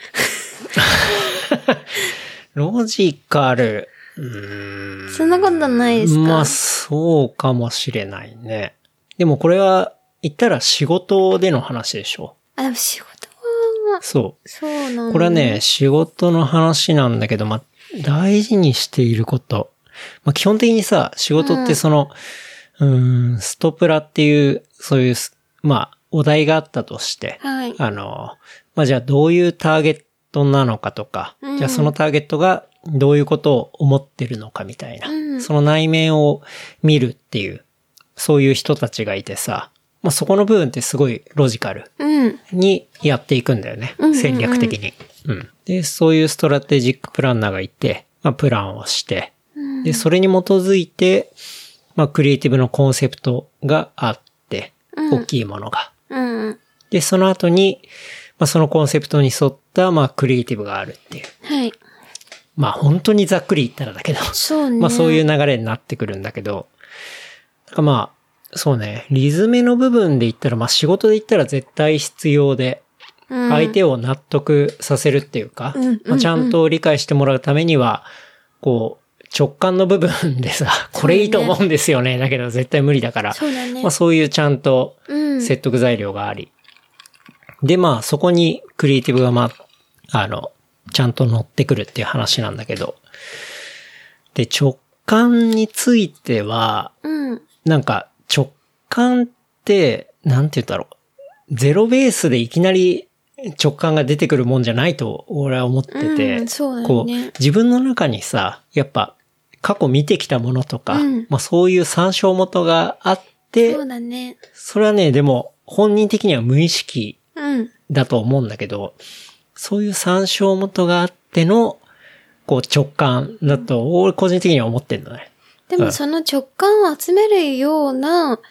ロジカル、 そんなことないですか？ まあ、そうかもしれないね。でもこれは、言ったら仕事での話でしょ。 あ、でも仕事は、 そう。 そうなんだ。 これはね、仕事の話なんだけど、まあ、大事にしていること。まあ、基本的にさ、仕事ってその、ストプラっていう、そういう、まあ、お題があったとして、 はい。 まあ、じゃあどういうターゲットなのかとか、じゃあそのターゲットがどういうことを思ってるのかみたいな、その内面を見るっていう、そういう人たちがいてさ、まあ、そこの部分ってすごいロジカルにやっていくんだよね。戦略的に。で、そういうストラテジックプランナーがいて、まあ、プランをして、で、それに基づいて、まあ、クリエイティブのコンセプトがあって、大きいものが。で、その後に、まあ、そのコンセプトに沿った、まあ、クリエイティブがあるっていう。 はい。 まあ、本当にざっくり言ったらだけど。 そうね。 まあ、そういう流れになってくるんだけど。だからまあ、そうね。リズムの部分で言ったら、まあ、仕事で言ったら絶対必要で、相手を納得させるっていうか、まあ、ちゃんと理解してもらうためには、こう、直感の部分でさ、これいいと思うんですよね。だけど絶対無理だから。 そうだね。 まあそういうちゃんと説得材料があり。でまあそこにクリエイティブがまあ、ちゃんと乗ってくるっていう話なんだけど。で、直感については、なんか直感って、なんて言うんだろう。ゼロベースでいきなり直感が出てくるもんじゃないと俺は思ってて、 そうだね、 こう自分の中にさ、やっぱ過去見てきたものとか、まあそういう参照元があって、 そうだね。 それはね、でも本人的には無意識だと思うんだけど、そういう参照元があってのこう直感だと俺個人的には思ってんだね。 でもその直感を集めるような、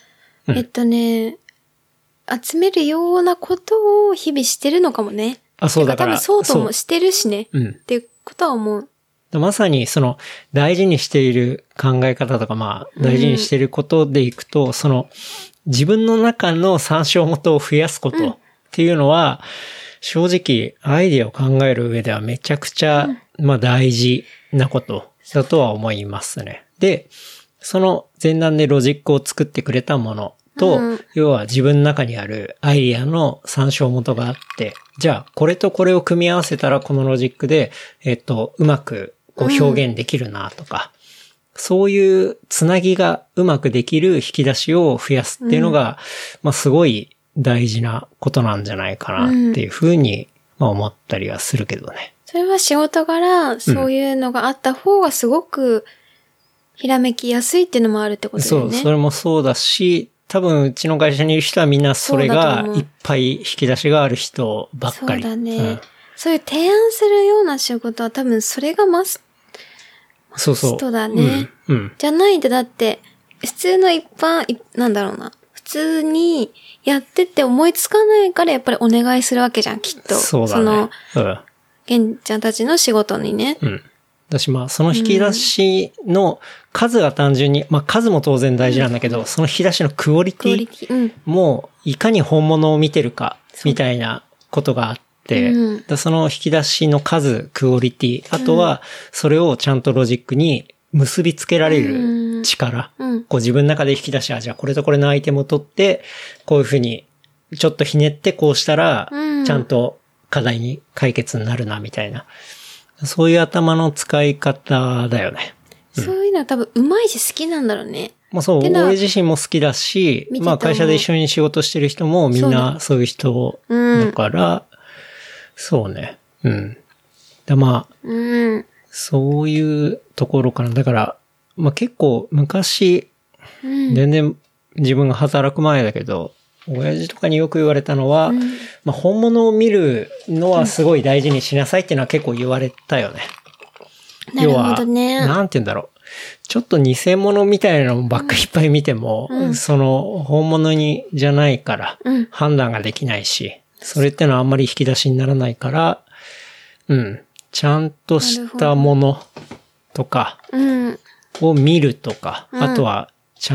集めるようなことを日々してるのかもね。 あ、そうだから。 多分そうともしてるしね。っていうことは思う。 まさにその大事にしている考え方とかまあ大事にしていることでいくと、その自分の中の参照元を増やすことっていうのは、正直アイディアを考える上ではめちゃくちゃまあ大事なことだとは思いますね。で、その前段でロジックを作ってくれたものと、要は自分の中にあるアイディアの参照元があって、じゃあこれとこれを組み合わせたらこのロジックで、うまくこう表現できるなとか、そういうつなぎがうまくできる引き出しを増やすっていうのが、まあすごい大事なことなんじゃないかなっていうふうに、まあ思ったりはするけどね。 それは仕事柄そういうのがあった方がすごくひらめきやすいっていうのもあるってことだよね。 そう、それもそうだし、多分うちの会社にいる人はみんなそれがいっぱい引き出しがある人ばっかり。 そうだね。そういう提案するような仕事は多分それがマストだね。じゃないとだって、普通のなんだろうな。普通にやってって思いつかないからやっぱりお願いするわけじゃん、きっと。 そうだね。 ゲンちゃんたちの仕事にね。 だしまあその引き出しの数が単純に、まあ数も当然大事なんだけど、その引き出しのクオリティもいかに本物を見てるかみたいなことがあって、その引き出しの数、クオリティ、あとはそれをちゃんとロジックに結びつけられる力、こう自分の中で引き出し、じゃあこれとこれのアイテムを取って、こういうふうにちょっとひねってこうしたら、ちゃんと課題に解決になるなみたいな。そういう頭の使い方だよね。 そういうのは多分上手いし好きなんだろうね。 まあそう、俺自身も好きだし、まあ会社で一緒に仕事してる人もみんなそういう人だから、そうね。まあ、そういうところかな。だから、まあ結構昔、全然自分が働く前だけど、親父とかによく言われたのは、まあ本物を見るのはすごい大事にしなさいっていうのは結構言われたよね。 なるほどね。 要は、なんて言うんだろう。ちょっと偽物みたいなのばっかりいっぱい見ても、その本物じゃないから判断ができないし、それってのはあんまり引き出しにならないから、ちゃんとしたものとかを見るとか、あとはちゃん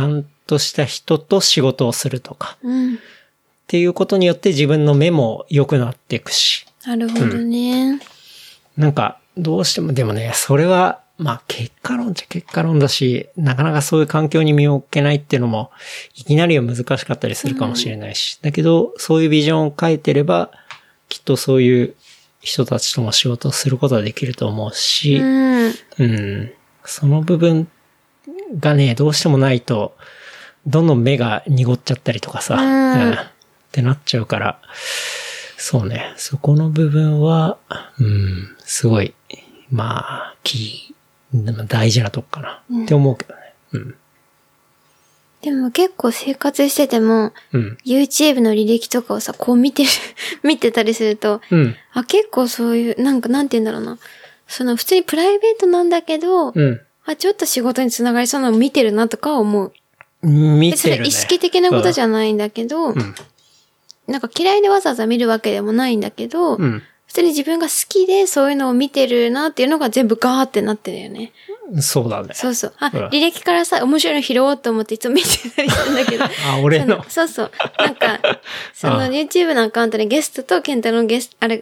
とした人と仕事をするとか、 うん。 っていうことによって自分の目も良くなっていくし。 なるほどね。 なんか、どうしても、でもね、それは、まあ、結果論っちゃ結果論だし、なかなかそういう環境に身を置けないっていうのも、いきなりは難しかったりするかもしれないし。だけど、そういうビジョンを書いてれば、きっとそういう人たちとも仕事をすることができると思うし、その部分がね、どうしてもないと、どんどん目が濁っちゃったりとかさ、ってなっちゃうから、そうね、そこの部分は、すごい、まあ、大事なとこかな、って思うけどね。 でも結構生活してても、YouTube の履歴とかをさ、こう見てたりすると、あ、結構そういう、なんて言うんだろうな。普通にプライベートなんだけど、あ、ちょっと仕事につながりそうなのを見てるなとか思う。 見てるね。 それ意識的なことじゃないんだけど、なんか嫌いでわざわざ見るわけでもないんだけど、普通に自分が好きでそういうのを見てるなっていうのが全部ガーってなってるよね。 そうだね。 そうそう。履歴からさ、面白いの拾おうと思っていつも見てたりするんだけど。 俺の。 そうそう。なんか、YouTube のアカウントにゲストとケンタのゲスト、あれって、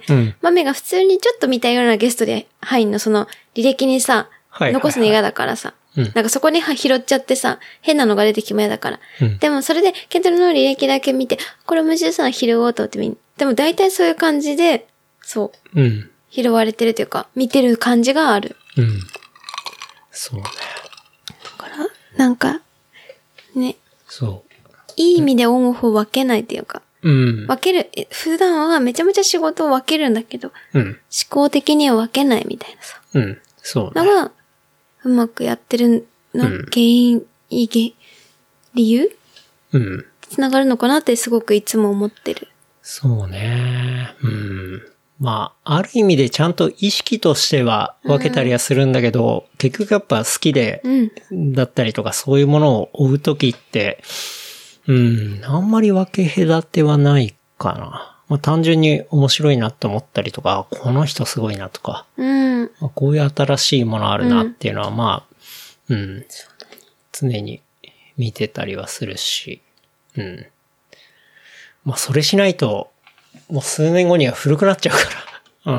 マメが普通にちょっと見たようなゲストで入んの、履歴にさ、残すの嫌だからさ。なんかそこに拾っちゃってさ、変なのが出てきても嫌だから。でもそれで、ケンタロウの履歴だけ見て、これ面白そうな拾おうと思ってでも大体そういう感じで、そう。拾われてるというか、見てる感じがある。 そうね。 だから、なんか、ね。 そう。 いい意味でオンオフを分けないっていうか。分ける、普段はめちゃめちゃ仕事を分けるんだけど、思考的には分けないみたいなさ。 そうね。 のが、うまくやってるの、理由つながるのかなってすごくいつも思ってる。 そうね。まあ、ある意味でちゃんと意識としては分けたりはするんだけど、結局やっぱ好きで、だったりとかそういうものを追うときって、あんまり分け隔てはないかな。まあ単純に面白いなと思ったりとか、この人すごいなとか、こういう新しいものあるなっていうのはまあ、常に見てたりはするし、まあそれしないと、もう数年後には古くなっちゃうから。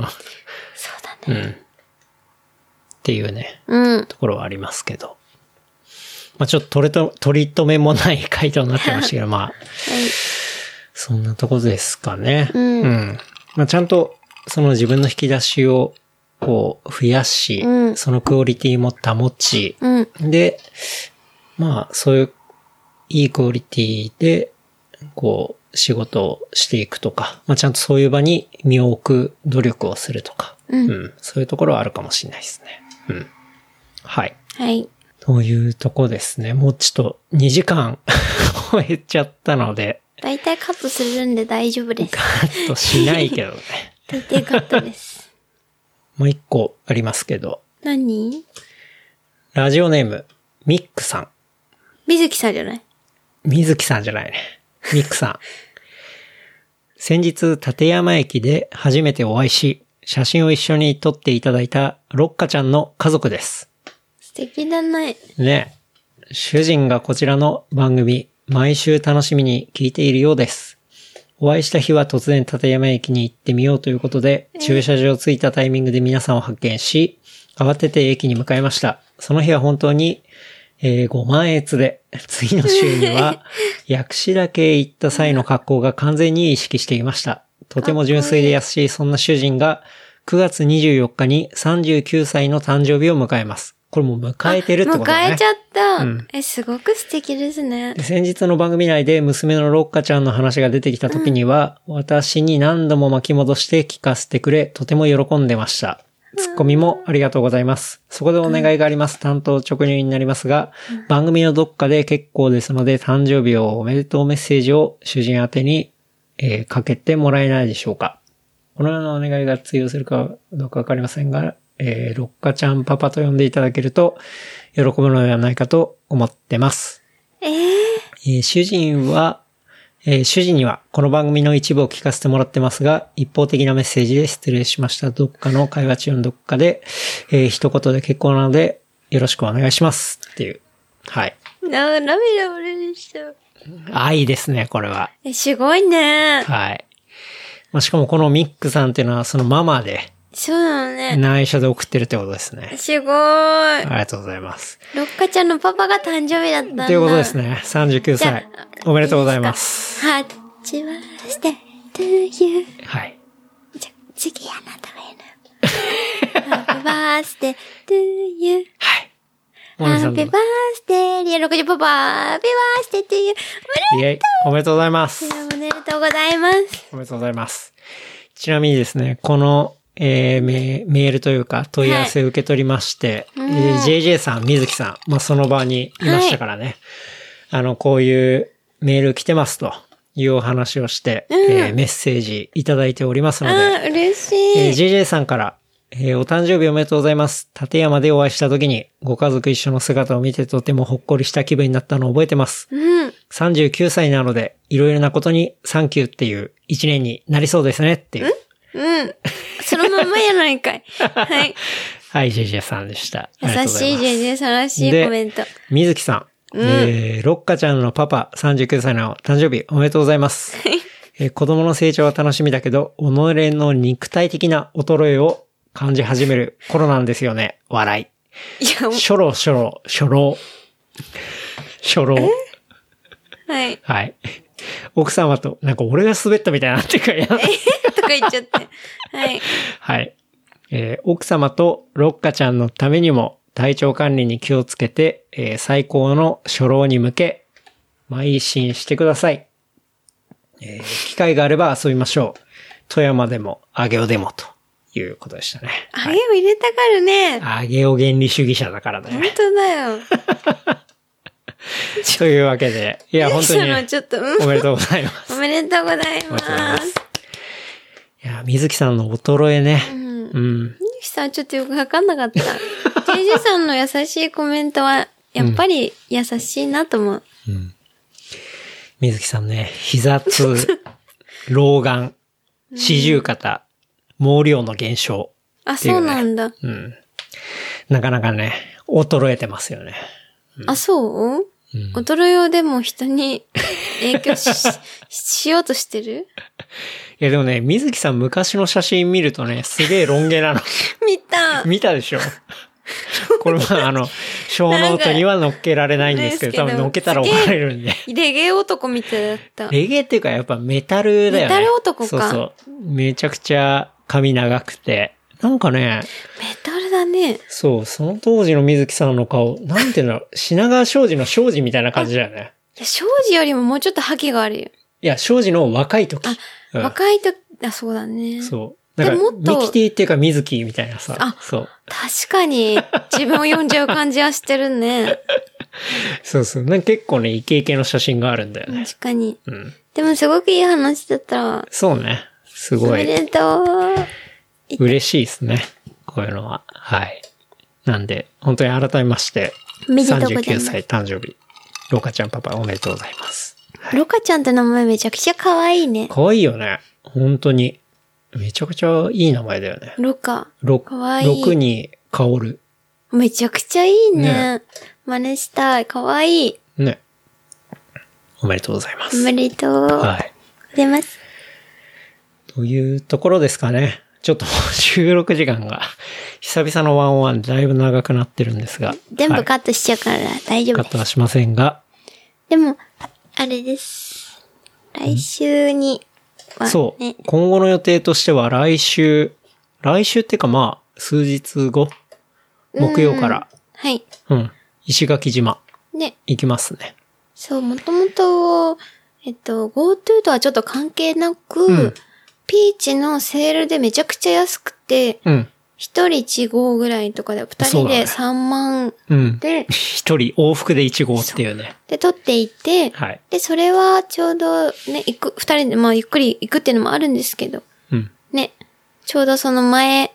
そうだね。 っていうね、ところはありますけど。まあちょっと取り留めもない回答になってましたけど、まあ、そんなとこですかね。まあちゃんとその自分の引き出しをこう増やし、そのクオリティも保ち、で、まあそういういいクオリティで、こう、仕事をしていくとか、まあ、ちゃんとそういう場に身を置く努力をするとか、そういうところはあるかもしれないですね。はい。 はい。 というとこですね。もうちょっと2時間終えちゃったので。 だいたいカットするんで大丈夫です。 カットしないけどね。 だいたいカットです。 もう一個ありますけど。 何？ ラジオネーム、ミックさん。 水木さんじゃない？ 水木さんじゃないね。ミックさん。先日、立山駅で初めてお会いし、写真を一緒に撮っていただいたロッカちゃんの家族です。 素敵だね。 ね。主人がこちらの番組、毎週楽しみに聞いているようです。お会いした日は突然立山駅に行ってみようということで、駐車場着いたタイミングで皆さんを発見し、慌てて駅に向かいました。その日は本当に、ご満悦で、次の週には、薬師岳へ行った際の格好が完全に意識していました。とても純粋で優しいそんな主人が、9月24日に39歳の誕生日を迎えます。これもう迎えてるってことだね。 迎えちゃった。すごく素敵ですね。 先日の番組内で娘のロッカちゃんの話が出てきた時には、私に何度も巻き戻して聞かせてくれ、とても喜んでました。ツッコミもありがとうございます。そこでお願いがあります。担当直入になりますが、番組のどっかで結構ですので、誕生日をおめでとうメッセージを主人宛てに、かけてもらえないでしょうか。このようなお願いが通用するかどうかわかりませんが、ロッカちゃんパパと呼んでいただけると、喜ぶのではないかと思ってます。主人にはこの番組の一部を聞かせてもらってますが、一方的なメッセージで失礼しました。どっかの会話中のどっかで、一言で結構なので、よろしくお願いします。っていう。はい。 涙でした。 愛ですね、これは。 すごいね。 はい。まあ、しかもこのミックさんっていうのはそのママで、 そうなのね。 内緒で送ってるってことですね。 すごい。 ありがとうございます。 ロッカちゃんのパパが誕生日だったんだ。 ということですね。39歳。おめでとうございます。 ハッチバースデートゥーユー。 はい。 じゃ、次あなたが言うの。ハッピーバースデートゥーユー。 はい。 ハッピーバースデーリア60パパ、ハッピーバースデートゥーユー。 おめでとうございます。 おめでとうございます。 おめでとうございます。ちなみにですね、この、メールというか問い合わせを受け取りまして、JJ さん、水木さん、まあ、その場にいましたからね。こういうメール来てますというお話をして、メッセージいただいておりますので、 嬉しい。 JJ さんから、お誕生日おめでとうございます。立山でお会いした時にご家族一緒の姿を見てとてもほっこりした気分になったのを覚えてます。39歳なのでいろいろなことにサンキューっていう一年になりそうですねっていう。 そのままやないかい。はい。 はい、JJ さんでした。 優しい JJ さんらしいコメント。 水木さん。ロッカちゃんのパパ39歳の誕生日おめでとうございます。子供の成長は楽しみだけど、己の肉体的な衰えを感じ始める頃なんですよね。笑い。しょろ。 はい。 はい。奥様と、なんか俺が滑ったみたいになってるからやだ。 とか言っちゃって。はい。 はい。奥様とロッカちゃんのためにも体調管理に気をつけて、最高の初老に向け、邁進してください。機会があれば遊びましょう。富山でも、上尾でもということでしたね。 上尾入れたがるね。 上尾原理主義者だからね。 本当だよ。 というわけで、いや、本当に、 ちょっとおめでとうございます。 おめでとうございます。 いや、水木さんの衰えね。 水木さんちょっとよくわかんなかった。JJ さんの優しいコメントは、やっぱり優しいなと思う。 水木さんね、膝痛、老眼、四十肩、毛量の減少、 あ、そうなんだ。 なかなかね、衰えてますよね。 あ、そう、衰えをでも人に影響しようとしてるいやでもね、水木さん昔の写真見るとね、すげえロン毛なの。見たでしょこれは小ノートには載っけられないんですけど、多分載っけたら怒られるんで。 レゲエ男みたいだった。 レゲエっていうかやっぱメタルだよね。 メタル男か。 そう。めちゃくちゃ髪長くて。なんかね。 メタルだね。 そう、その当時の水木さんの顔、なんていうの、品川庄司の庄司みたいな感じだよね。 いや、庄司よりももうちょっと覇気があるよ。 いや、庄司の若い時。 若い時、そうだね。 そう。なんか、ミキティっていうか水木みたいなさ。そう。 確かに、自分を読んじゃう感じはしてるね。 そう。なんか結構ね、イケイケの写真があるんだよね。 確かに。でもすごくいい話だったわ。 そうね。すごい。 おめでとう。 嬉しいですね。こういうのは。はい。なんで、本当に改めまして、39歳誕生日、ロカちゃんパパおめでとうございます。 はい、ロカちゃんって名前めちゃくちゃ可愛いね。 可愛いよね。本当に。めちゃくちゃいい名前だよね。 ロカ。可愛い。 6に香る。 めちゃくちゃいいね。真似したい。可愛い。 ね。おめでとうございます。 おめでとう。 はい。 ございます。 というところですかね。ちょっと収録時間が久々のワンワンだいぶ長くなってるんですが。 全部カットしちゃうから大丈夫です。 カットはしませんが。 でも、あれです。来週には、ね。そう。 今後の予定としては来週っていうかまあ、数日後木曜から。 はい。 石垣島。 ね。 行きますね。 そう、もともと、GoTo とはちょっと関係なく、ピーチのセールでめちゃくちゃ安くて、一人1号ぐらいとかで、二人で3万で、 一人往復で1号っていうね。 で、取っていて、 はい。 で、それはちょうどね、二人で、まあ、ゆっくり行くっていうのもあるんですけど、ね、ちょうどその前、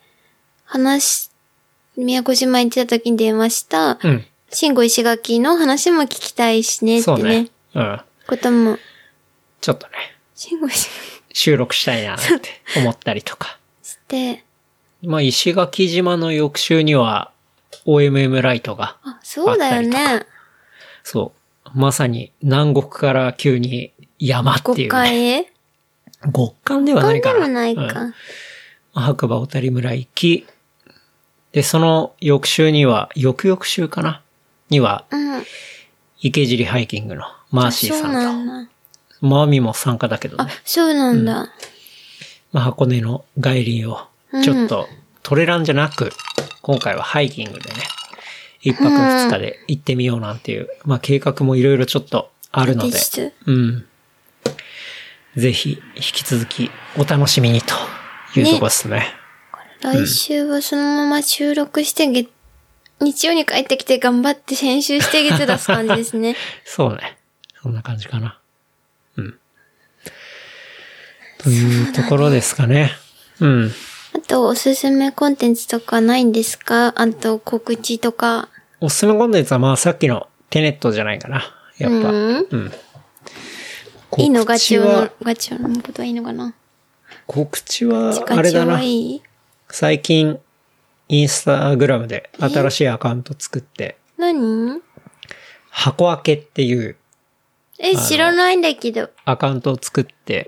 宮古島行ってた時に電話した、新郷石垣の話も聞きたいしねってね。そうね。ことも。 ちょっとね。 新郷石垣。 収録したいなって思ったりとか。 して。 まあ、石垣島の翌週には OMM ライトが。 あ、そうだよね。 そう。まさに南国から急に山っていう、ね。 極寒へ極寒ではないかな。 極寒でもないか。 うん、白馬小谷村行き、で、その翌週には、翌々週かなには、 うん。 池尻ハイキングのマーシーさそうなんんだ。 と、マーミーも参加だけどあね。、 そうなんだ。 まあ、箱根の帰りを、ちょっと、トレランじゃなく、今回はハイキングでね、一泊二日で行ってみようなんていう、まあ、計画もいろいろちょっとあるのでです、 うん。ぜひ、引き続きお楽しみにというところですね。 来週はそのまま収録して日曜に帰ってきて頑張って編集して月出す感じですね。 そうね。そんな感じかな。うん。というところですかね。うん。 あと、おすすめコンテンツとかないんですか？あと、告知とか。 おすすめコンテンツはまあさっきのテネットじゃないかな。やっぱ。うん。 いいの？ガ告知はチョのことはいいのかな？ 告知は、あガチョれだな。 はいい？ 最近、インスタグラムで新しいアカウント作って、 何？ 箱開けっていう知らないんだけど。 アカウントを作って、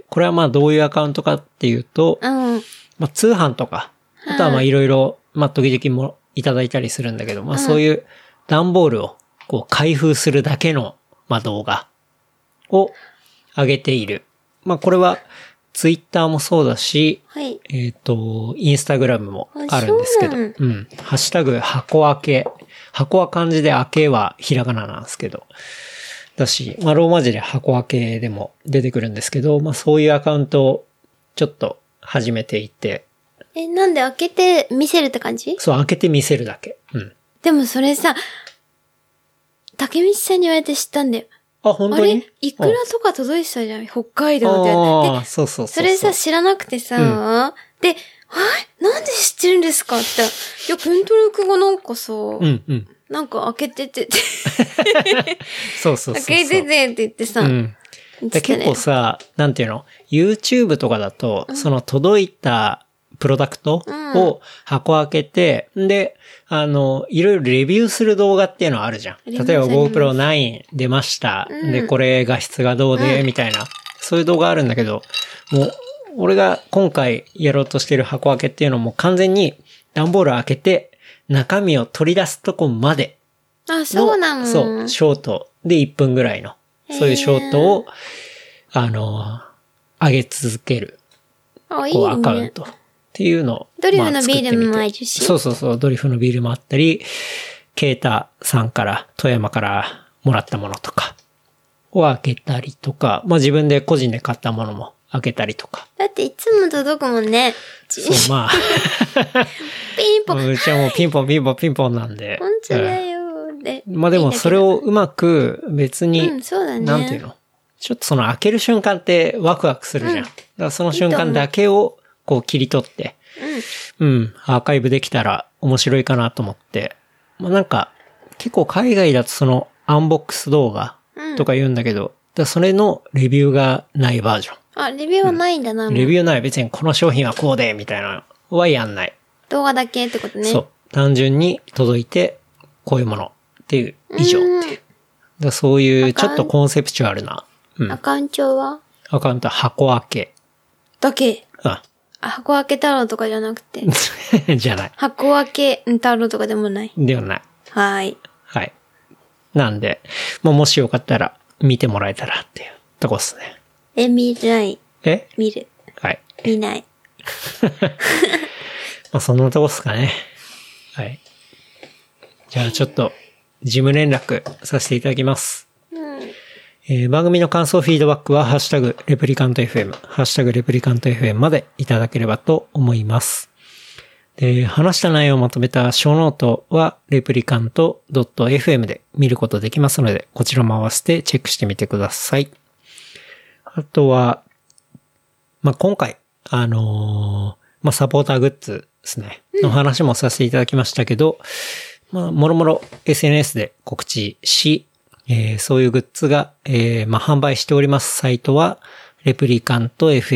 これはまあどういうアカウントかっていうと、 うん。 まあ通販とか、あとはまあいろいろ、まあ時々もいただいたりするんだけど、まあそういう段ボールをこう開封するだけの、まあ動画を上げている。まあこれはツイッターもそうだし、 はい。 インスタグラムもあるんですけど、 そうなんうん。ハッシュタグ箱開け。箱は漢字で開けはひらがななんですけど。だし、まあローマ字で箱開けでも出てくるんですけど、まあそういうアカウントをちょっと始めていて。 なんで開けて見せるって感じ？ そう、開けて見せるだけ。うん。 でもそれさ、竹道さんに言われて知ったんだよ。 あ、本あ当に？ れイクラとか届いてたじゃん。北海道って。 ああ、そうそうそう。 それさ、知らなくてさ、で、なんで知ってるんですかって言ったら、いや、ペントルクがなんかさ、 うんうん。 なんか開けてて、 そうそうそうそう。 開けててって言ってさ、 うん。で結構さ、なんていうの ?YouTube とかだと、その届いたプロダクトを箱開けて、で、いろいろレビューする動画っていうのはあるじゃん。例えば GoPro 9出ました。で、これ画質がどうで、みたいな。そういう動画あるんだけど、もう、俺が今回やろうとしてる箱開けっていうのも完全に段ボール開けて、中身を取り出すとこまであ、そうなの？ そう、ショートで1分ぐらいの、そういうショートを、上げ続ける、 いいこう、アカウンね。 トっていうのを、 ドリフのビールもまああるし。 そうそうそう、ドリフのビールもあったり、ケータさんから、富山からもらったものとかを開けたりとか、まあ自分で個人で買ったものも開けたりとか。 だっていつも届くもんね。 そう、まあ。 ピンポン。 うちはもうピンポンピンポンピンポンなんで。 本当だよ。で。 まあでもそれをうまく別に、 そうだね。 なんていうのちょっとその開ける瞬間ってワクワクするじゃん。だからその瞬間だけをこう切り取って、アーカイブできたら面白いかなと思って。まあなんか、結構海外だとそのアンボックス動画とか言うんだけど、それのレビューがないバージョン。 あ、レビューはないんだな。 レビューない。別にこの商品はこうで、みたいなのはやんない。 動画だけってことね。 そう。単純に届いて、こういうものっていう以上っていう。だそういうちょっとコンセプチュアルな。 アカウントはアカウントは箱開け。 だけ。 あ、 箱開け太郎とかじゃなくて。 じゃない。 箱開け太郎とかでもない。 ではない。 はい。 はい。なんで、もしよかったら見てもらえたらっていうとこっすね。 見ない。見る。 はい。 見ない。 そんなとこっすかね。はい。じゃあちょっと、事務連絡させていただきます。番組の感想フィードバックは、ハッシュタグレプリカント FM、ハッシュタグレプリカント FM までいただければと思います。で、話した内容をまとめた小ノートは、レプリカント .fm で見ることできますので、こちらも合わせてチェックしてみてください。あとは、今回、サポーターグッズですね、の話もさせていただきましたけど、もろもろ SNS で告知し、そういうグッズが、販売しておりますサイト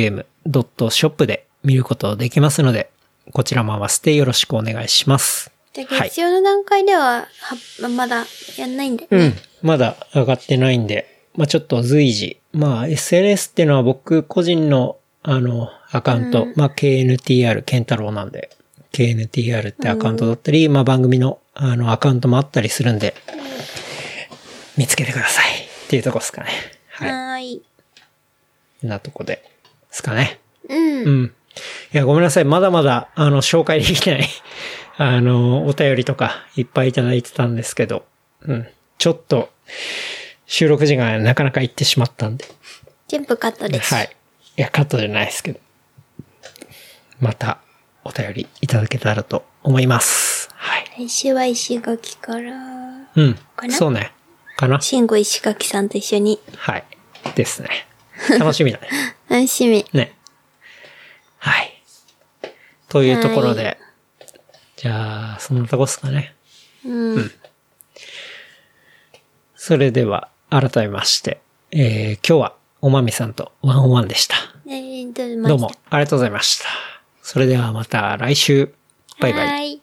は、replicantfm.shop で見ることできますので、こちらも合わせてよろしくお願いします。 で、月曜の段階では、まだやんないんだよね。 うん。まだ上がってないんで、まあちょっと随時。まあ SNS っていうのは僕個人のアカウント、まあ KNTR、ケンタロウなんで、KNTR ってアカウントだったり、まあ番組のアカウントもあったりするんで、見つけてくださいっていうとこですかね。はい。なとこですかね。うん。いや、ごめんなさい。まだまだ、紹介できない、お便りとかいっぱいいただいてたんですけど、うん。ちょっと、収録時間なかなか行ってしまったんで。 全部カットです。 はい。いや、カットじゃないですけど。また、お便りいただけたらと思います。はい。 来週は石垣から。 うん。そうね。かな。 慎吾石垣さんと一緒に。 はい。ですね。楽しみだね。 楽しみ。 ね。はい。というところで、じゃあ、そんなとこっすかね。うん。それでは、改めまして、今日はおまみさんとワンオンワンでした。どうもありがとうございました。それではまた来週。バイバイ。